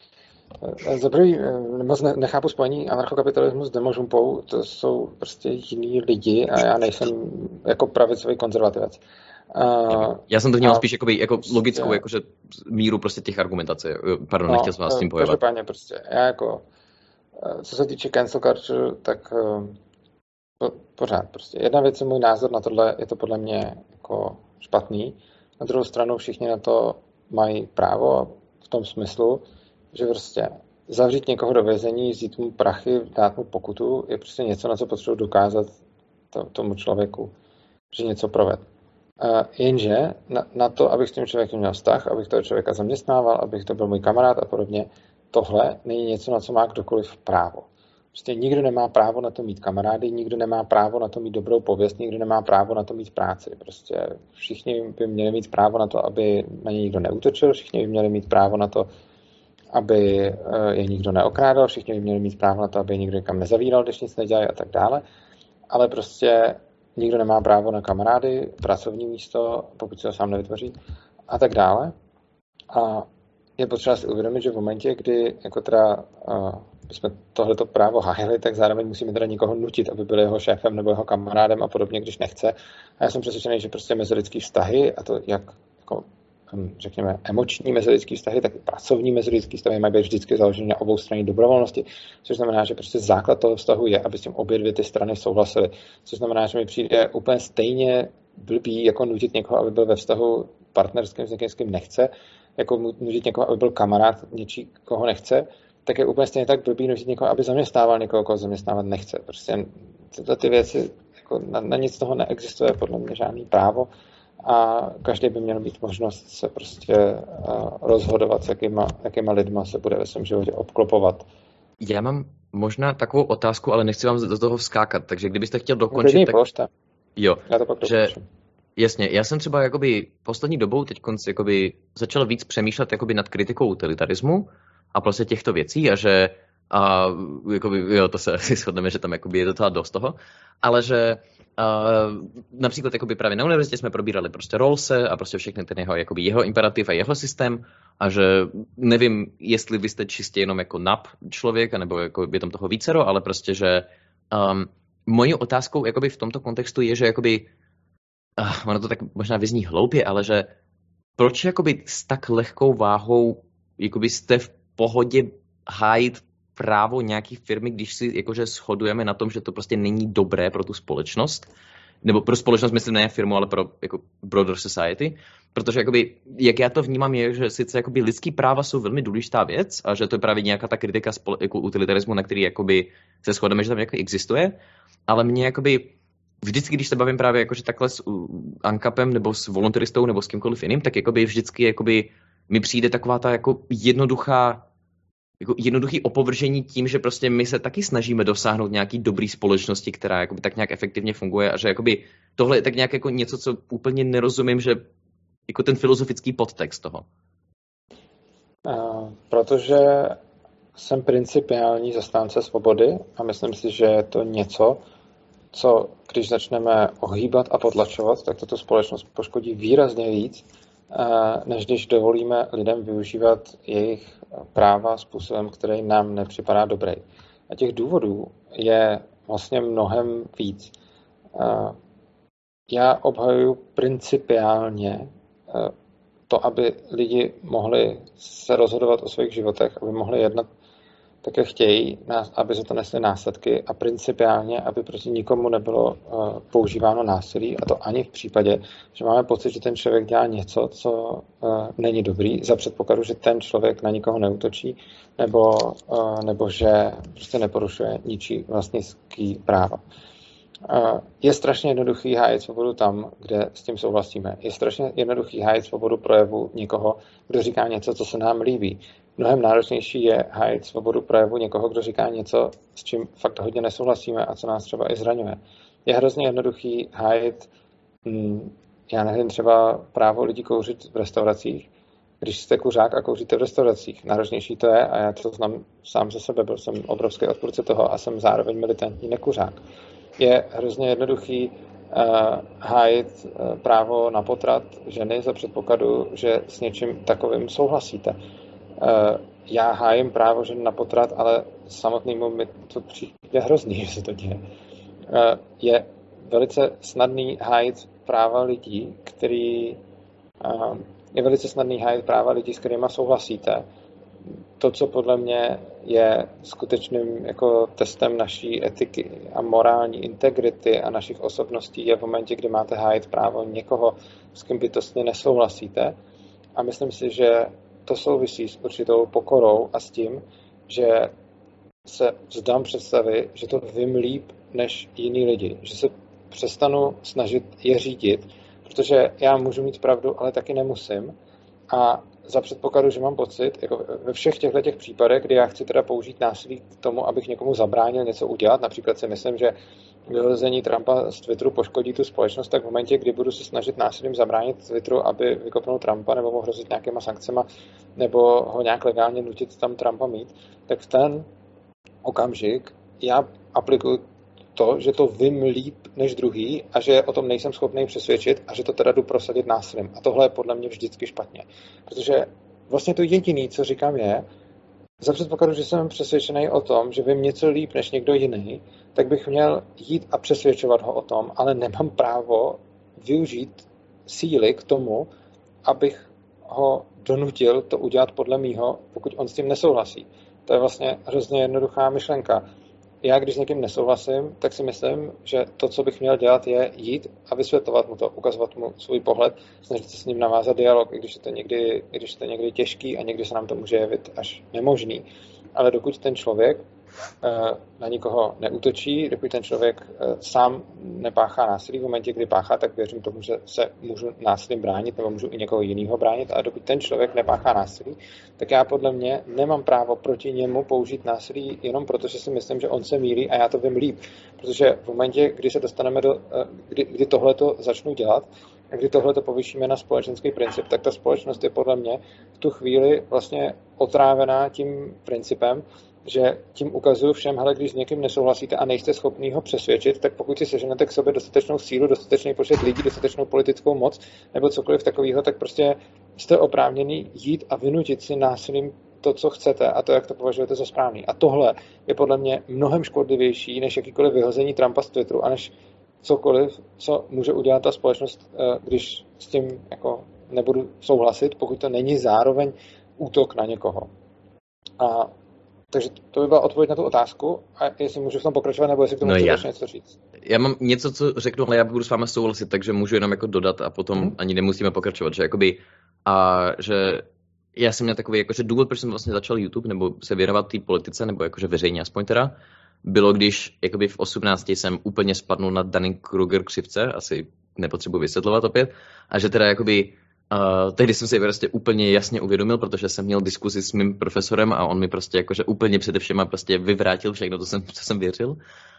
za prvý, moc nechápu spojení anarchokapitalismu s demožumpou, to jsou prostě jiný lidi a já nejsem jako pravicový konzervativec. Uh, já jsem to vnímal spíš jakoby, jako logickou jakože míru prostě těch argumentací. Pardon, no, nechtěl jsem vás s tím pojovat. Každopádně prostě, já jako, co se týče cancel culture, tak po, pořád prostě. Jedna věc je můj názor na tohle, je to podle mě jako špatný. Na druhou stranu všichni na to mají právo v tom smyslu, že prostě zavřít někoho do vězení, vzít mu prachy, dát mu pokutu, je prostě něco, na co potřebuji dokázat to, tomu člověku, že něco proved. Uh, jenže na, na to, abych s tím člověkem měl vztah, abych toho člověka zaměstnával, abych to byl můj kamarád a podobně, tohle není něco, na co má kdokoliv právo. Prostě nikdo nemá právo na to mít kamarády, nikdo nemá právo na to mít dobrou pověst, nikdo nemá právo na to mít práci. Prostě všichni by měli mít právo na to, aby na ně nikdo neútočil, všichni by měli mít právo na to, aby je nikdo neokrádal, všichni by měli mít právo na to, aby je nikdo nikam nezavíral, když nic nedělají a tak dále. Ale prostě nikdo nemá právo na kamarády, pracovní místo, pokud se ho sám nevytvoří a tak dále. A je potřeba si uvědomit, že v momentě, kdy jako teda uh, bychom tohleto právo hájili, tak zároveň musíme teda někoho nutit, aby byl jeho šéfem nebo jeho kamarádem a podobně, když nechce. A já jsem přesvědčený, že prostě mezilidský vztahy, a to jak jako, řekněme, emoční mezilidský vztahy, tak i pracovní mezilidský vztahy mají být vždycky založeny na obou straně dobrovolnosti, což znamená, že prostě základ toho vztahu je, aby s tím obě dvě ty strany souhlasily. Což znamená, že mi přijde úplně stejně blbý, jako nutit někoho, aby byl ve vztahu partnerském s někým, s kým nechce, jako nutit někoho, aby byl kamarád něčí, koho nechce, tak je úplně stejně tak blbý nutit někoho, aby zaměstnával někoho, koho zaměstnávat nechce. Prostě tyhle ty věci, jako na, na nic toho neexistuje podle mě žádný právo a každý by měl mít možnost se prostě uh, rozhodovat, s jakýma, jakýma lidma se bude ve svém životě obklopovat. Já mám možná takovou otázku, ale nechci vám do toho vskákat, takže kdybyste chtěl dokončit, tak... Položte. Jo, já to pak že... Jasně, já jsem třeba jakoby poslední dobou teď jakoby začal víc přemýšlet jakoby nad kritikou utilitarismu a prostě těchto věcí a že a jakoby, jo, to se asi shodneme, že tam jakoby je docela dost toho, ale že uh, například jakoby právě na univerzitě jsme probírali prostě Rawlse a prostě všechny ten jeho, jakoby jeho imperativ a jeho systém a že nevím, jestli vy jste čistě jenom jako nap člověk, nebo jako je tam toho vícero, ale prostě, že um, mojí otázkou jakoby v tomto kontextu je, že jakoby uh, ono to tak možná vyzní hloupě, ale že proč jakoby s tak lehkou váhou jakoby jste v pohodě hájit právo nějaký firmy, když si jakože shodujeme na tom, že to prostě není dobré pro tu společnost, nebo pro společnost myslím ne firmu, ale pro jako broader society, protože jakoby, jak já to vnímám je, že sice jakoby lidský práva jsou velmi důležitá věc a že to je právě nějaká ta kritika spole, jako utilitarismu, na který jakoby se shodeme, že tam jako existuje, ale mě jakoby vždycky, když se bavím právě jakože takhle s ANCAPem nebo s voluntaristou nebo s kýmkoliv jiným, tak jakoby vždycky jakoby mi přijde taková ta jako jednoduchá jako jednoduchý opovržení tím, že prostě my se taky snažíme dosáhnout nějaký dobrý společnosti, která jakoby tak nějak efektivně funguje a že jakoby tohle je tak nějak jako něco, co úplně nerozumím, že jako ten filozofický podtext toho. Uh, protože jsem principiální zastánce svobody a myslím si, že je to něco, co když začneme ohýbat a potlačovat, tak toto společnost poškodí výrazně víc, než když dovolíme lidem využívat jejich práva způsobem, který nám nepřipadá dobrý. A těch důvodů je vlastně mnohem víc. Já obhajuji principiálně to, aby lidi mohli se rozhodovat o svých životech, aby mohli jednat tak, jak chtějí, aby za to nesly následky a principiálně, aby proti nikomu nebylo uh, používáno násilí, a to ani v případě, že máme pocit, že ten člověk dělá něco, co uh, není dobrý, za předpokladu, že ten člověk na nikoho neútočí, nebo, uh, nebo že prostě neporušuje ničí vlastnický práva. Uh, je strašně jednoduchý hájit svobodu tam, kde s tím souhlasíme. Je strašně jednoduchý hájit svobodu projevu někoho, kdo říká něco, co se nám líbí. Mnohem náročnější je hájit svobodu projevu někoho, kdo říká něco, s čím fakt hodně nesouhlasíme a co nás třeba i zraňuje. Je hrozně jednoduchý hájit, hm, já nevím, třeba právo lidí kouřit v restauracích, když jste kuřák a kouříte v restauracích. Náročnější to je, a já to znám sám ze sebe, byl jsem obrovský odpůrce toho a jsem zároveň militantní nekuřák. Je hrozně jednoduchý uh, hájit uh, právo na potrat ženy za předpokladu, že s něčím takovým souhlasíte. Uh, já hájím právo žen na potrat, ale samotnému mi to přijde hrozný, že se to děje. Uh, je velice snadný hájit práva lidí, který uh, je velice snadný hájit práva lidí, s kterými souhlasíte. To, co podle mě je skutečným jako testem naší etiky a morální integrity a našich osobností, je v momentě, kdy máte hájit právo někoho, s kým bytostně nesouhlasíte. A myslím si, že to souvisí s určitou pokorou a s tím, že se vzdám představy, že to vím líp než jiní lidi. Že se přestanu snažit je řídit, protože já můžu mít pravdu, ale taky nemusím. A za předpokladu, že mám pocit, jako ve všech těchto těch případech, kdy já chci teda použít násilí k tomu, abych někomu zabránil něco udělat, například si myslím, že vyhození Trumpa z Twitteru poškodí tu společnost, tak v momentě, kdy budu se snažit násilím zabránit Twitteru, aby vykopnul Trumpa nebo mu hrozit nějakýma sankcema, nebo ho nějak legálně nutit tam Trumpa mít, tak v ten okamžik já aplikuju to, že to vím líp než druhý a že o tom nejsem schopný přesvědčit a že to teda jdu prosadit násilím. A tohle je podle mě vždycky špatně. Protože vlastně to jediné, co říkám, je, za předpokladu, že jsem přesvědčený o tom, že vím něco líp než někdo jiný, tak bych měl jít a přesvědčovat ho o tom, ale nemám právo využít síly k tomu, abych ho donutil to udělat podle mýho, pokud on s tím nesouhlasí. To je vlastně hrozně jednoduchá myšlenka. Já, když s někým nesouhlasím, tak si myslím, že to, co bych měl dělat, je jít a vysvětlovat mu to, ukazovat mu svůj pohled, snažit se s ním navázat dialog, i když je to někdy, i když je to někdy těžký a někdy se nám to může jevit až nemožný. ale dokud ten člověk na nikoho neútočí, dokud ten člověk sám nepáchá násilí, v momentě, kdy páchá, tak věřím tomu, že se můžu násilím bránit nebo můžu i někoho jiného bránit, ale dokud ten člověk nepáchá násilí, tak já podle mě nemám právo proti němu použít násilí jenom proto, že si myslím, že on se mýlí a já to vím líp. Protože v momentě, kdy se dostaneme do, kdy, kdy tohleto začnu dělat, a kdy tohleto povýšíme na společenský princip, tak ta společnost je podle mě v tu chvíli vlastně otrávená tím principem, že tím ukazuju všem, hele, když s někým nesouhlasíte a nejste schopný ho přesvědčit, tak pokud si seženete k sobě dostatečnou sílu, dostatečný počet lidí, dostatečnou politickou moc nebo cokoliv takového, tak prostě jste oprávněný jít a vynutit si násilím to, co chcete a to, jak to považujete za správný. A tohle je podle mě mnohem škodlivější než jakýkoliv vyhození Trumpa z Twitteru a než cokoliv, co může udělat ta společnost, když s tím jako nebudu souhlasit, pokud to není zároveň útok na někoho. A takže to by byla odpověď na tu otázku a jestli můžu v tom pokračovat, nebo jestli k tomu no chceš něco říct. Já mám něco, co řeknu, ale já budu s vámi souhlasit, takže můžu jenom jako dodat a potom hmm. ani nemusíme pokračovat, že jakoby, a že já jsem měl takový, jakože důvod, proč jsem vlastně začal YouTube, nebo se věnovat té politice, nebo jakože veřejně aspoň teda, bylo, když jakoby v osmnácti jsem úplně spadnul na Dunning-Kruger křivce, asi nepotřebuji vysvětlovat opět, a že teda jakoby Uh, tehdy jsem si prostě úplně jasně uvědomil, protože jsem měl diskuzi s mým profesorem a on mi prostě jakože úplně přede všema prostě vyvrátil všechno, to jsem, co jsem věřil.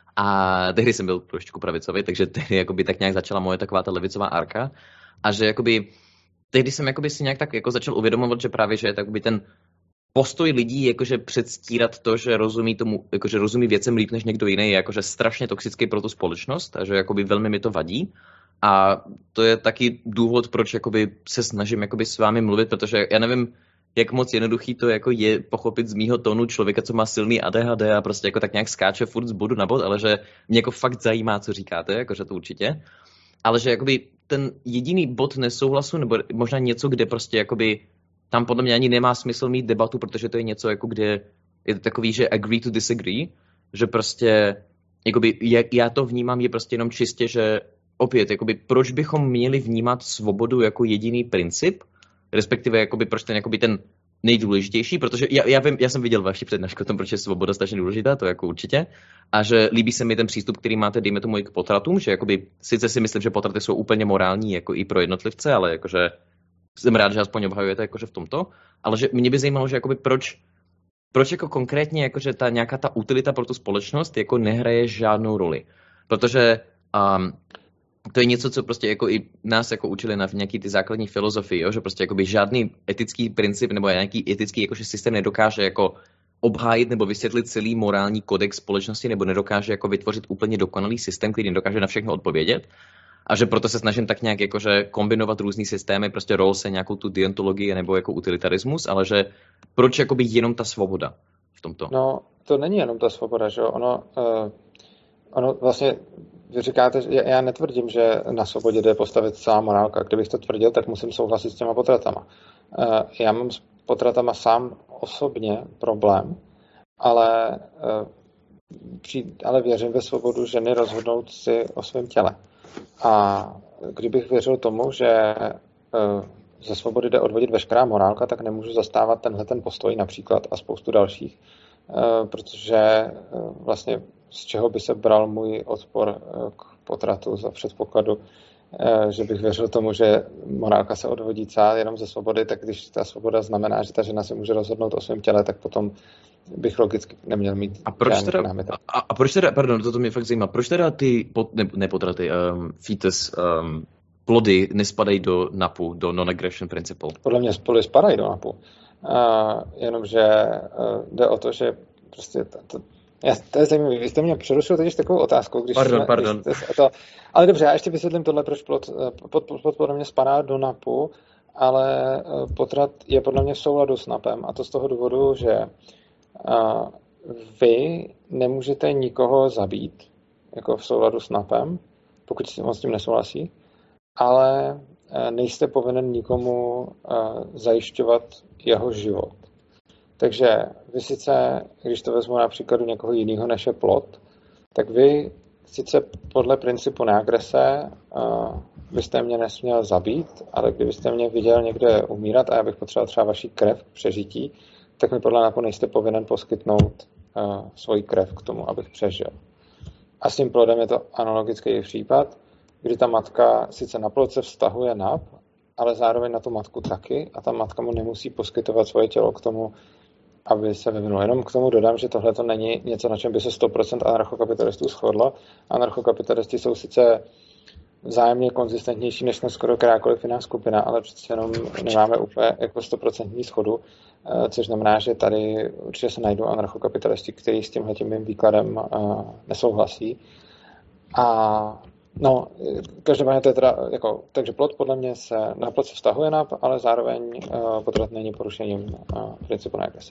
A tehdy jsem byl trošku pravicový, takže tehdy jakoby tak nějak začala moje taková ta levicová arka. A že jakoby tehdy jsem jakoby si nějak tak jako začal uvědomovat, že právě, že je takový ten postoj lidí, jakože předstírat to, že rozumí tomu, jakože rozumí věcem líp než někdo jiný, je jakože strašně toxický pro tu společnost a že jakoby velmi mi to vadí. A to je taky důvod, proč jakoby se snažím jakoby s vámi mluvit, protože já nevím, jak moc jednoduchý to jako je pochopit z mýho tónu člověka, co má silný A D H D a prostě jako tak nějak skáče furt z bodu na bod, ale že mě jako fakt zajímá, co říkáte, jakože to určitě. Ale že jakoby ten jediný bod nesouhlasu, nebo možná něco, kde prostě jakoby tam podle mě ani nemá smysl mít debatu, protože to je něco, jako kde je to takový, že agree to disagree, že prostě jakoby, jak já to vnímám, je prostě jenom čistě, že opět, jakoby, proč bychom měli vnímat svobodu jako jediný princip, respektive jakoby, proč ten, jakoby, ten nejdůležitější, protože já, já, vím, já jsem viděl vaši přednášku o tom, proč je svoboda strašně důležitá, to jako určitě, a že líbí se mi ten přístup, který máte, dejme tomu i k potratům, že jakoby, sice si myslím, že potraty jsou úplně morální jako i pro jednotlivce, ale jakože jsem rád, že aspoň obhajujete jakože v tomto, ale že mě by zajímalo, že jakoby proč, proč jako konkrétně jakože ta nějaká ta utilita pro tu společnost jako nehraje žádnou roli, protože um, to je něco, co prostě jako i nás jako učili na nějaký ty základní filozofii, jo? Že prostě jakoby žádný etický princip nebo nějaký etický jakože systém nedokáže jako obhájit nebo vysvětlit celý morální kodex společnosti nebo nedokáže jako vytvořit úplně dokonalý systém, který nedokáže na všechno odpovědět. A že proto se snažím tak nějak jakože kombinovat různý systémy, prostě Rawlse, nějakou tu deontologii nebo jako utilitarismus, ale že proč jakoby jenom ta svoboda v tomto? No, to není jenom ta svoboda, že jo? Ono, uh, ono vlastně vy říkáte, že já netvrdím, že na svobodě jde postavit celá morálka. Kdybych to tvrdil, tak musím souhlasit s těma potratama. Já mám s potratama sám osobně problém, ale, ale věřím ve svobodu ženy rozhodnout si o svém těle. A kdybych věřil tomu, že ze svobody jde odvodit veškerá morálka, tak nemůžu zastávat tenhle ten postoj například a spoustu dalších, protože vlastně z čeho by se bral můj odpor k potratu za předpokladu, že bych věřil tomu, že morálka se odvodí celá jenom ze svobody, tak když ta svoboda znamená, že ta žena si může rozhodnout o svém těle, tak potom bych logicky neměl mít a proč teda, a, a proč teda, pardon, toto mě fakt zajímá, proč teda ty, pot, ne, ne potraty, um, fetus, um, plody nespadají do N A P U, do Non-Aggression Principle? Podle mě plody spadají do N A P U, uh, jenomže uh, jde o to, že prostě to, to Já, to je zajímavé. Vy jste mě přerušil teď takovou otázkou. Když pardon, jsme, pardon. Když to, ale dobře, já ještě vysvětlím tohle, proč plod, pod, pod, pod, podle mě spadá do N A P U, ale potrat je podle mě v souladu s NAPem. A to z toho důvodu, že uh, vy nemůžete nikoho zabít, jako v souladu s NAPem, pokud on s tím nesouhlasí, ale uh, nejste povinen nikomu uh, zajišťovat jeho život. Takže vy sice, když to vezmu na příkladu někoho jiného než je plod, tak vy sice podle principu neagrese uh, byste mě nesměl zabít, ale kdybyste mě viděl někde umírat a já bych potřeboval třeba vaši krev k přežití, tak mi podle nápu nejste povinen poskytnout uh, svoji krev k tomu, abych přežil. A s tím plodem je to analogický případ, kdy ta matka sice na plod se vztahuje nap, ale zároveň na tu matku taky a ta matka mu nemusí poskytovat svoje tělo k tomu, aby se vyvinul. Jenom k tomu dodám, že tohle to není něco, na čem by se sto procent anarchokapitalistů shodlo. Anarchokapitalisti jsou sice vzájemně konzistentnější než jsme skoro kterákoliv jiná skupina, ale přece jenom nemáme úplně jako sto procent shodu, což znamená, že tady určitě se najdou anarchokapitalisti, kteří s tímhletím mým výkladem nesouhlasí. A no, každopádně to je teda, jako, takže plod podle mě se, na plod se vztahuje nap, ale zároveň uh, potrat není porušením uh, principu neagrese.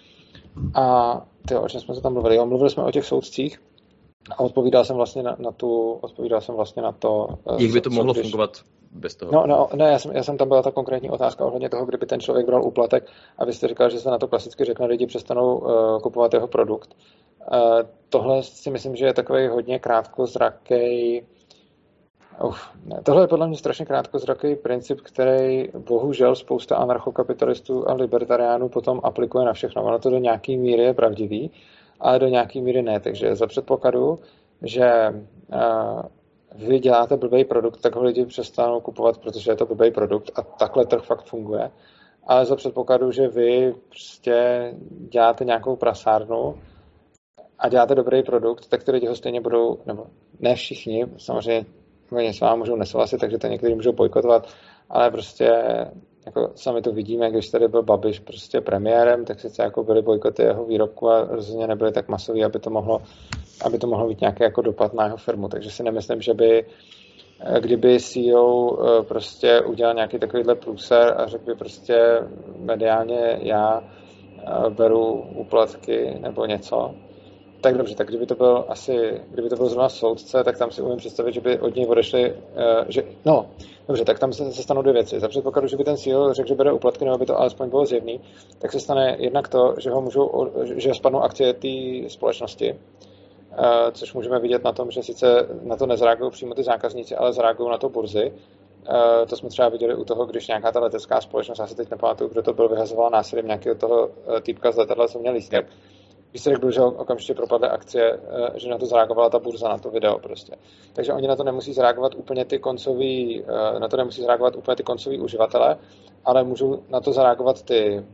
A tyjo, o čem jsme se tam mluvili? Jo, mluvili jsme o těch soudcích a odpovídal jsem vlastně na, na tu, odpovídal jsem vlastně na to... Uh, Jak by to co, mohlo když... fungovat bez toho? No, no ne, já jsem, já jsem tam byla ta konkrétní otázka ohledně toho, kdyby ten člověk bral úplatek a vy jste říkal, že se na to klasicky řekne, lidi přestanou uh, kupovat jeho produkt. Uh, tohle si myslím, že je takový hodně krátkozraký. Uf, ne. Tohle je podle mě strašně krátkozraký princip, který bohužel spousta anarchokapitalistů a libertariánů potom aplikuje na všechno. Ono to do nějaký míry je pravdivý, ale do nějaký míry ne. Takže za předpokladu, že uh, vy děláte blbý produkt, tak ho lidi přestanou kupovat, protože je to blbý produkt a takhle trh fakt funguje. Ale za předpokladu, že vy prostě děláte nějakou prasárnu a děláte dobrý produkt, tak ty lidi ho stejně budou, nebo ne všichni, samozřejmě oni s vámi můžou nesouhlasit, takže to někteří můžou bojkotovat, ale prostě jako sami to vidíme, když tady byl Babiš prostě premiérem, tak sice jako byly bojkoty jeho výrobku a rozhodně nebyly tak masový, aby to mohlo, aby to mohlo mít nějaký jako dopad na jeho firmu. Takže si nemyslím, že by kdyby C E O prostě udělal nějaký takovýhle průser a řekl by prostě mediálně já beru úplatky nebo něco, tak dobře, tak kdyby to byl asi, kdyby to byl zrovna soudce, tak tam si umím představit, že by od něj odešli, že, no, dobře, tak tam se, se stanou dvě věci. Za předpokladu, že by ten C E O řekl, že bere úplatky, nebo by to alespoň bylo zjevný, tak se stane jednak to, že ho můžou, že spadnou akcie té společnosti, což můžeme vidět na tom, že sice na to nezareagují přímo ty zákazníci, ale zareagují na to burzy. To jsme třeba viděli u toho, když nějaká ta letecká společnost, já si teď nepamatuju, kdo to byl, vyhazoval násilím nějakého toho týpka z letadla, co měl lístek. Výsledek byl, že okamžitě propadly akcie, že na to zareagovala ta burza, na to video prostě. Takže oni na to nemusí zareagovat úplně ty koncový, na to nemusí zareagovat úplně ty koncoví uživatelé, ale můžou na to zareagovat ty,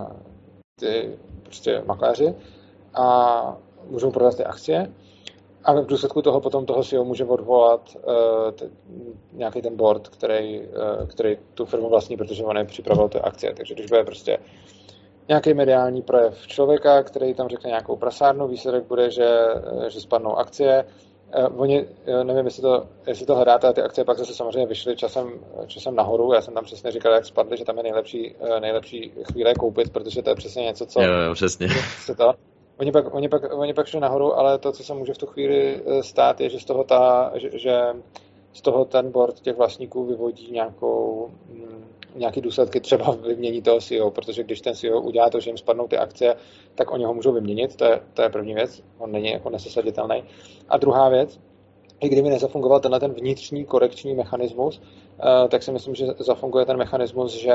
ty prostě makléři a můžou prodat ty akcie. A v důsledku toho potom toho C E O může odvolat uh, t- nějaký ten board, který, uh, který tu firmu vlastní, protože on je připravil ty akcie. Takže když bude prostě nějaký mediální projev člověka, který tam řekne nějakou prasárnu, výsledek bude, že, že spadnou akcie. Uh, oni, uh, nevím, jestli to, jestli to hledáte, a ty akcie pak zase samozřejmě vyšly časem, časem nahoru. Já jsem tam přesně říkal, jak spadly, že tam je nejlepší, uh, nejlepší chvíle koupit, protože to je přesně něco, co... Jo, jo, přesně. Se to, Oni pak, oni, pak, oni pak šli nahoru, ale to, co se může v tu chvíli stát, je, že z toho, ta, že, že z toho ten board těch vlastníků vyvodí nějakou, nějaký důsledky, třeba vymění toho C E O, protože když ten C E O udělá to, že jim spadnou ty akcie, tak oni ho můžou vyměnit, to je, to je první věc, on není jako nesesaditelný. A druhá věc, i kdyby nezafungoval tenhle ten vnitřní korekční mechanismus, tak si myslím, že zafunguje ten mechanismus, že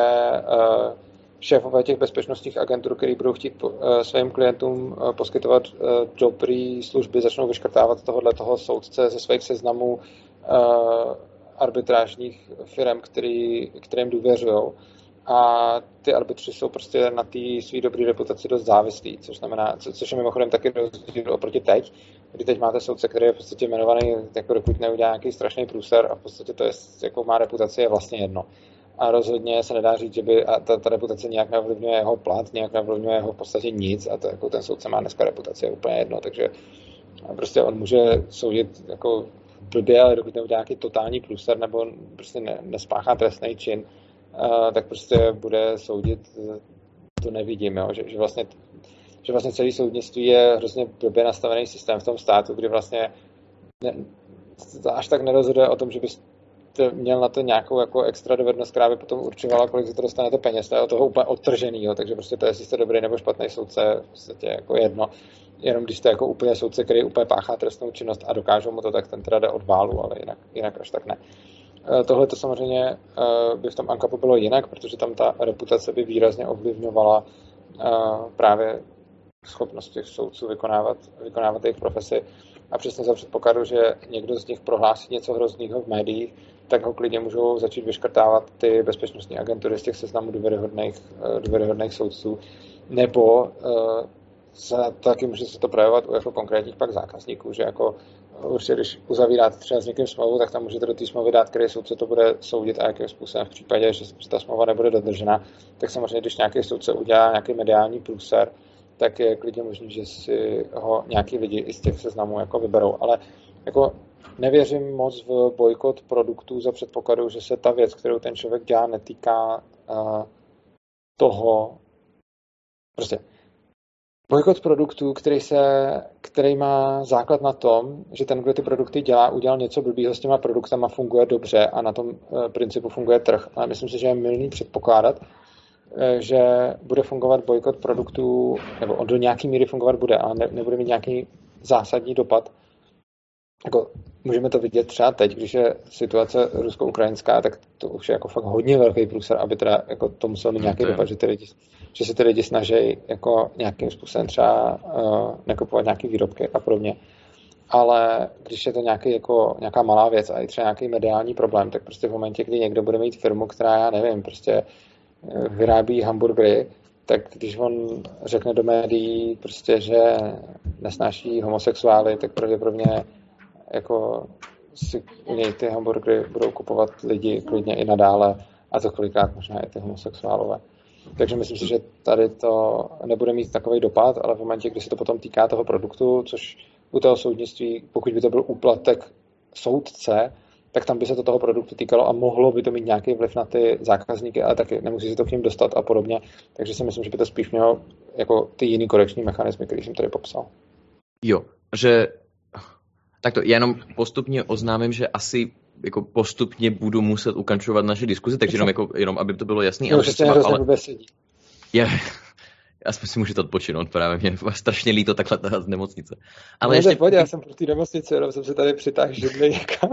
šéfové těch bezpečnostních agentur, který budou chtít svým klientům poskytovat dobré služby, začnou vyškrtávat tohohle toho soudce ze svých seznamů arbitrážních firm, který, kterým důvěřují. A ty arbitři jsou prostě na té své dobré reputaci dost závislí, což znamená, co, což je mimochodem taky rozdíl oproti teď, kdy teď máte soudce, který je v podstatě jmenovaný, jako dokud neudělá nějaký strašný průser a v podstatě to je, jako má reputaci, je vlastně jedno. A rozhodně se nedá říct, že by a ta, ta reputace nějak neovlivňuje jeho plat, nějak neovlivňuje jeho v podstatě nic a to jako ten soudce má dneska reputaci, je úplně jedno, takže prostě on může soudit jako blbě, ale dokud neudělá nějaký totální průser nebo prostě ne, nespáchá trestný čin, uh, tak prostě bude soudit, to nevidím, jo? Že, že, vlastně, že vlastně celý soudnictví je hrozně blbě nastavený systém v tom státu, kdy vlastně ne, až tak nerozhoduje o tom, že by měl na to nějakou jako extra dovednost, která by potom určovala, kolik za to dostanete peněz. To je od toho úplně odtrženýho, takže prostě to je, jestli jste dobrý nebo špatný soudce, v podstatě jako jedno. Jenom když jste jako úplně soudce, který úplně páchá trestnou činnost a dokážou mu to, tak ten teda jde od válu, ale jinak, jinak až tak ne. Tohle to samozřejmě by v tom ANCAPu bylo jinak, protože tam ta reputace by výrazně ovlivňovala uh, právě schopnost těch soudců vykonávat, vykonávat jejich profesi. A přesně za předpokladu, že někdo z nich prohlásí něco hroznýho v médiích, tak ho klidně můžou začít vyškrtávat ty bezpečnostní agentury z těch seznamů důvěryhodných, důvěryhodných soudců. Nebo uh, se, taky může se to projevovat u jako konkrétních pak zákazníků, že jako určitě, když uzavíráte třeba s někým smlouvu, tak tam můžete do té smlouvy dát, který soudce to bude soudit a jakým způsobem v případě, že ta smlouva nebude dodržena, tak samozřejmě, když nějaký soudce udělá nějaký mediální průser, tak je klidně možný, že si ho nějaký lidi i z těch seznamů jako vyberou. Ale jako nevěřím moc v bojkot produktů za předpokladu, že se ta věc, kterou ten člověk dělá, netýká uh, toho, prostě bojkot produktů, který, se, který má základ na tom, že ten, kdo ty produkty dělá, udělal něco blbýho s těma produktama, funguje dobře a na tom uh, principu funguje trh. Ale myslím si, že je mylný předpokládat, že bude fungovat bojkot produktů, nebo on do nějaký míry fungovat bude, ale ne, nebude mít nějaký zásadní dopad. Jako, můžeme to vidět třeba teď, když je situace rusko-ukrajinská, tak to už je jako fakt hodně velký průser, aby teda jako to muselo mít nějaký dopad, že, ty lidi, že se ty lidi snaží jako nějakým způsobem třeba uh, nekupovat nějaký výrobky a podobně. Ale když je to nějaký, jako, nějaká malá věc a i třeba nějaký mediální problém, tak prostě v momentě, kdy někdo bude mít firmu, která, já nevím, prostě vyrábí hamburgery, tak když on řekne do médií prostě, že nesnáší homosexuály, tak pravděpodobně jako si u něj ty hamburgery budou kupovat lidi klidně i nadále a to kolikrát možná i ty homosexuálové. Takže myslím si, že tady to nebude mít takový dopad, ale v momentě, kdy se to potom týká toho produktu, což u toho soudnictví, pokud by to byl úplatek soudce, tak tam by se to toho produktu týkalo a mohlo by to mít nějaký vliv na ty zákazníky, ale taky nemusí se to k ním dostat a podobně. Takže si myslím, že by to spíš mělo jako ty jiný korekční mechanismy, který jsem tady popsal. Jo, že takto, já jenom postupně oznámím, že asi jako postupně budu muset ukončovat naše diskuzi, takže jenom, jako, jenom aby to bylo jasný. Jo, ale že třeba, ale... sedí. Já, aspoň si můžete odpočinout, právě mě strašně líto takhle tahat z nemocnice. Ale no, ještě... Pojď, já jsem pro té nemocnice, jenom jsem se tady přitáhl židli někam.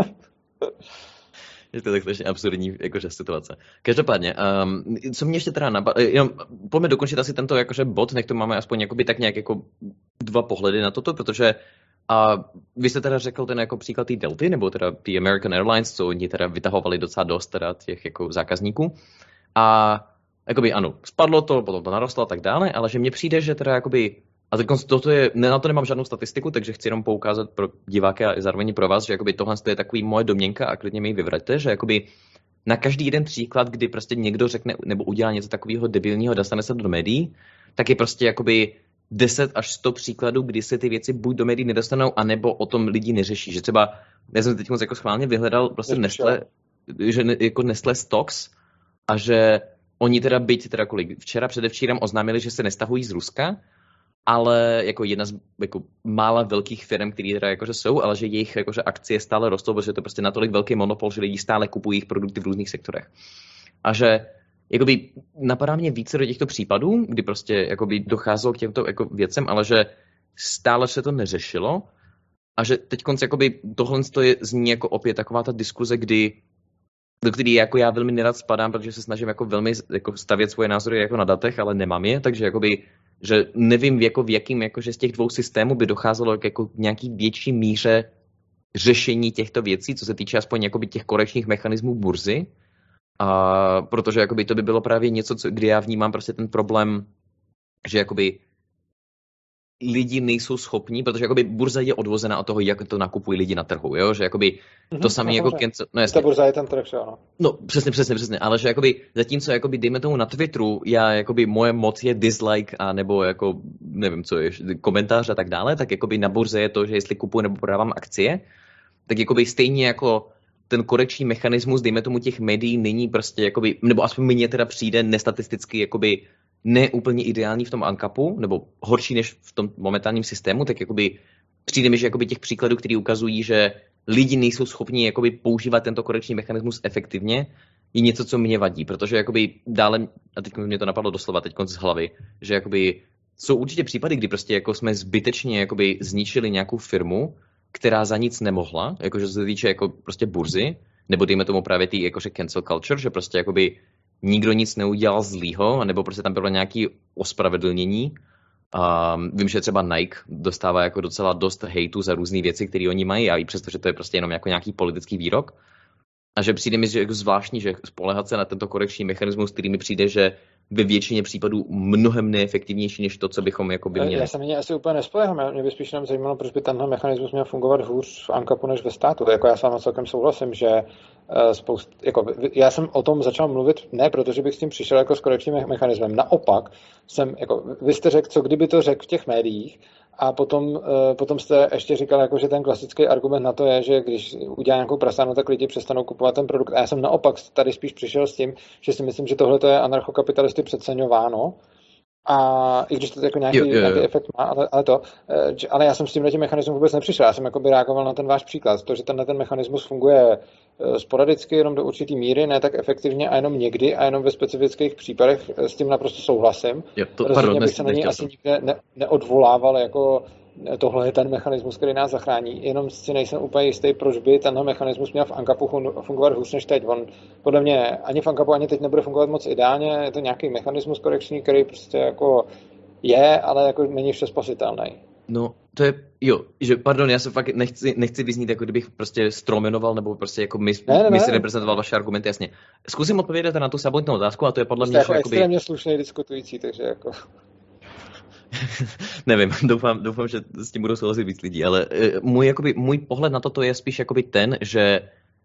Je to tak strašně absurdní jakože situace. Každopádně, um, co mě ještě teda napadlo, jenom pojďme dokončit asi tento jakože bod, nech to máme aspoň jakoby tak nějak jako dva pohledy na toto, protože a vy jste teda řekl ten jako příklad té Delty, nebo teda ty American Airlines, co oni teda vytahovali docela dost teda těch jako zákazníků. A jakoby ano, spadlo to, potom to narostlo a tak dále, ale že mně přijde, že teda jakoby, a teď toto je, na to nemám žádnou statistiku, takže chci jenom poukázat pro diváky a zároveň pro vás, že jakoby tohle je takový moje domněnka a klidně mi ji vyvraťte, že jakoby na každý jeden příklad, kdy prostě někdo řekne nebo udělá něco takového debilního, dostane se do médií, tak je prostě jakoby deset až sto příkladů, kdy se ty věci buď do médií nedostanou, anebo o tom lidi neřeší. Že třeba, já jsem teď moc jako schválně vyhledal prostě Nestlé, že ne, jako Nestlé Stocks a že oni teda byť, teda kolik, včera předevčírem oznámili, že se nestahují z Ruska, ale jako jedna z jako mála velkých firm, které teda jakože jsou, ale že jejich jakože akcie stále rostou, protože je to prostě natolik velký monopol, že lidi stále kupují jejich produkty v různých sektorech. A že jakoby napadá mě více do těchto případů, kdy prostě jakoby docházelo k těmto jako věcem, ale že stále se to neřešilo a že teď konc jakoby tohle je zní jako opět taková ta diskuze, kdy do který jako já velmi nerad spadám, protože se snažím jako velmi jako stavět svoje názory jako na datech, ale nemám je, takže jakoby, že nevím jako v jakým jakože z těch dvou systémů by docházelo k jako nějaký větší míře řešení těchto věcí, co se týče aspoň jakoby těch korekčních mechanismů burzy. A protože jakoby to by bylo právě něco, co, kdy já vnímám prostě ten problém, že jakoby lidi nejsou schopní, protože jakoby burza je odvozená od toho, jak to nakupují lidi na trhu, jo, že jakoby mm-hmm, to samé jako cancel, no jasně. Ta burza je ten trh, že ano. No, přesně, přesně, přesně, ale že jakoby zatímco jakoby dejme tomu na Twitteru, já jakoby moje moc je dislike a nebo jako nevím co je, komentář a tak dále, tak jakoby na burze je to, že jestli kupuji nebo prodávám akcie, tak jakoby stejně jako ten korekční mechanismus, dejme tomu těch médií, není prostě jakoby, nebo aspoň mně teda přijde nestatisticky jakoby ne úplně ideální v tom ANCAPu, nebo horší než v tom momentálním systému, tak jakoby přijde mi, že jakoby těch příkladů, které ukazují, že lidi nejsou schopni jakoby používat tento korekční mechanismus efektivně, je něco, co mě vadí, protože jakoby dále, a teď mě to napadlo doslova teď z hlavy, že jakoby jsou určitě případy, kdy prostě jako jsme zbytečně jakoby zničili nějakou firmu, která za nic nemohla, jakože se týče jako prostě burzy, nebo dejme tomu právě ty jakože cancel culture, že prostě jakoby nikdo nic neudělal zlýho, nebo prostě tam bylo nějaké ospravedlnění. Um, vím, že třeba Nike dostává jako docela dost hejtu za různé věci, které oni mají, a i přesto, že to je prostě jenom jako nějaký politický výrok. A že přijde mi, že jako zvláštní, že spoléhat se na tento korekční mechanismus, který mi přijde, že ve většině případů mnohem neefektivnější než to, co bychom jako by měli. Já se mě asi úplně nespoléhám, mě by spíš jenom zajímalo, proč by tenhle mechanismus měl fungovat hůř v ANCAPu než ve státu. Jako já s vámi celkem souhlasím, že spoust, jako, já jsem o tom začal mluvit ne protože bych s tím přišel jako s korekčním mechanismem. Naopak jsem, jako, vy jste řekl, co kdyby to řekl v těch médiích, a potom, potom jste ještě říkal, jako, že ten klasický argument na to je, že když udělá nějakou prasárnu, tak lidi přestanou kupovat ten produkt. A já jsem naopak tady spíš přišel s tím, že si myslím, že tohle je anarchokapitalisty přeceňováno. A i když to jako nějaký, jo, jo, jo. nějaký efekt má, ale, ale to, ale já jsem s tímhle tím mechanismem vůbec nepřišel. Já jsem jakoby reagoval na ten váš příklad. To, že tenhle ten mechanismus funguje sporadicky, jenom do určitý míry, ne tak efektivně a jenom někdy a jenom ve specifických případech, s tím naprosto souhlasím. Jo, to, Rozhodně bych se na něj asi nikde ne, neodvolával jako tohle je ten mechanismus, který nás zachrání. Jenom si nejsem úplně jistý, proč by tenhle mechanismus měl v ANCAPu fungovat hůř než teď. On podle mě ani v ANCAPu ani teď nebude fungovat moc ideálně. Je to nějaký mechanismus korekční, který prostě jako je, ale jako není vše spasitelný. No, to je, jo, že pardon, já se fakt nechci, nechci vyznít, jako kdybych prostě stromenoval, nebo prostě jako mis, ne, ne, mis ne. reprezentoval vaše argumenty, jasně. Zkusím odpovědět na tu samotnou otázku, a to je podle Jste mě, jako že extrémně jakoby... slušný diskutující, takže jako... Nevím, doufám, doufám, že s tím budou souhlasit víc lidí, ale uh, můj, jakoby, můj pohled na toto je spíš jakoby ten, že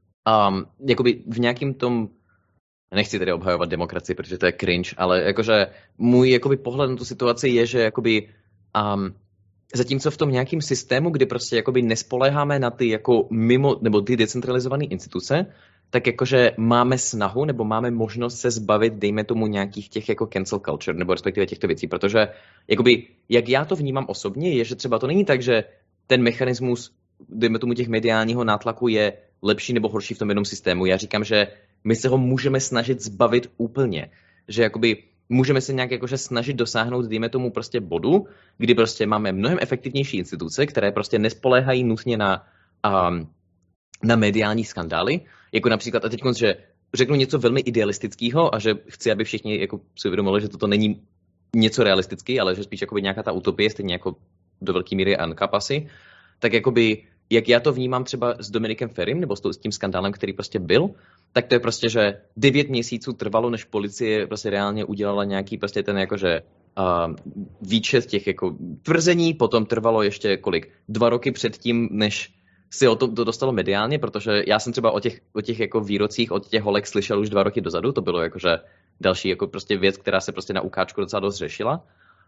um, jakoby v nějakým tom, nechci tedy obhajovat demokracii, protože to je cringe, ale jakože můj jakoby pohled na tu situaci je, že jakoby um, zatímco v tom nějakým systému, kdy prostě jakoby nespoléháme na ty jako mimo, nebo ty decentralizované instituce, tak jakože máme snahu, nebo máme možnost se zbavit, dejme tomu, nějakých těch jako cancel culture, nebo respektive těchto věcí, protože jakoby, jak já to vnímám osobně, je, že třeba to není tak, že ten mechanismus, dejme tomu, těch mediálního nátlaku je lepší nebo horší v tom jednom systému. Já říkám, že my se ho můžeme snažit zbavit úplně, že jakoby můžeme se nějak jakože snažit dosáhnout, dejme tomu, prostě bodu, kdy prostě máme mnohem efektivnější instituce, které prostě nespoléhají nutně na, um, na mediální skandály, jako například, a teď že řeknu něco velmi idealistického a že chci, aby všichni jako si uvědomili, že toto není něco realistický, ale že spíš jakoby nějaká ta utopie, stejně jako do velké míry ANCAP asi, tak jakoby, jak já to vnímám třeba s Dominikem Ferrym, nebo s tím skandálem, který prostě byl, tak to je prostě, že devět měsíců trvalo, než policie prostě reálně udělala nějaký prostě ten jakože uh, výčet těch jako tvrzení, potom trvalo ještě kolik, dva roky předtím, než si o to, to dostalo mediálně, protože já jsem třeba o těch, o těch jako výrocích od těch holek slyšel už dva roky dozadu, to bylo jakože další jako prostě věc, která se prostě na UKčku docela dost řešila,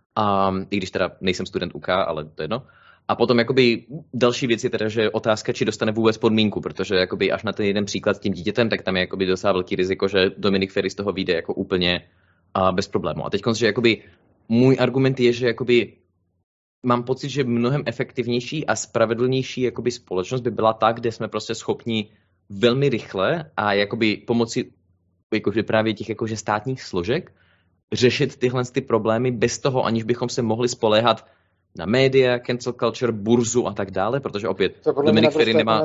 um, i když teda nejsem student U K, ale to je jedno. A potom jakoby další věc je teda, že otázka, či dostane vůbec podmínku, protože jakoby až na ten jeden příklad s tím dítětem, tak tam je jakoby docela velký riziko, že Dominik Ferry z toho vyjde jako úplně uh, bez problému. A teď že jakoby můj argument je, že jakoby mám pocit, že mnohem efektivnější a spravedlnější jakoby společnost by byla ta, kde jsme prostě schopni velmi rychle a jakoby pomocí jakože právě těch jakože státních složek řešit tyhle ty problémy bez toho, aniž bychom se mohli spoléhat na média, cancel culture, burzu a tak dále, protože opět Dominik Ferry nemá...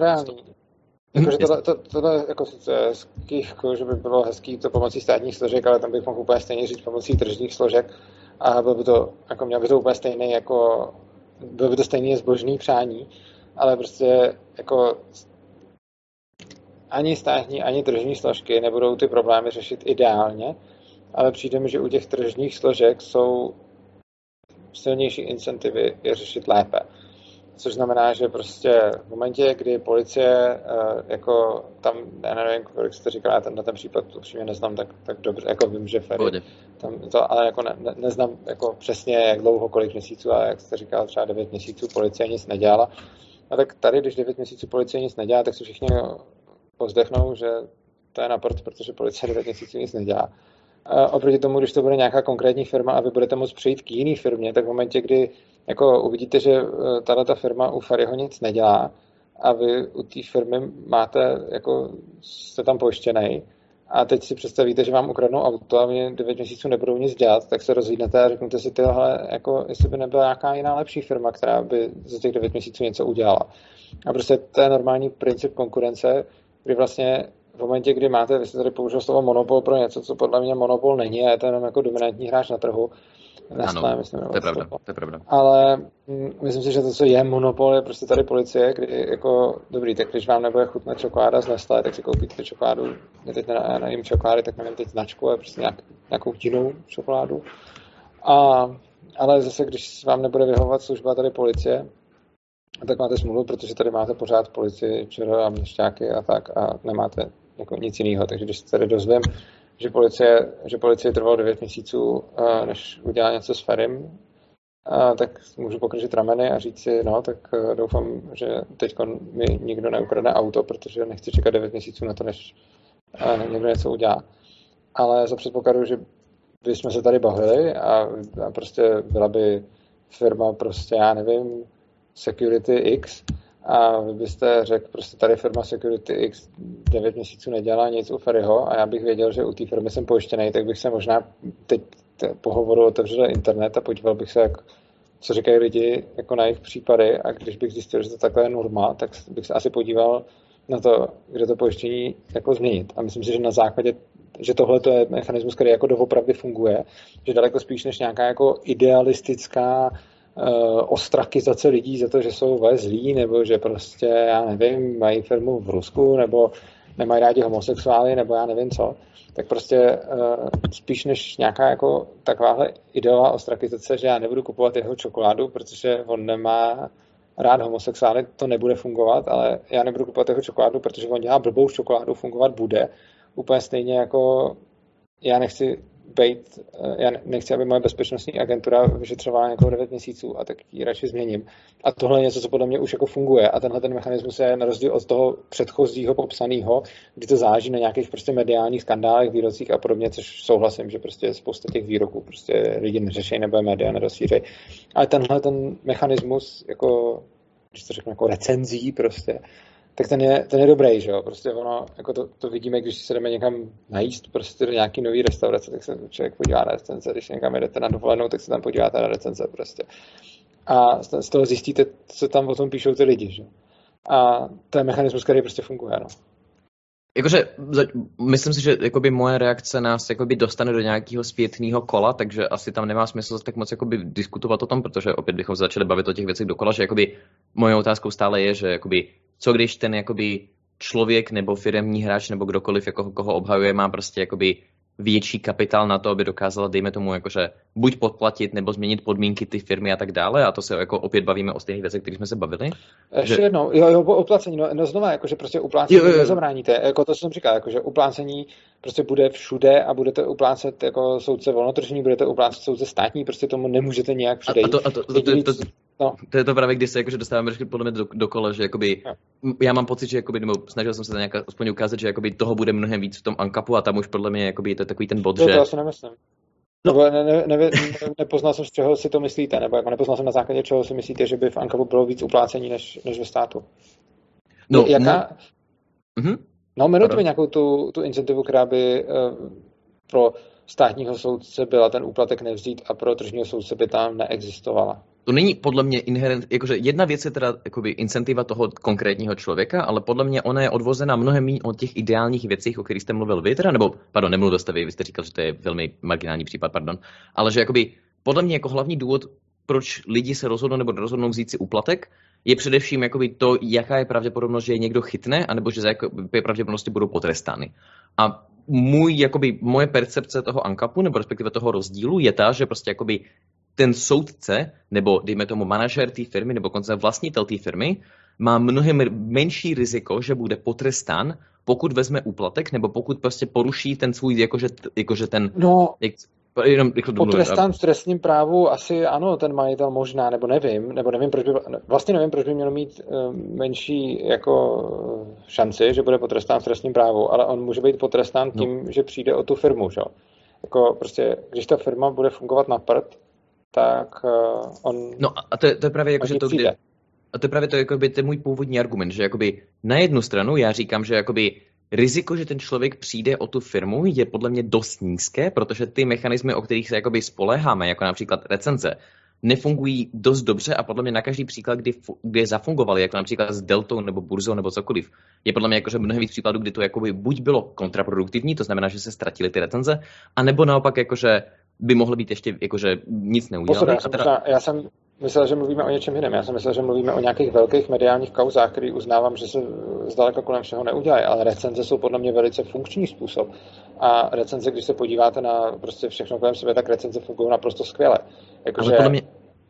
Jakože tohle, to, tohle jako sice je hezký, jako, že by bylo hezký to pomocí státních složek, ale tam bych mohl úplně stejně říct pomocí tržních složek a bylo by to, jako měl by to úplně stejný, jako, bylo by to stejný zbožný přání, ale prostě jako ani státní, ani tržní složky nebudou ty problémy řešit ideálně, ale přijde mi, že u těch tržních složek jsou silnější incentivy je řešit lépe. Což znamená, že prostě v momentě, kdy policie, jako tam, já nevím, kolik jste říkala, já ten, na ten případ upřímně neznám tak, tak dobře, jako vím, že Ferry, tam to, ale jako ne, ne, neznám jako přesně, jak dlouho, kolik měsíců, ale jak jste říkala, třeba devět měsíců policie nic nedělala. A tak tady, když devět měsíců policie nic nedělá, tak si všichni povzdechnou, že to je na prd, protože policie devět měsíců nic nedělá. A oproti tomu, když to bude nějaká konkrétní firma a vy budete moct přejít k jiný firmě, tak v momentě, kdy jako uvidíte, že tato firma u Ferryho nic nedělá a vy u té firmy máte, jako jste tam pojištěnej a teď si představíte, že vám ukradnou auto a mě devět měsíců nebudou nic dělat, tak se rozhlídnete a řeknete si, tyhle, jako jestli by nebyla nějaká jiná lepší firma, která by za těch devět měsíců něco udělala. A prostě to je normální princip konkurence, kdy vlastně v momentě, kdy máte, vy jste tady použil slovo monopol pro něco, co podle mě monopol není, a je to jenom jako dominantní hráč na trhu. Nestlé, ano, myslím, to je pravda, to je pravda. Ale mm, myslím si, že to, co je monopol, je prostě tady policie, kdy jako, dobrý, tak když vám nebude chutnat čokoláda z Nestlé, tak si koupíte čokoládu, teď ne, nevím čokolády, tak nevím teď značku, ale prostě nějak, nějakou jinou čokoládu. A, ale zase, když vám nebude vyhovovat služba tady policie, tak máte smůlu, protože tady máte pořád policii, čero a měšťáky a tak a nemáte jako nic jiného. Takže když se tady dozvím, že policie, že policie trvalo devět měsíců, než udělá něco s Ferim, tak můžu pokryžit rameny a říct si, no, tak doufám, že teď mi nikdo neukradne auto, protože nechci čekat devět měsíců na to, než někdo něco udělá. Ale za předpokladu, že bychom se tady bavili a, a prostě byla by firma prostě, já nevím, Security X a vy byste řekl, prostě tady firma Security X devět měsíců nedělá nic u Ferryho a já bych věděl, že u té firmy jsem pojištěný, tak bych se možná teď po hovoru otevřel internet a podíval bych se, jak, co říkají lidi jako na jejich případy a když bych zjistil, že to takhle je norma, tak bych se asi podíval na to, kde to pojištění jako změnit. A myslím si, že na základě, že tohle to je mechanismus, který jako doopravdy funguje, že daleko spíš než nějaká jako idealistická ostrakizace lidí za to, že jsou ve zlí, nebo že prostě, já nevím, mají firmu v Rusku, nebo nemají rádi homosexuály, nebo já nevím co, tak prostě uh, spíš než nějaká jako takováhle ideová ostrakizace, že já nebudu kupovat jeho čokoládu, protože on nemá rád homosexuály, to nebude fungovat, ale já nebudu kupovat jeho čokoládu, protože on dělá blbou čokoládu, fungovat bude. Úplně stejně jako já nechci bejt, já nechci, aby moje bezpečnostní agentura vyšetřovala nějakou devět měsíců a tak ji radši změním. A tohle je něco, co podle mě už jako funguje. A tenhle ten mechanismus je na rozdíl od toho předchozího popsaného, kdy to záleží na nějakých prostě mediálních skandálech, výrocích a podobně, což souhlasím, že prostě spousta těch výroků prostě lidi neřešejí nebo média nerozšířejí. Ale tenhle ten mechanismus, jako, když to řeknu, jako recenzí prostě, tak ten je, ten je dobrý, že jo, prostě ono, jako to, to vidíme, když se jdeme někam najíst prostě do nějaký nový restaurace, tak se člověk podívá na recenze, když někam jdete na dovolenou, tak se tam podíváte na recenze prostě. A z toho zjistíte, co tam o tom píšou ty lidi, že jo. A to je mechanismus, který prostě funguje, no. Jakože, myslím si, že jakoby moje reakce nás jakoby dostane do nějakého zpětného kola, takže asi tam nemá smysl tak moc jakoby diskutovat o tom, protože opět bychom se začali bavit o těch věcech dokola, že jakoby moje otázkou stále je, že jakoby, co když ten jakoby člověk nebo firemní hráč nebo kdokoliv, jako, koho obhajuje, má prostě jakoby větší kapitál na to, aby dokázala, dejme tomu, jakože buď podplatit, nebo změnit podmínky ty firmy a tak dále, a to se jako opět bavíme o těch věcech, kterých jsme se bavili. Ještě že... jednou, jo, jo, uplacení, no, no znova, jakože prostě uplácení jo, jo, jo. nezabráníte, jako to jsem říkal, jakože uplácení prostě bude všude a budete uplácet jako soudce volnotržní, budete uplácet soudce státní, prostě tomu nemůžete nějak předejít. A, a to, a to, to, to, to, to, no. to je to právě, když se jakože dostáváme podle mě do, do kola, že jakoby, no. já mám pocit, že jakoby, nebo snažil jsem se to nějak aspoň ukázat, že jakoby toho bude mnohem víc v tom Ankapu a tam už podle mě jakoby, to je takový ten bod, to, že... To asi nemyslím. No. Nebo ne, ne, ne, ne, nepoznal jsem, z čeho si to myslíte, nebo jako nepoznal jsem na základě čeho si myslíte, že by v Ankapu bylo víc uplácení než, než ve státu. No, Jaká... No, mm-hmm. no jmenujte mi nějakou tu, tu incentivu, která by uh, pro státního soudce byla ten úplatek nevzít a pro tržního soudce by tam neexistovala. To není podle mě inherent, jakože jedna věc je teda jakoby incentiva toho konkrétního člověka, ale podle mě ona je odvozena mnohem méně od těch ideálních věcí, o kterých jste mluvil vy, teda, nebo, pardon, nemluvil jste vy, vy jste říkal, že to je velmi marginální případ, pardon, ale že jakoby podle mě jako hlavní důvod, proč lidi se rozhodnou nebo rozhodnou vzít si úplatek, je především jakoby to, jaká je pravděpodobnost, že je někdo chytne, anebo že za jaké pravděpodobnosti budou potrestány. A můj, jakoby, moje percepce toho Ankapu, nebo respektive toho rozdílu je ta, že prostě jakoby ten soudce, nebo dejme tomu manažer té firmy, nebo konce vlastitel té firmy, má mnohem menší riziko, že bude potrestán, pokud vezme úplatek, nebo pokud prostě poruší ten svůj, jakože, jakože ten... No, jak, jenom, potrestán v trestním právu asi ano, ten majitel možná, nebo nevím, nebo nevím, proč by, vlastně nevím, proč by měl mít uh, menší jako šanci, že bude potrestán v trestním právu, ale on může být potrestán tím, no. že přijde o tu firmu, že? Jako prostě, když ta firma bude fungovat na prd, tak uh, on... No a to je, to je právě jako, že to, kdy, a to je právě to, jakoby, ten můj původní argument, že jakoby na jednu stranu já říkám, že jakoby riziko, že ten člověk přijde o tu firmu, je podle mě dost nízké, protože ty mechanismy, o kterých se jakoby spoléháme, jako například recenze, nefungují dost dobře a podle mě na každý příklad, kdy, kdy zafungovaly, jako například s Deltou nebo Burzou nebo cokoliv, je podle mě jakože mnohem víc případů, kdy to jakoby buď bylo kontraproduktivní, to znamená, že se ztratily ty recenze, anebo naopak jakože by mohlo být ještě jakože nic neudělali. Já jsem, teda... možná, já jsem myslel, že mluvíme o něčem jiném. Já jsem myslel, že mluvíme o nějakých velkých mediálních kauzách, který uznávám, že se zdaleka kolem všeho neudělají, ale recenze jsou podle mě velice funkční způsob. A recenze, když se podíváte na prostě všechno kolem sebe, tak recenze fungují naprosto skvěle. Jakože ale podle mě...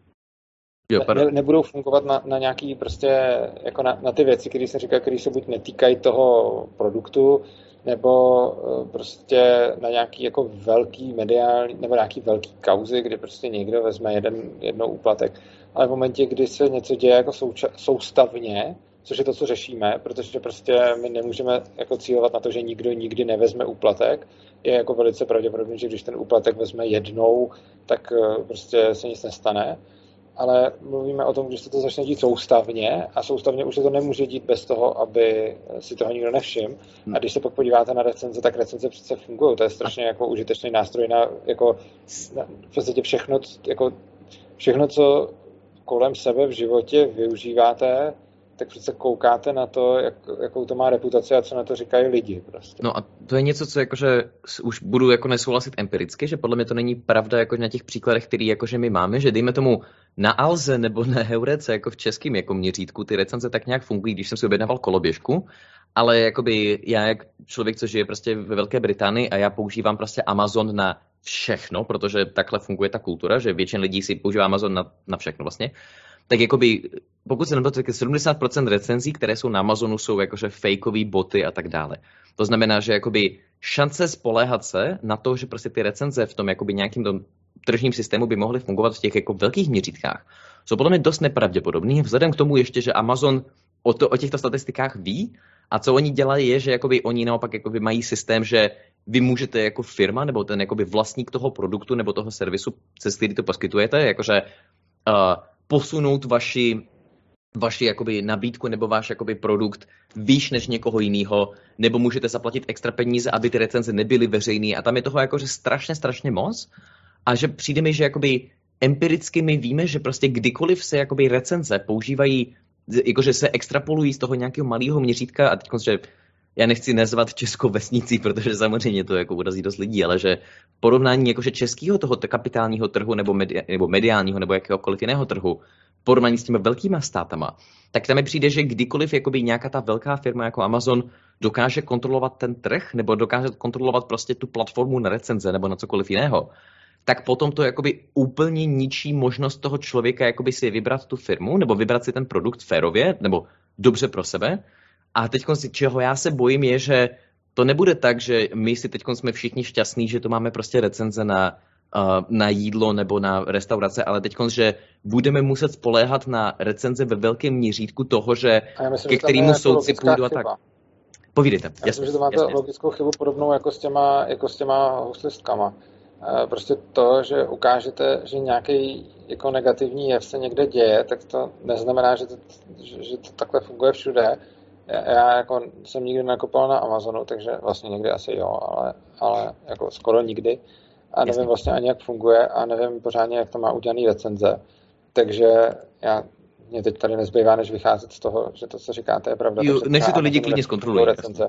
Jo, ne, nebudou fungovat na, na nějaký prostě, jako na, na ty věci, které jsem říkal, které se buď netýkají toho produktu, nebo prostě na nějaký jako velký mediální, nebo nějaký velký kauzy, kdy prostě někdo vezme jeden, jednou úplatek. Ale v momentě, kdy se něco děje jako souča- soustavně, což je to, co řešíme, protože prostě my nemůžeme jako cílovat na to, že nikdo nikdy nevezme úplatek, je jako velice pravděpodobné, že když ten úplatek vezme jednou, tak prostě se nic nestane. Ale mluvíme o tom, když se to začne dít soustavně a soustavně už se to nemůže dít bez toho, aby si toho nikdo nevšiml. A když se pak podíváte na recenze, tak recenze přece fungují. To je strašně jako užitečný nástroj na, jako, na v podstatě všechno, jako, všechno, co kolem sebe v životě využíváte, tak přece koukáte na to, jak, jakou to má reputaci a co na to říkají lidi. Prostě. No a to je něco, co jakože už budu jako nesouhlasit empiricky, že podle mě to není pravda jako na těch příkladech, který jakože my máme, že dejme tomu na Alze nebo na Heurece, jako v českém jako měřítku, ty recenze tak nějak fungují, když jsem si objednával koloběžku, ale jakoby já jak člověk, co žije prostě ve Velké Británii a já používám prostě Amazon na všechno, protože takhle funguje ta kultura, že většina lidí si používá Amazon na, na všechno vlastně, tak jakoby, pokud se nepletu, sedmdesát procent recenzí, které jsou na Amazonu, jsou jakože fakeový boty a tak dále. To znamená, že jakoby šance spoléhat se na to, že prostě ty recenze v tom jakoby nějakým tom tržním systému by mohly fungovat v těch jako velkých měřítkách, jsou podle mě dost nepravděpodobný, vzhledem k tomu ještě, že Amazon o, to, o těchto statistikách ví a co oni dělají je, že jakoby oni naopak jakoby mají systém, že vy můžete jako firma nebo ten jakoby vlastník toho produktu nebo toho servisu, přes který to poskytujete, jakože uh, posunout vaši, vaši jakoby nabídku nebo váš jakoby produkt výš než někoho jiného, nebo můžete zaplatit extra peníze, aby ty recenze nebyly veřejné a tam je toho jakože strašně, strašně moc a že přijde mi, že jakoby empiricky my víme, že prostě kdykoliv se jakoby recenze používají, jakože se extrapolují z toho nějakého malého měřítka a teď, že já nechci nazvat českou vesnicí, protože samozřejmě to jako urazí dost lidí, ale že porovnání jakože českého toho kapitálního trhu nebo, media, nebo mediálního nebo jakéhokoliv jiného trhu, porovnání s těmi velkýma státama, tak tam mi přijde, že kdykoliv jakoby nějaká ta velká firma jako Amazon dokáže kontrolovat ten trh nebo dokáže kontrolovat prostě tu platformu na recenze nebo na cokoliv jiného, tak potom to jakoby úplně ničí možnost toho člověka jakoby si vybrat tu firmu nebo vybrat si ten produkt férově nebo dobře pro sebe. A teď, čeho já se bojím, je, že to nebude tak, že my si teď jsme všichni šťastní, že to máme prostě recenze na, uh, na jídlo nebo na restaurace, ale teď, že budeme muset spoléhat na recenze ve velkém měřítku toho, že myslím, ke kterému soudci půjdu a tak. Povídejte. Já myslím, že to máte jasně. logickou chybu podobnou jako s těma, jako s těma houslistkama. Prostě to, že ukážete, že nějaký jako negativní jev se někde děje, tak to neznamená, že to, že, že to takhle funguje všude. Já, já jako jsem nikdy nakopal na Amazonu, takže vlastně někdy asi jo, ale, ale jako skoro nikdy. A nevím vlastně ani, jak funguje a nevím pořádně, jak to má udělaný recenze. Takže já, mě teď tady nezbývá, než vycházet z toho, že to, co říkáte, je pravda. Jo, než si to lidi klidně zkontrolují.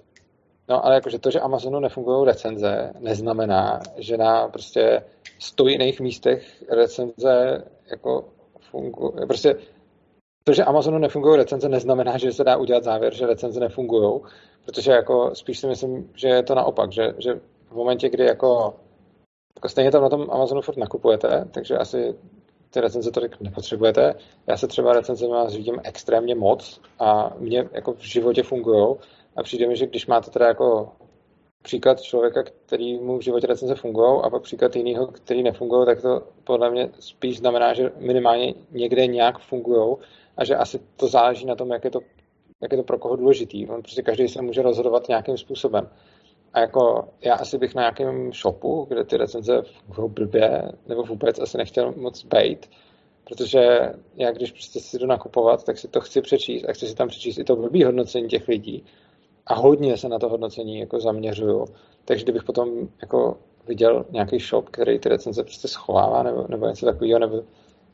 No, ale jakože to, že Amazonu nefungují recenze, neznamená, že na prostě sto jiných místech recenze jako fungují. Prostě to, že Amazonu nefungují recenze, neznamená, že se dá udělat závěr, že recenze nefungují, protože jako spíš si myslím, že je to naopak, že, že v momentě, kdy jako, jako stejně tam na tom Amazonu furt nakupujete, takže asi ty recenze tolik nepotřebujete. Já se třeba recenzemi řídím extrémně moc a mě jako v životě fungujou. A přijde mi, že když máte teda jako příklad člověka, který mu v životě recenze fungují, a pak příklad jiného, který nefungují, tak to podle mě spíš znamená, že minimálně někde nějak fungují a že asi to záleží na tom, jak je to, jak je to pro koho důležitý. On prostě každý se může rozhodovat nějakým způsobem. A jako já asi bych na nějakém shopu, kde ty recenze fungují blbě, nebo vůbec asi nechtěl moc bejt, protože já když prostě si jdu nakupovat, tak si to chci přečíst a chci si tam přečíst i to blbý hodnocení těch lidí. A hodně se na to hodnocení jako zaměřuju. Takže kdybych potom jako viděl nějaký shop, který ty recenze prostě schovává nebo, nebo něco takového, nebo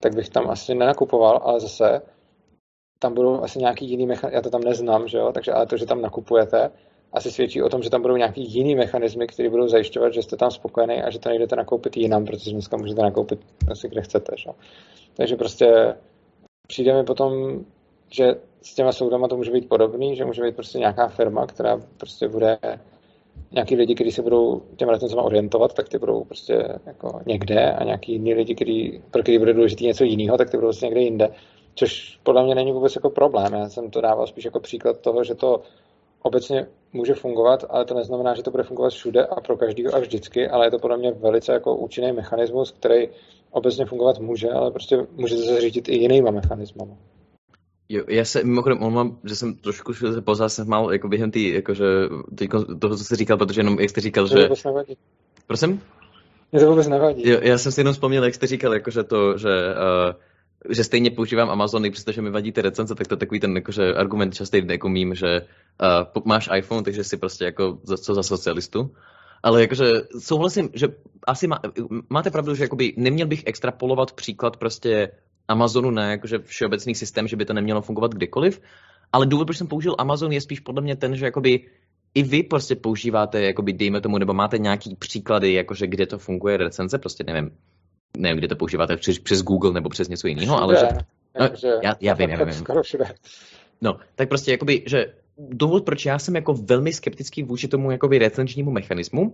tak bych tam asi nenakupoval, ale zase tam budou asi nějaký jiný mechanismy, já to tam neznám, že jo, takže ale to, že tam nakupujete, asi svědčí o tom, že tam budou nějaký jiný mechanismy, které budou zajišťovat, že jste tam spokojený a že to nejdete nakoupit jinam, protože dneska můžete nakoupit asi kde chcete. Že? Takže prostě přijde mi potom, že s těma soudama to může být podobný, že může být prostě nějaká firma, která prostě bude nějaký lidi, kteří se budou těma recenzema orientovat, tak ty budou prostě jako někde a nějaký jiný lidi, který, pro který bude důležitý něco jiného, tak ty budou prostě někde jinde. Což podle mě není vůbec jako problém. Já jsem to dával spíš jako příklad toho, že to obecně může fungovat, ale to neznamená, že to bude fungovat všude a pro každého a vždycky, ale je to podle mě velice jako účinný mechanismus, který obecně fungovat může, ale prostě může se řídit i jinýma mechanismama. Jo, já se mimochodem omlouvám, že jsem trošku pozval jsem mal jako během tý, jakože toho, co jsi říkal, protože jenom jak jste říkal, to že... vůbec nevadí. Prosím? Mě to vůbec nevadí. Jo, já jsem si jenom vzpomněl, jak jste říkal, jakože to, že... Uh, že stejně používám Amazon, i přestože mi vadí ty recenze, tak to je takový ten jakože argument častý jako mím, že uh, máš iPhone, takže si prostě jako za, co za socialistu. Ale jakože souhlasím, že asi má, máte pravdu, že jakoby neměl bych extrapolovat příklad prostě Amazonu na jakože všeobecný systém, že by to nemělo fungovat kdykoliv, ale důvod, proč jsem použil Amazon, je spíš podle mě ten, že jakoby i vy prostě používáte, jakoby dejme tomu, nebo máte nějaký příklady, jakože kde to funguje recenze, prostě nevím, nevím, kde to používáte, přes, přes Google nebo přes něco jiného, ale že... No, já, já vím, já vím. Skoro všude. No, tak prostě jakoby, že důvod, proč já jsem jako velmi skeptický vůči tomu jakoby recenčnímu mechanismu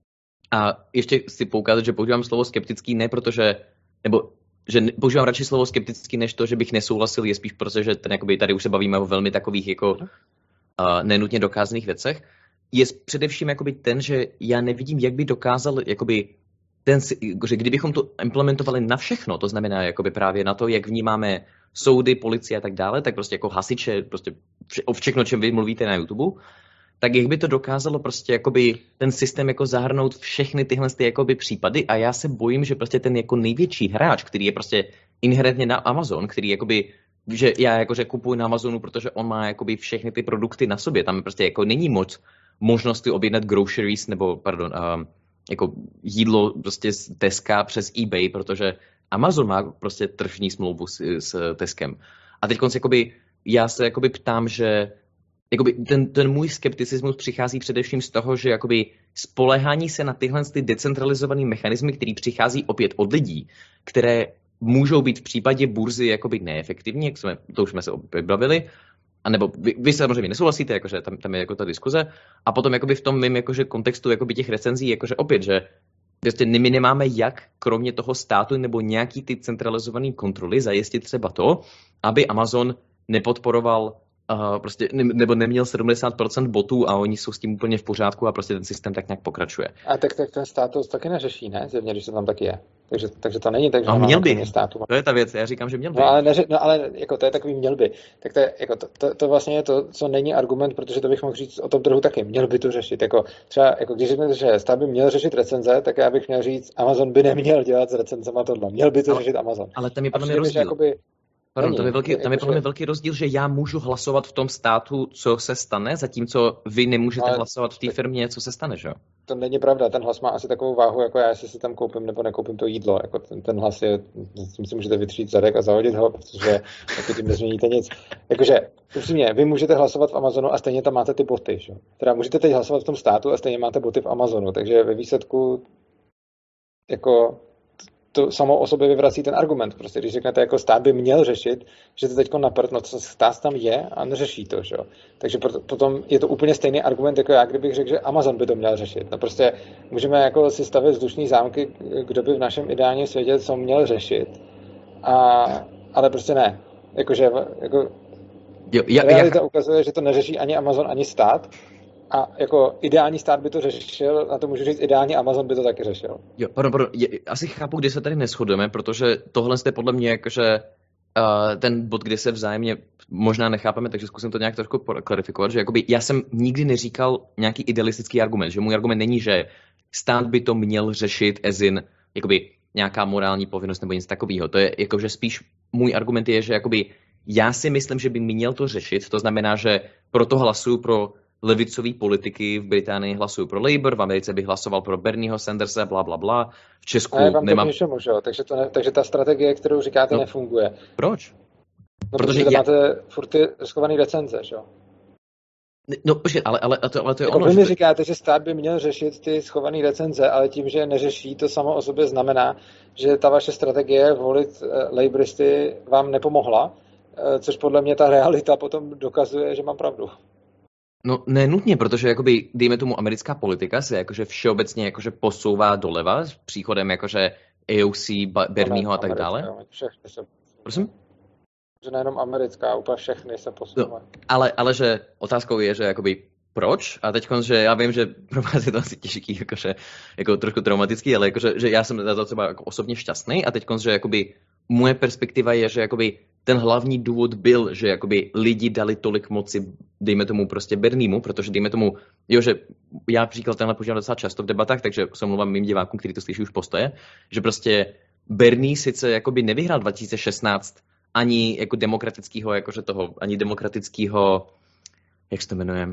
a ještě si poukázat, že používám slovo skeptický ne protože, nebo že používám radši slovo skeptický než to, že bych nesouhlasil, je spíš proto, že ten, jakoby, tady už se bavíme o velmi takových jako uh, nenutně dokázaných věcech, je především jakoby ten, že já nevidím, jak by dokázal jakoby ten, že kdybychom to implementovali na všechno, to znamená jakoby právě na to, jak vnímáme soudy, policie a tak dále, tak prostě jako hasiče, prostě o všechno, čem vy mluvíte na YouTube, tak jak by to dokázalo prostě jakoby ten systém jako zahrnout všechny tyhle ty jakoby případy a já se bojím, že prostě ten jako největší hráč, který je prostě inherentně na Amazon, který jakoby, že já jakože kupuji na Amazonu, protože on má jakoby všechny ty produkty na sobě, tam prostě jako není moc možnosti objednat groceries nebo, pardon, um, jako jídlo prostě z Teska přes eBay, protože Amazon má prostě tržní smlouvu s, s Teskem. A teď konc, jakoby, já se jakoby ptám, že jakoby, ten, ten můj skepticismus přichází především z toho, že jakoby spolehání se na tyhle ty decentralizované mechanismy, které přichází opět od lidí, které můžou být v případě burzy jakoby neefektivní, jak jsme, to už jsme se opět bavili, a nebo vy, vy samozřejmě nesouhlasíte, jakože tam, tam je jako ta diskuze, a potom jakoby v tom mým jakože kontextu jakoby těch recenzí, jakože opět, že prostě my nemáme jak, kromě toho státu nebo nějaký ty centralizované kontroly, zajistit třeba to, aby Amazon nepodporoval uh, prostě, ne, nebo neměl sedmdesát procent botů a oni jsou s tím úplně v pořádku a prostě ten systém tak nějak pokračuje. A tak, tak ten stát to taky neřeší, ne? Zjevně, když to tam taky je. Takže, takže to není tak, že no, měl by. Státu. To je ta věc, já říkám, že měl by. No ale, neři, no, ale jako to je takový měl by. Tak to, je, jako to, to, to vlastně je to, co není argument, protože to bych mohl říct o tom trhu taky. Měl by to řešit. Jako, třeba, jako když řeknete, že stát by měl řešit recenze, tak já bych měl říct, Amazon by neměl dělat s recenzema tohle. Měl by to ale, řešit Amazon. Ale tam je podle mě rozdíl. Jakoby, Pardon, není, tam je, velký, tam je podle mě velký rozdíl, že já můžu hlasovat v tom státu, co se stane, zatímco vy nemůžete ale hlasovat v té firmě, co se stane, že jo? To není pravda, ten hlas má asi takovou váhu, jako já, jestli si tam koupím nebo nekoupím to jídlo. Jako ten, ten hlas je, tím si můžete vytřít zadek a zahodit ho, protože jako tím nezměníte nic. Jakože, upřímně, vy můžete hlasovat v Amazonu a stejně tam máte ty boty, že? Teda můžete teď hlasovat v tom státu a stejně máte boty v Amazonu, takže ve výsledku jako to samo o sobě vyvrací ten argument. Prostě když řeknete, jako stát by měl řešit, že to teďko naprt, no co stát tam je a neřeší to, že jo. Takže potom je to úplně stejný argument, jako já, kdybych řekl, že Amazon by to měl řešit. No prostě můžeme jako si stavět vzdušný zámky, kdo by v našem ideálním světě co měl řešit, a, ale prostě ne. Jakože, jako, jo, já, realita já... ukazuje, že to neřeší ani Amazon, ani stát. A jako ideální stát by to řešil, na to můžu říct, ideální Amazon by to taky řešil. Jo, pardon, pardon, je, asi chápu, kdy se tady neshodujeme, protože tohle je podle mě jakože uh, ten bod, kde se vzájemně možná nechápeme, takže zkusím to nějak trošku klarifikovat, že jakoby já jsem nikdy neříkal nějaký idealistický argument, že můj argument není, že stát by to měl řešit as in, jakoby nějaká morální povinnost nebo nic takového. To je jakože spíš můj argument je, že jakoby já si myslím, že by měl to řešit, to znamená, že proto hlasuju pro levicové politiky v Británii hlasují pro Labour, v Americe bych hlasoval pro Bernieho Sandersa, bla, bla, bla. V Česku ne, vám nemám... to něčemu, že jo? Takže, to ne, takže ta strategie, kterou říkáte, no, nefunguje. Proč? No, protože protože já... máte furt ty schovaný recenze, že jo? No, počkej, ale, ale, ale, to, ale to je jako ono. Vy mi že... říkáte, že stát by měl řešit ty schované recenze, ale tím, že je neřeší, to samo o sobě znamená, že ta vaše strategie volit uh, Labouristy vám nepomohla, uh, což podle mě ta realita potom dokazuje, že mám pravdu. No ne nutně, protože jakoby, dejme tomu, americká politika se jakože všeobecně jakože posouvá doleva s příchodem jakože A O C, Bernieho a tak dále. Všechny se... Prosím? Že nejenom americká, úplně všechny se posouvají. No, ale, ale že otázkou je, že jakoby proč? A teď, že já vím, že pro vás je to asi těžký, jakože, jako trošku traumatický, ale jakože, že já jsem za to třeba jako osobně šťastný a teď, že jakoby moje perspektiva je, že jakoby ten hlavní důvod byl, že jakoby lidi dali tolik moci, dejme tomu prostě Berniemu, protože dejme tomu, jo, že já příklad tenhle používám docela často v debatách, takže se omlouvám mým divákům, kteří to slyší už postoje, že prostě Bernie sice jakoby nevyhrál dva tisíce šestnáct ani jako demokratického, jakože toho, ani demokratického, jak se to jmenuje,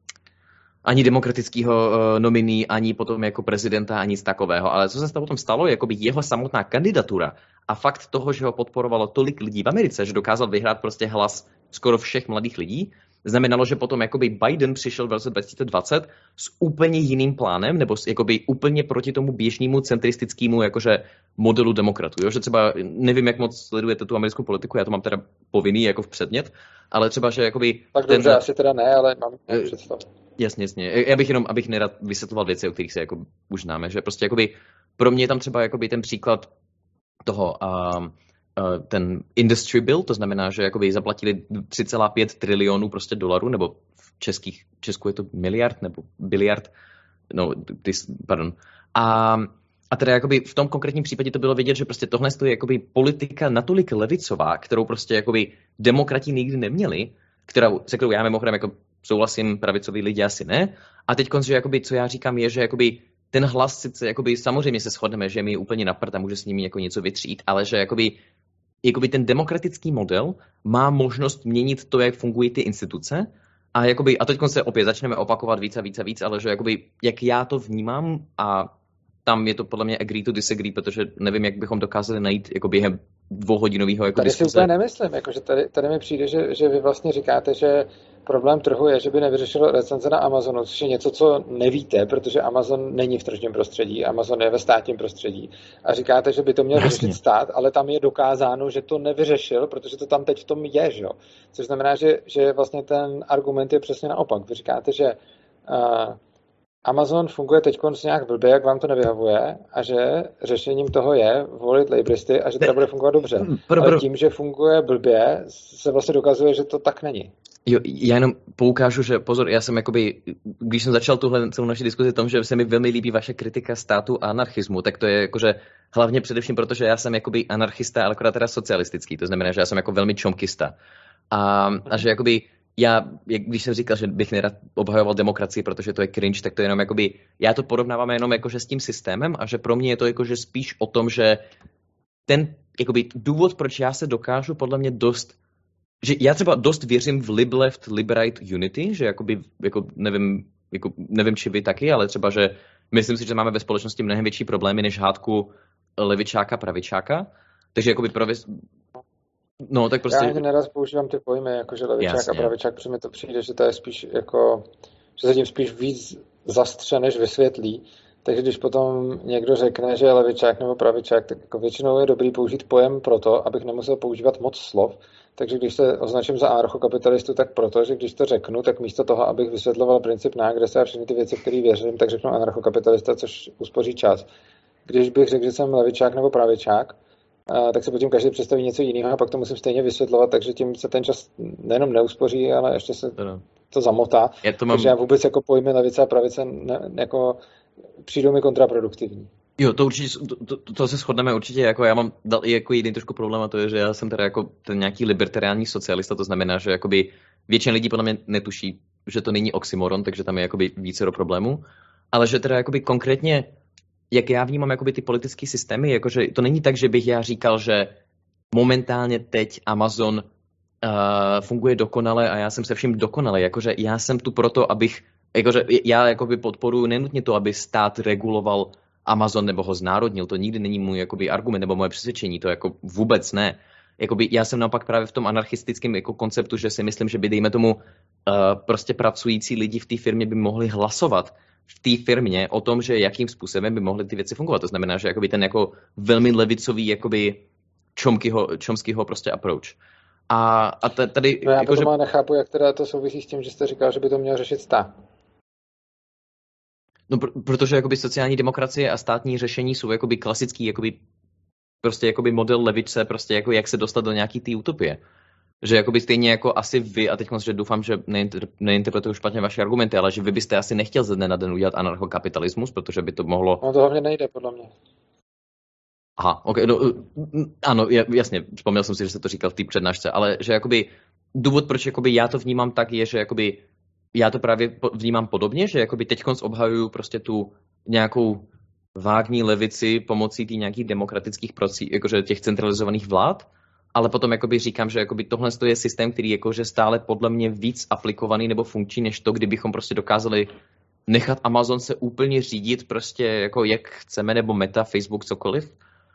ani demokratického uh, nominí, ani potom jako prezidenta, ani nic takového. Ale co se potom stalo, jakoby jeho samotná kandidatura a fakt toho, že ho podporovalo tolik lidí v Americe, že dokázal vyhrát prostě hlas skoro všech mladých lidí, znamenalo, že potom jakoby Biden přišel v roce dva tisíce dvacet s úplně jiným plánem, nebo s, jakoby úplně proti tomu běžnému centristickému jakože modelu demokratů. Jo? Že třeba, nevím, jak moc sledujete tu americkou politiku, já to mám teda povinný jako v předmět, ale třeba, že jakoby... Tak ten... dobře, asi teda ne, ale mám uh, představu. Jasně, jasně. Já bych jenom, abych nerad vysvětloval věci, o kterých se jako už známe, že prostě jakoby pro mě je tam třeba jakoby ten příklad toho... Uh, ten industry bill, to znamená, že jakoby zaplatili tři celá pět trilionů prostě dolarů, nebo v českých, v Česku je to miliard, nebo biliard, no, pardon. A, a teda jakoby v tom konkrétním případě to bylo vidět, že prostě tohle je jakoby politika natolik levicová, kterou prostě jakoby demokrati nikdy neměli, kterou, se kterou já mimochodem jako souhlasím, pravicoví lidi asi ne. A teď že jakoby, co já říkám je, že jakoby ten hlas sice, jakoby samozřejmě se shodneme, že mi je úplně na prd a může s nimi jako něco vytřít, ale že jakoby jakoby ten demokratický model má možnost měnit to, jak fungují ty instituce a, jakoby, a teď se opět začneme opakovat víc a víc a víc, ale že jakoby, jak já to vnímám a tam je to podle mě agree to disagree, protože nevím, jak bychom dokázali najít jako během dvouhodinového jako tady diskuse. Si úplně nemyslím, jako, že tady, tady mi přijde, že, že vy vlastně říkáte, že problém trhu je, že by nevyřešil recenze na Amazonu, což je něco, co nevíte, protože Amazon není v tržním prostředí, Amazon je ve státním prostředí. A říkáte, že by to měl vyřešit stát, ale tam je dokázáno, že to nevyřešil, protože to tam teď v tom je, že jo. Což znamená, že, že vlastně ten argument je přesně naopak. Vy říkáte, že uh, Amazon funguje teď nějak blbě, jak vám to nevyhovuje a že řešením toho je volit Labouristy a že to bude fungovat dobře. Pro, Ale pro. tím, že funguje blbě, se vlastně dokazuje, že to tak není. Jo, já jenom poukážu, že pozor, já jsem jakoby, když jsem začal tuhle celou naši diskuzi tom, že se mi velmi líbí vaše kritika státu a anarchismu, tak to je jakože hlavně především proto, že já jsem jakoby anarchista, ale akorát teda socialistický, to znamená, že já jsem jako velmi čomkista. A, a že jakoby já, když jsem říkal, že bych nerad obhajoval demokracii, protože to je cringe, tak to je jenom jakoby, já to porovnávám jenom jakože s tím systémem a že pro mě je to jakože spíš o tom, že ten jakoby důvod, proč já se dokážu podle mě dost, že já třeba dost věřím v lib-left, lib-right unity, že jakoby, jako nevím, jako nevím, či vy taky, ale třeba, že myslím si, že máme ve společnosti mnohem větší problémy než hádku levičáka, pravičáka, takže jakoby pro no, tak prostě... Já ani neraz používám ty pojmy, jakože levičák Jasně. a pravičák, protože mi to přijde, že to je spíš jako, že se tím spíš víc zastře, než vysvětlí. Takže když potom někdo řekne, že je levičák nebo pravičák, tak jako většinou je dobrý použít pojem proto, abych nemusel používat moc slov. Takže když se označím za anarchokapitalistu, tak proto, že když to řeknu, tak místo toho, abych vysvětloval princip na agrese a všechny ty věci, které věřím, tak řeknu anarchokapitalista, což uspoří čas. Když bych řekl, že jsem levičák nebo pravičák, tak se potom každý představí něco jiného a pak to musím stejně vysvětlovat, takže tím se ten čas nejenom neuspoří, ale ještě se to zamotá. Já to mám... Takže já vůbec jako pojmy levice a pravice ne, jako přijdou mi kontraproduktivní. Jo, to určitě, to, to, to se shodneme určitě, jako já mám jako jediný trošku problém a to je, že já jsem teda jako ten nějaký libertariánní socialista, to znamená, že jakoby většina lidí podle mě netuší, že to není oxymoron, takže tam je jakoby vícero problémů, ale že teda jakoby konkrétně jak já vnímám jakoby ty politické systémy, jakože to není tak, že bych já říkal, že momentálně teď Amazon uh, funguje dokonale a já jsem se vším dokonale. Jakože já jsem tu proto, abych, jakože já jakoby podporuji nenutně to, aby stát reguloval Amazon nebo ho znárodnil. To nikdy není můj jakoby argument nebo moje přesvědčení. To jako vůbec ne. Jakoby já jsem naopak právě v tom anarchistickém jako konceptu, že si myslím, že by, dejme tomu, uh, prostě pracující lidi v té firmě by mohli hlasovat v té firmě o tom, že jakým způsobem by mohly ty věci fungovat. To znamená, že jakoby ten jako velmi levicový jakoby Chomskyho, Chomskyho prostě approach. A, a tady... No já jako, potom že... nechápu, jak teda to souvisí s tím, že jste říkal, že by to měl řešit stát. No, pr- protože jakoby sociální demokracie a státní řešení jsou jakoby klasický jakoby prostě jakoby model levice, prostě jako jak se dostat do nějaký té utopie. Že jakoby stejně jako asi vy, a teď že doufám, že neinter- neinterpretuju špatně vaše argumenty, ale že vy byste asi nechtěl ze dne na den udělat anarchokapitalismus, protože by to mohlo... No to hlavně nejde, podle mě. Aha, ok, no, ano, jasně, vzpomněl jsem si, že jste to říkal v té přednášce, ale že jakoby důvod, proč jakoby já to vnímám tak, je, že jakoby já to právě vnímám podobně, že jakoby teďkonc obhajuju prostě tu nějakou vágní levici pomocí tý nějakých demokratických procí, jakože těch centralizovaných vlád, ale potom jakoby říkám, že jakoby tohle je systém, který jakože stále podle mě víc aplikovaný nebo funkční, než to, kdybychom prostě dokázali nechat Amazon se úplně řídit prostě jako jak chceme, nebo Meta, Facebook, cokoliv,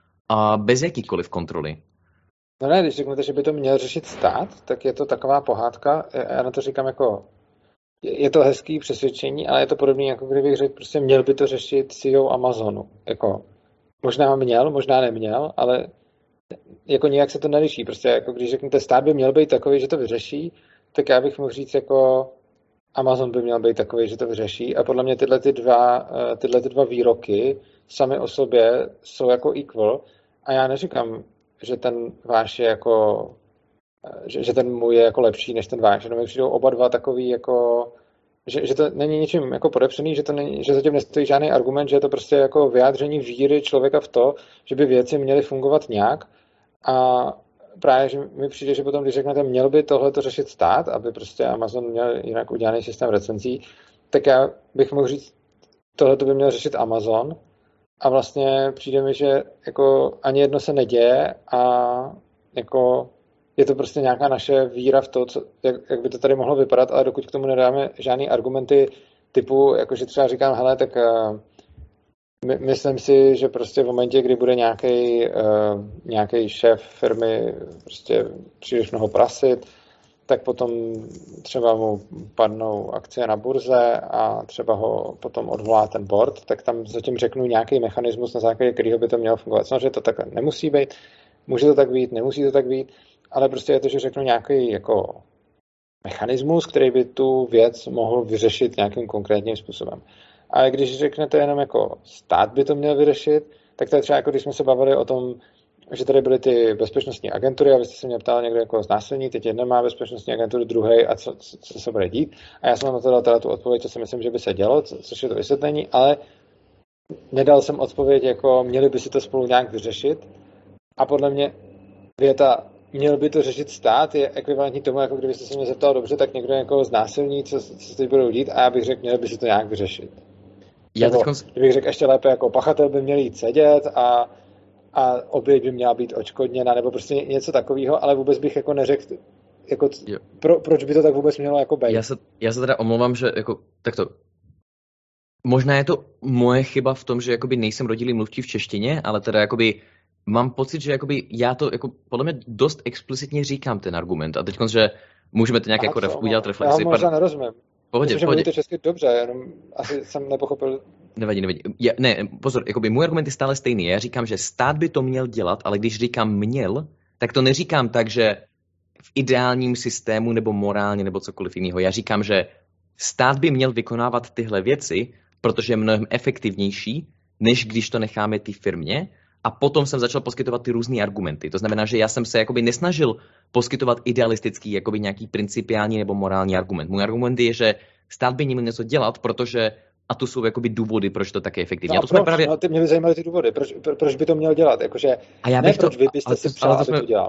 a bez jakýkoliv kontroly. No ne, když řeknete, že by to měl řešit stát, tak je to taková pohádka, já na to říkám jako, je to hezký přesvědčení, ale je to podobné, jako kdybych řekl, prostě měl by to řešit C E O Amazonu. Jako, možná měl, možná neměl, ale jako nějak se to neliší. Prostě jako když řeknete, stát by měl být takový, že to vyřeší, tak já bych mohl říct jako Amazon by měl být takový, že to vyřeší. A podle mě tyhle ty dva, tyhle ty dva výroky sami o sobě jsou jako equal. A já neříkám, že ten váš je jako, že, že ten můj je jako lepší než ten váš. Jenom mi přijdou oba dva takový jako, že, že to není ničím jako podepřený, že to není, že zatím nestojí žádný argument, že je to prostě jako vyjádření víry člověka v to, že by věci měly fungovat nějak. A právě, že mi přijde, že potom, když řeknete, měl by tohleto řešit stát, aby prostě Amazon měl jinak udělaný systém recenzí, tak já bych mohl říct, tohleto by měl řešit Amazon a vlastně přijde mi, že jako ani jedno se neděje a jako je to prostě nějaká naše víra v to, co, jak, jak by to tady mohlo vypadat, ale dokud k tomu nedáme žádný argumenty typu, jakože třeba říkám, hele, tak uh, my, myslím si, že prostě v momentě, kdy bude nějaký uh, nějaký šéf firmy prostě příliš mnoho prasit, tak potom třeba mu padnou akcie na burze a třeba ho potom odvolá ten board, tak tam zatím řeknu nějaký mechanismus, na základě kterého by to mělo fungovat. Samozřejmě to tak nemusí být, může to tak být, nemusí to tak být, ale prostě je to, že řeknu nějaký jako mechanismus, který by tu věc mohl vyřešit nějakým konkrétním způsobem. Ale když řeknete jenom jako stát by to měl vyřešit, tak to je třeba jako když jsme se bavili o tom, že tady byly ty bezpečnostní agentury a vy jste se mě ptal někdo jako znásilní, teď jedna má bezpečnostní agenturu, druhý a co, co, co se bude dít. A já jsem na to dal teda tu odpověď, co si myslím, že by se dělo, co, což je to vysvětlení, ale nedal jsem odpověď jako měli by si to spolu nějak vyřešit a podle mě věta měl by to řešit stát je ekvivalentní tomu, jako kdybyste se mě zeptal dobře, tak někdo někoho znásilní, co, co teď budou dít a já bych řekl, měli by si to nějak vyřešit. Já Nebo, teďko... kdybych řekl ještě lépe, jako pachatel by měl jít sedět a a oběť by měla být odškodněna, nebo prostě něco takového, ale vůbec bych jako neřekl, jako, pro, proč by to tak vůbec mělo jako být. Já se, já se teda omlouvám, že jako, takto, možná je to moje chyba v tom, že jakoby nejsem rodilý mluvčí v češtině, ale teda jakoby mám pocit, že jakoby já to jako podle mě dost explicitně říkám ten argument a teď, že můžeme to nějak Aha, jako co, ref, udělat no. reflexi. Já možná nerozumím. Pohodě, Myslím, že pohodě. mluvíte česky dobře, jenom asi jsem nepochopil. Nevadí, nevadí. Já, ne, pozor, jakoby můj argument je stále stejný. Já říkám, že stát by to měl dělat, ale když říkám měl, tak to neříkám tak, že v ideálním systému nebo morálně nebo cokoliv jiného. Já říkám, že stát by měl vykonávat tyhle věci, protože je mnohem efektivnější, než když to necháme té firmě. A potom jsem začal poskytovat ty různé argumenty. To znamená, že já jsem se jakoby nesnažil poskytovat idealistický, jakoby nějaký principiální nebo morální argument. Můj argument je, že stát by měl něco dělat, protože a tu jsou jakoby důvody, proč to tak je efektivní. No a to proč? Jsme právě... No, ty mě by zajímaly ty důvody. Proč, pro, proč by to měl dělat? Jakože, a já ne bych proč to... vy byste si přál, aby jsme... to dělal.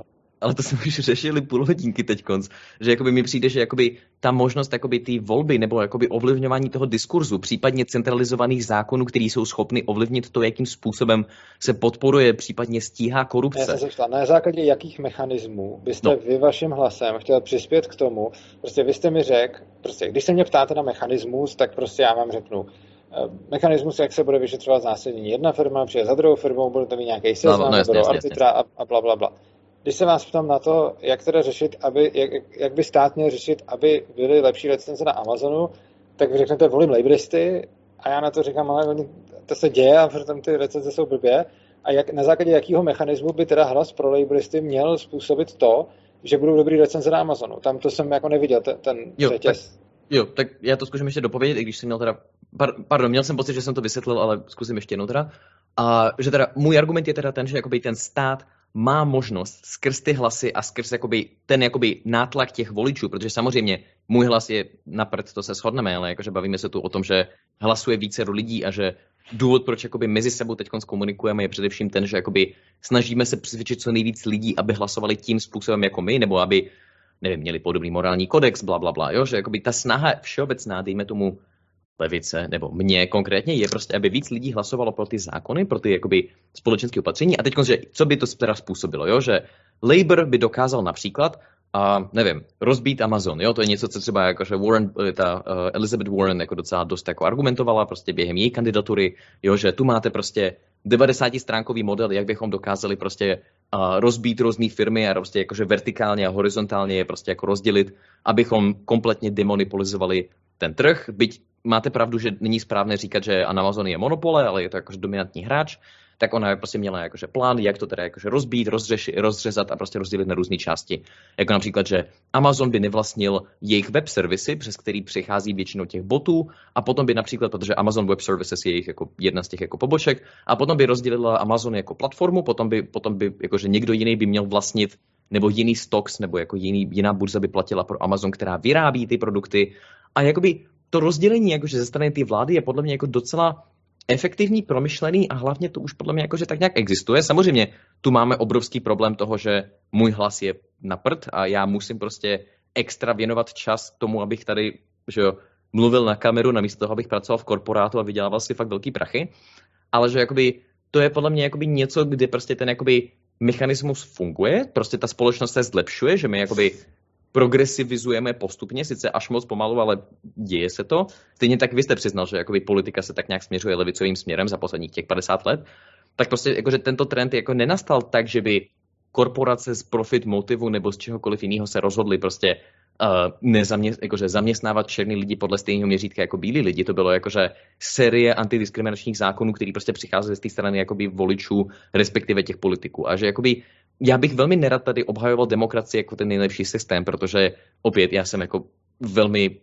ale to jsme už řešili půl hodinky teďkonc, že jakoby mi přijde, že jakoby ta možnost jakoby ty volby nebo jakoby ovlivňování toho diskurzu, případně centralizovaných zákonů, který jsou schopny ovlivnit to, jakým způsobem se podporuje, případně stíhá korupce. Já jsem se ptal, na základě jakých mechanismů byste no. vy vaším hlasem chtěl přispět k tomu, prostě vy jste mi řekl, prostě když se mě ptáte na mechanismus, tak prostě já vám řeknu, mechanismus, jak se bude vyšetřovat znásilnění. Jedna firma přijde za druhou firmou, bude to mít nějaký seznam, no, no, budou arbitra a, a bla, bla, bla. Když se vás ptám na to, jak teda řešit, aby, jak, jak by stát měl řešit, aby byly lepší recenze na Amazonu, tak vy řeknete, volím labouristy a já na to říkám, ale to se děje a tam ty recenze jsou blbě. A jak, na základě jakého mechanismu by teda hlas pro labouristy měl způsobit to, že budou dobrý recenze na Amazonu? Tam to jsem jako neviděl, ten, ten jo, řetěz. Tak, jo, tak já to zkusím ještě dopovědět, i když jsem měl teda, pardon, měl jsem pocit, že jsem to vysvětlil, ale zkusím ještě jednou teda. A že teda můj argument je teda ten, že jakoby ten stát má možnost skrz ty hlasy a skrz jakoby ten jakoby nátlak těch voličů, protože samozřejmě můj hlas je na prd, to se shodneme, ale jakože bavíme se tu o tom, že hlasuje více lidí a že důvod, proč jakoby mezi sebou teď komunikujeme, je především ten, že jakoby snažíme se přesvědčit co nejvíc lidí, aby hlasovali tím způsobem jako my, nebo aby, nevím, měli podobný morální kodex, bla, bla, bla, jo, že jakoby ta snaha všeobecná, dejme tomu levice, nebo mě konkrétně, je prostě, aby víc lidí hlasovalo pro ty zákony, pro ty jakoby společenské opatření. A teď, že co by to teda způsobilo, jo? Že Labour by dokázal například, a nevím, rozbít Amazon, jo? To je něco, co třeba jakože Warren, ta uh, Elizabeth Warren jako docela dost jako argumentovala prostě během její kandidatury, jo? Že tu máte prostě devadesátistránkový model, jak bychom dokázali prostě uh, rozbít různé firmy a prostě jakože vertikálně a horizontálně je prostě jako rozdělit, abychom kompletně demonopolizovali ten trh, byť máte pravdu, že není správné říkat, že Amazon je monopole, ale je to jakože dominantní hráč, tak ona prostě měla jakože plán, jak to teda jakože rozbít, rozřeši, rozřezat a prostě rozdělit na různé části. Jako například, že Amazon by nevlastnil jejich web servisy, přes který přichází většinou těch botů, a potom by například, protože Amazon Web Services je jejich jako jedna z těch jako poboček, a potom by rozdělila Amazon jako platformu, potom by, potom by jakože někdo jiný by měl vlastnit, nebo jiný stocks, nebo jako jiný, jiná burza by platila pro Amazon, která vyrábí ty produkty. A jakoby to rozdělení jakože ze strany té vlády je podle mě jako docela efektivní, promyšlený a hlavně to už podle mě jakože tak nějak existuje. Samozřejmě tu máme obrovský problém toho, že můj hlas je na prd a já musím prostě extra věnovat čas tomu, abych tady, že jo, mluvil na kameru namísto toho, abych pracoval v korporátu a vydělával si fakt velký prachy. Ale že jakoby to je podle mě jakoby něco, kde prostě ten jakoby mechanismus funguje, prostě ta společnost se zlepšuje, že my jakoby progresivizujeme postupně, sice až moc pomalu, ale děje se to. Stejně tak vy jste přiznal, že jakoby politika se tak nějak směřuje levicovým směrem za posledních těch padesát let. Tak prostě jakože tento trend jako nenastal tak, že by korporace z profit motivu nebo z čehokoliv jiného se rozhodly prostě uh, nezaměst, jakože zaměstnávat černý lidi podle stejného měřítka jako bílí lidi. To bylo jakože série antidiskriminačních zákonů, které prostě přicházely z té strany jakoby voličů, respektive těch politiků. A že jakoby já bych velmi nerad tady obhajoval demokracii jako ten nejlepší systém, protože opět já jsem jako velmi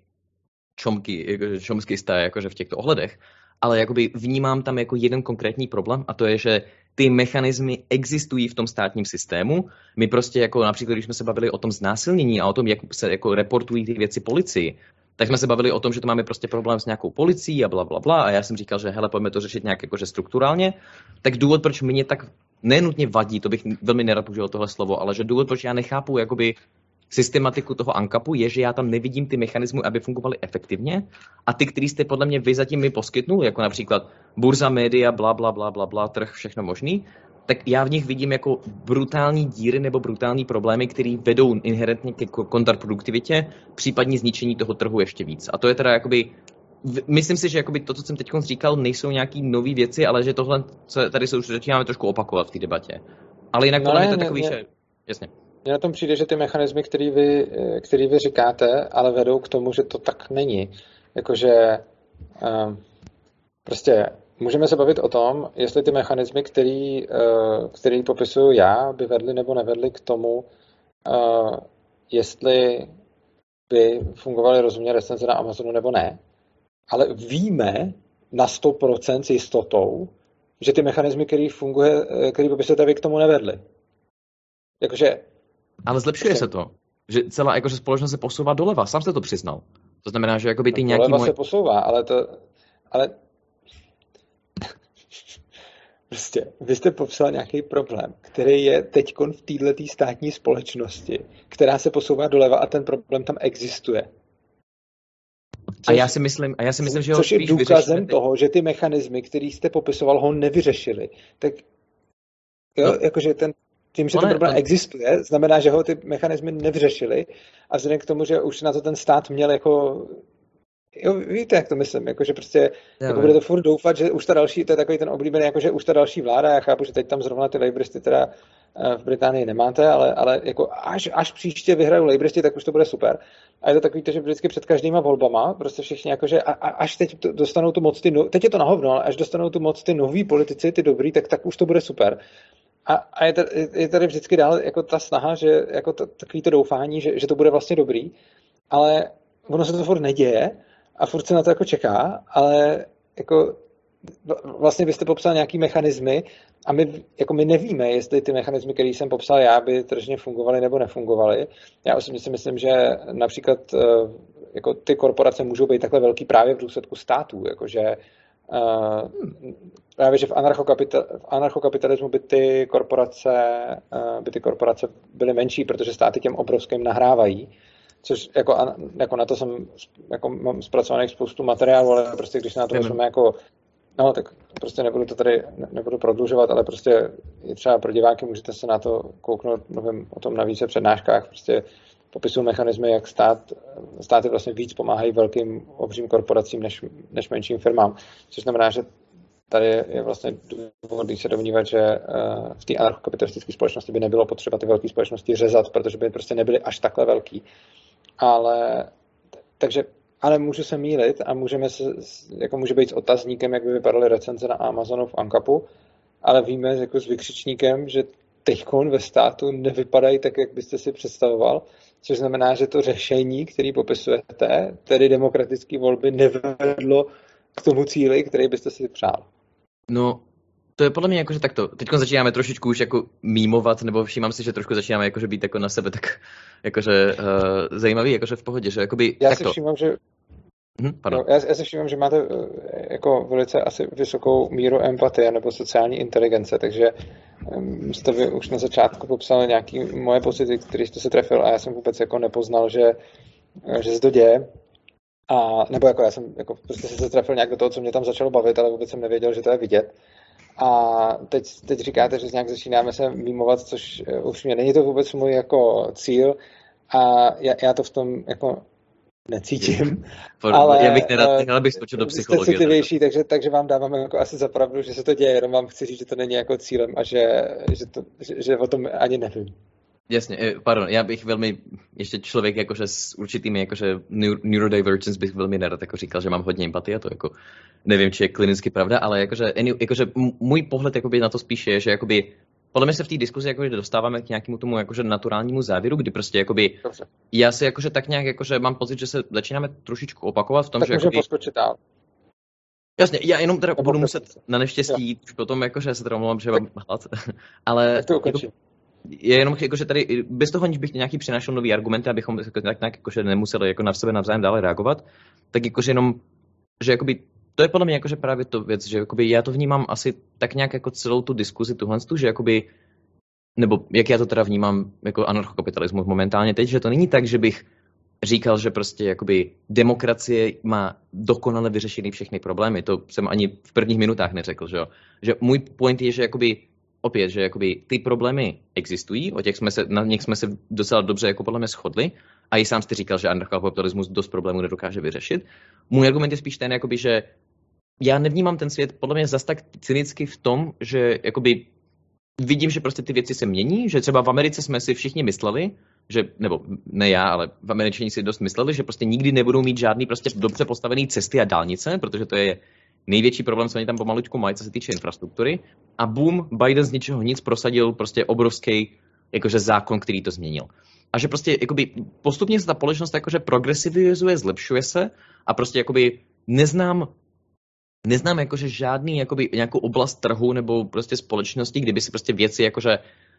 čomky, čomskystá jakože v těchto ohledech, ale jakoby vnímám tam jako jeden konkrétní problém a to je, že ty mechanismy existují v tom státním systému. My prostě jako například, když jsme se bavili o tom znásilnění a o tom, jak se jako reportují ty věci policii, tak jsme se bavili o tom, že to máme prostě problém s nějakou policií a bla, bla, bla. A já jsem říkal, že hele, pojďme to řešit nějak jakože strukturálně. Tak důvod, proč mě tak nenutně vadí, to bych velmi nerad použil tohle slovo, ale že důvod, proč já nechápu jakoby systematiku toho ANCAPu, je, že já tam nevidím ty mechanismy, aby fungovaly efektivně. A ty, který jste podle mě vy zatím mi poskytnul, jako například burza, média, bla, bla, bla, bla, bla, trh, všechno možný, tak já v nich vidím jako brutální díry nebo brutální problémy, které vedou inherentně ke kontraproduktivitě, případně zničení toho trhu ještě víc. A to je teda jakoby, myslím si, že jakoby to, co jsem teď říkal, nejsou nějaký nový věci, ale že tohle, co tady se už začínáme trošku opakovat v té debatě. Ale jinak no, podle mě to je takový, že... Jasně. Mně na tom přijde, že ty mechanismy, který vy, který vy říkáte, ale vedou k tomu, že to tak není. Jakože um, prostě můžeme se bavit o tom, jestli ty mechanismy, který, uh, který popisuju já, by vedly nebo nevedly k tomu, uh, jestli by fungovaly rozumně recenze na Amazonu nebo ne. Ale víme na sto procent s jistotou, že ty mechanismy, který funguje, který popisujete vy, k tomu nevedly. Jakože ale zlepšuje se to, že celá jakože společnost se posouvá doleva, sám jste to přiznal. To znamená, že jakoby ty no, nějaký... Doleva moje... se posouvá, ale to... Ale... Prostě vy jste popsal nějaký problém, který je teďkon v této státní společnosti, která se posouvá doleva a ten problém tam existuje. Což, a já si myslím, a já si myslím, že ho což je důkazem toho, že ty mechanismy, který jste popisoval, ho nevyřešili. Tak jo, no, jakože ten, tím, že ten problém on... existuje, znamená, že ho ty mechanismy nevyřešili a vzhledem k tomu, že už na to ten stát měl jako... Jo, víte, jak to myslím, jakože prostě jako bude to furt doufat, že už ta další, to je takový ten oblíbený, jakože už ta další vláda, já chápu, že teď tam zrovna ty labouristy teda v Británii nemáte, ale, ale jako až, až příště vyhrajou labouristy, tak už to bude super. A je to takový to, že vždycky před každýma volbama prostě všichni jakože a, a až teď dostanou tu moc ty, no, teď je to na hovno, ale až dostanou tu moc ty noví politici, ty dobrý, tak, tak už to bude super. A, a je, tady, je tady vždycky dál jako ta snaha, že jako to, takový to doufání, že, že to bude vlastně dobrý, ale ono se to furt neděje. A furt se na to jako čeká, ale jako vlastně byste popsal nějaký mechanismy a my, jako my nevíme, jestli ty mechanismy, které jsem popsal já, by tržně fungovaly nebo nefungovaly. Já osobně si myslím, že například jako ty korporace můžou být takhle velký právě v důsledku států, jakože uh, právě, že v, anarchokapital, v anarchokapitalismu by ty korporace uh, by ty korporace byly menší, protože státy těm obrovským nahrávají. Což jako, jako na to jsem jako mám zpracovaných spoustu materiálů, ale prostě když se na to vezmeme jako, no tak prostě nebudu to tady, nebudu prodlužovat, ale prostě je třeba pro diváky, můžete se na to kouknout, mluvím o tom na více přednáškách, prostě popisují mechanismy, jak stát, státy vlastně víc pomáhají velkým obřím korporacím než, než menším firmám, což znamená, že tady je vlastně důvod, když se domnívat, že v té anarchokapitalistické společnosti by nebylo potřeba ty velké společnosti řezat, protože by prostě nebyly až takhle velký. Ale, takže, ale můžu se mýlit a můžeme se, jako může být s otazníkem, jak by vypadaly recenze na Amazonu v Ankapu, ale víme jako s vykřičníkem, že teďkon ve státu nevypadají tak, jak byste si představoval, což znamená, že to řešení, který popisujete, tedy demokratické volby, nevedlo k tomu cíli, který byste si přál. No, to je podle mě jakože takto. Teď začínáme trošičku už jako mímovat, nebo všímám si, že trošku začínáme jakože být jako na sebe tak jakože uh, zajímavý, jakože v pohodě, že jakoby já takto. Si všímám, že Hmm, no, já, já si všímám, že máte jako velice asi vysokou míru empatie nebo sociální inteligence, takže um, jste vy už na začátku popsal nějaký moje pocity, které jste se trefil a já jsem vůbec jako nepoznal, že, že se to děje. A, nebo jako já jsem jako prostě se trefil nějak do toho, co mě tam začalo bavit, ale vůbec jsem nevěděl, že to je vidět. A teď, teď říkáte, že nějak začínáme se mýmovat, což už mě není to vůbec můj jako cíl a já, já to v tom jako necítím. For, ale já bych nerad, nechal bych skočil do psychologie. Jste citlivější, takže, takže vám dávám jako asi za pravdu, že se to děje, jenom vám chci říct, že to není jako cílem a že, že, to, že, že o tom ani nevím. Jasně, pardon, já bych velmi, ještě člověk jakože s určitými jakože neurodivergence bych velmi nerad jako říkal, že mám hodně empatie, to jako nevím, či je klinicky pravda, ale jakože, jakože můj pohled jakoby na to spíše je, že jakoby podle mě se v té diskuzi jakože dostáváme k nějakému tomu jakože naturálnímu závěru, kdy prostě jakoby dobře. Já si jakože tak nějak jakože mám pocit, že se začínáme trošičku opakovat v tom, tak že jakoby... poskočit dál. Jasně, já jenom teda budu muset na neštěstí, už potom jakože se teda omlouvám, že mám hlad, ale... Tak to ukončím. Je jenom jako, že tady bez toho, aniž bych nějaký přinášel nový argumenty, abychom tak nějak jakože nemuseli jako na sebe navzájem dále reagovat, tak jakože jenom, že jakoby, to je podle mě jakože právě to věc, že jakoby já to vnímám asi tak nějak jako celou tu diskuzi tuhle, že jakoby, nebo jak já to teda vnímám jako anarchokapitalismus momentálně teď, že to není tak, že bych říkal, že prostě jakoby demokracie má dokonale vyřešený všechny problémy, to jsem ani v prvních minutách neřekl, že jo, že můj point je, že jakoby opět, že jakoby ty problémy existují, o těch jsme se, na nich jsme se docela dobře jako podle mě shodli a i sám jste říkal, že anarchokapitalismus dost problémů nedokáže vyřešit. Můj argument je spíš ten, jakoby, že já nevnímám ten svět podle mě zas tak cynicky v tom, že jakoby vidím, že prostě ty věci se mění, že třeba v Americe jsme si všichni mysleli, že, nebo ne já, ale v Američani si dost mysleli, že prostě nikdy nebudou mít žádný prostě dobře postavený cesty a dálnice, protože to je největší problém, co oni tam pomalučku mají, co se týče infrastruktury. A boom, Biden z ničeho nic prosadil prostě obrovský jakože zákon, který to změnil. A že prostě jakoby postupně se ta společnost jakože progresivizuje, zlepšuje se a prostě jakoby neznám neznám jakože žádný jakoby nějakou oblast trhu nebo prostě společnosti, kdyby si prostě věci jakože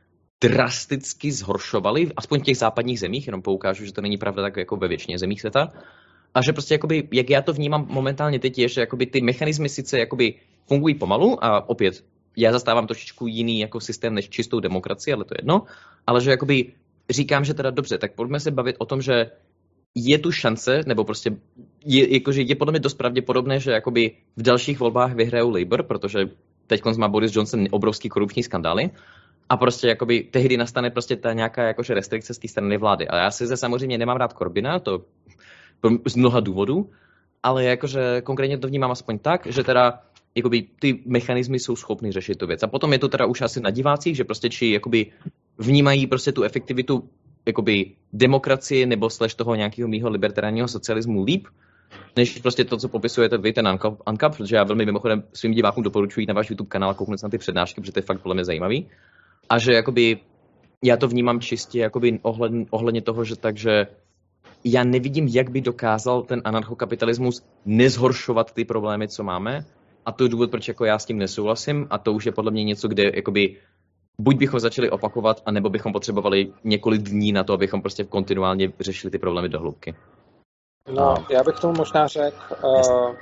drasticky zhoršovaly, aspoň v těch západních zemích, jenom poukážu, že to není pravda tak jako ve většině zemích světa. A že prostě jakoby, jak já to vnímám momentálně teď je, že jakoby ty mechanismy sice jakoby fungují pomalu a opět já zastávám trošičku jiný jako systém než čistou demokracii, ale to je jedno, ale že jakoby říkám, že teda dobře, tak pojďme se bavit o tom, že je tu šance, nebo prostě je, jakože je podle mě dost pravděpodobné, že jakoby v dalších volbách vyhrajou Labour, protože teď má Boris Johnson obrovský korupční skandály a prostě jakoby tehdy nastane prostě ta nějaká jakože restrikce z té strany vlády. A já si zde samozřejmě nemám rád Corbyna, to z mnoha důvodů, ale jakože konkrétně to vnímám aspoň tak, že teda jakoby ty mechanismy jsou schopny řešit tu věc. A potom je to teda už asi na divácích, že prostě či jakoby vnímají prostě tu efektivitu jakoby demokracie nebo slash toho nějakého mýho libertariánního socialismu líp, než prostě to, co popisujete vy, ten Uncap, protože já velmi mimochodem svým divákům doporučuji na váš YouTube kanál kouknout se na ty přednášky, protože to je fakt podle mě zajímavý. A že jakoby já to vnímám čistě jakoby ohledně, ohledně toho, že takže já nevidím, jak by dokázal ten anarchokapitalismus nezhoršovat ty problémy, co máme. A to je důvod, proč jako já s tím nesouhlasím. A to už je podle mě něco, kde jakoby buď bychom začali opakovat, anebo bychom potřebovali několik dní na to, abychom prostě kontinuálně řešili ty problémy do hloubky. No, já bych tomu možná řekl, uh,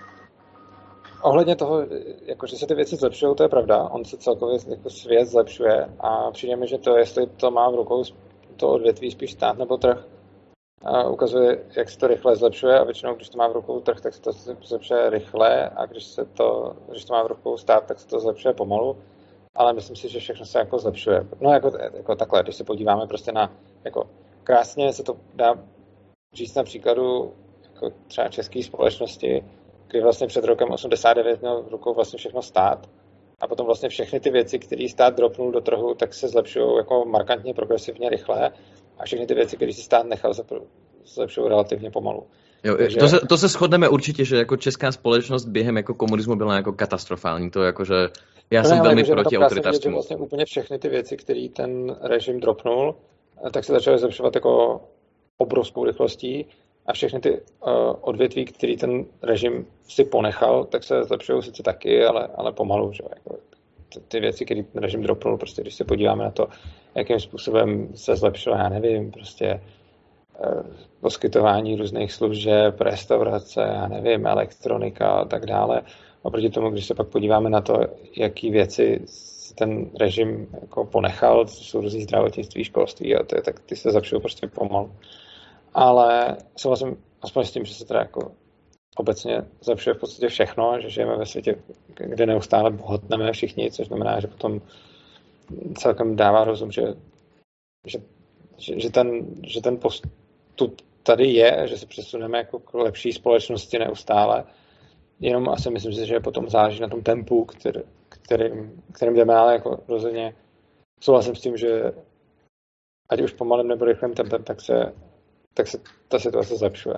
ohledně toho, jako, že se ty věci zlepšují, to je pravda. On se celkově jako svět zlepšuje a přijde mi, že to, jestli to má v rukou to odvětví spíš stát nebo trh, uh, ukazuje, jak se to rychle zlepšuje a většinou, když to má v rukou trh, tak se to zlepšuje rychle a když, se to, když to má v rukou stát, tak se to zlepšuje pomalu. Ale myslím si, že všechno se jako zlepšuje. No jako, jako takhle, když se podíváme prostě na, jako krásně se to dá říct na příkladu jako třeba české společnosti, kdy vlastně před rokem osmdesát devět měl v rukou vlastně všechno stát a potom vlastně všechny ty věci, které stát dropnul do trhu, tak se zlepšují jako markantně, progresivně, rychle a všechny ty věci, které si stát nechal, zlepšují relativně pomalu. Jo, Takže... to, se, to se shodneme určitě, že jako česká společnost během jako komunismu byla jako katastrofální, to jako, že já no jsem ne, velmi jako, proti autoritářskému. Vlastně úplně všechny ty věci, které ten režim dropnul, tak se začaly zlepšovat jako obrovskou rychlostí a všechny ty uh, odvětví, které ten režim si ponechal, tak se zlepšují sice taky, ale, ale pomalu. Že? Jako, ty věci, které ten režim dropnul, prostě když se podíváme na to, jakým způsobem se zlepšilo, já nevím, prostě uh, poskytování různých služeb, restaurace, já nevím, elektronika a tak dále. Oproti tomu, když se pak podíváme na to, jaký věci ten režim jako ponechal, což jsou různý zdravotnictví, školství a to je, tak ty se zlepšují prostě pomalu. Ale souhlasím aspoň s tím, že se teda jako obecně zlepšuje v podstatě všechno, že žijeme ve světě, kde neustále bohatneme všichni, což znamená, že potom celkem dává rozum, že, že, že, že ten, že ten postup tady je, že se přesuneme jako k lepší společnosti neustále. Jenom asi myslím si, že potom záleží na tom tempu, který, kterým, kterým jdeme, ale jako rozhodně souhlasím s tím, že ať už pomalým nebo rychlým tempem, tak se, tak se ta situace zlepšuje.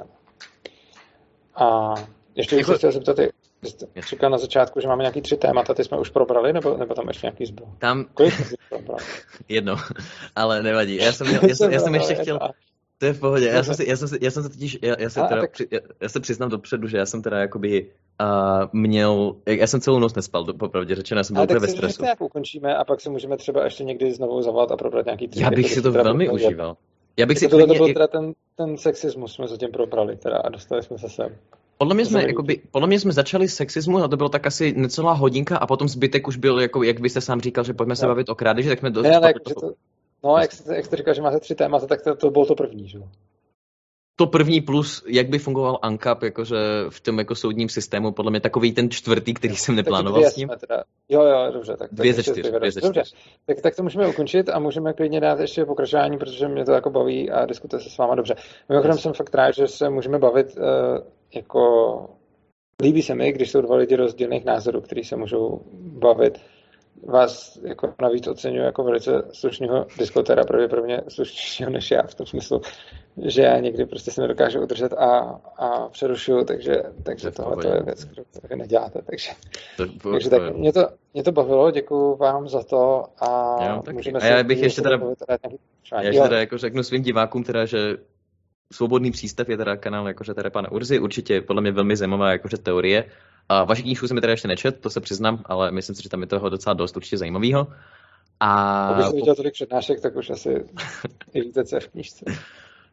A ještě bych se chtěl zeptat, jste říkal na začátku, že máme nějaký tři témata, ty jsme už probrali, nebo, nebo tam ještě nějaký zbyl? Tam... Kolik jsme si probrali? Jedno, ale nevadí. Já jsem, měl, já jsem, já jsem ještě chtěl... To je v pohodě. Já jsem si, já jsem si, já jsem se totiž, já, já, se teda, tak... při, já, já se přiznám dopředu, že já jsem teda jakoby uh, měl, já jsem celou noc nespal, popravdě řečeno, já jsem byl úplně ve stresu. Ale tak si nějak ukončíme a pak si můžeme třeba ještě někdy znovu zavolat a probrat nějaký tři. Já bych si to velmi užíval. Já bych si tohle to byl teda ten, ten sexismus jsme zatím probrali teda a dostali jsme se sem. Podle mě, jsme, jakoby, podle mě jsme začali s sexismu a to bylo tak asi necelá hodinka a potom zbytek už byl, jako, jak byste sám říkal, že pojďme no. se bavit o krádeži, tak jsme dost... Ne, ne, to... No, jak jste, jak jste říkal, že máte tři témata, tak to, to bylo to první, že jo? To první plus, jak by fungoval Uncap, jakože v tom jako soudním systému, podle mě takový ten čtvrtý, který jsem neplánoval s ním. Teda, jo, jo, dobře. Tak, dvě ze čtyř. Dvě ze dobře, tak, tak to můžeme ukončit a můžeme klidně dát ještě pokračování, protože mě to jako baví a diskutuje se s váma dobře. Mimochodem jsem fakt rád, že se můžeme bavit uh, jako... Líbí se mi, když jsou dva lidi rozdílných názorů, kteří se můžou bavit. Vás jako navíc oceňuji jako velice slušného diskutéra, pravděpodobně slušnějšího než já, v tom smyslu, že já někdy prostě se nedokážu udržet a, a přerušuju, takže, takže tohle to je věc, kterou vy neděláte. Takže, to, takže tak, mě to, mě to bavilo, děkuju vám za to a jo, můžeme a se... já bych ještě teda, já ještě teda jako řeknu svým divákům teda, že Svobodný přístav je teda kanál jakože teda pana Urzy, určitě podle mě velmi zajímavá jakože teorie. A vaši knížku jsem mi teda ještě nečet, to se přiznám, ale myslím si, že tam je toho docela dost určitě zajímavého. A... Pokud jsi viděl tolik přednášek, tak už asi i víte, co je v knížce.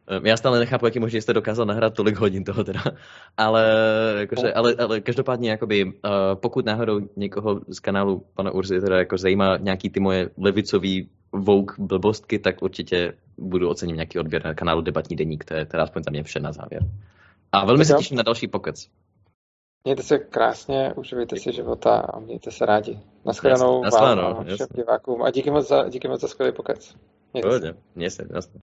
Já stále nechápu, jak je možné, jste dokázal nahrát tolik hodin toho teda. Ale, jakože, ale, ale každopádně, jakoby, uh, pokud náhodou někoho z kanálu pana Urzy teda jako zajímá nějaký ty moje levicový woke blbostky, tak určitě budu ocením nějaký odběr na kanálu Debatní deník, to je teda aspoň za mě vše na závěr. A velmi tak se jo. těším na další pokec. Mějte se krásně, uživejte si života a mějte se rádi. Naschledanou vám a všem divákům. A díky moc za, díky moc za skvělý pokec. Mějte se. Mějte se, jasně.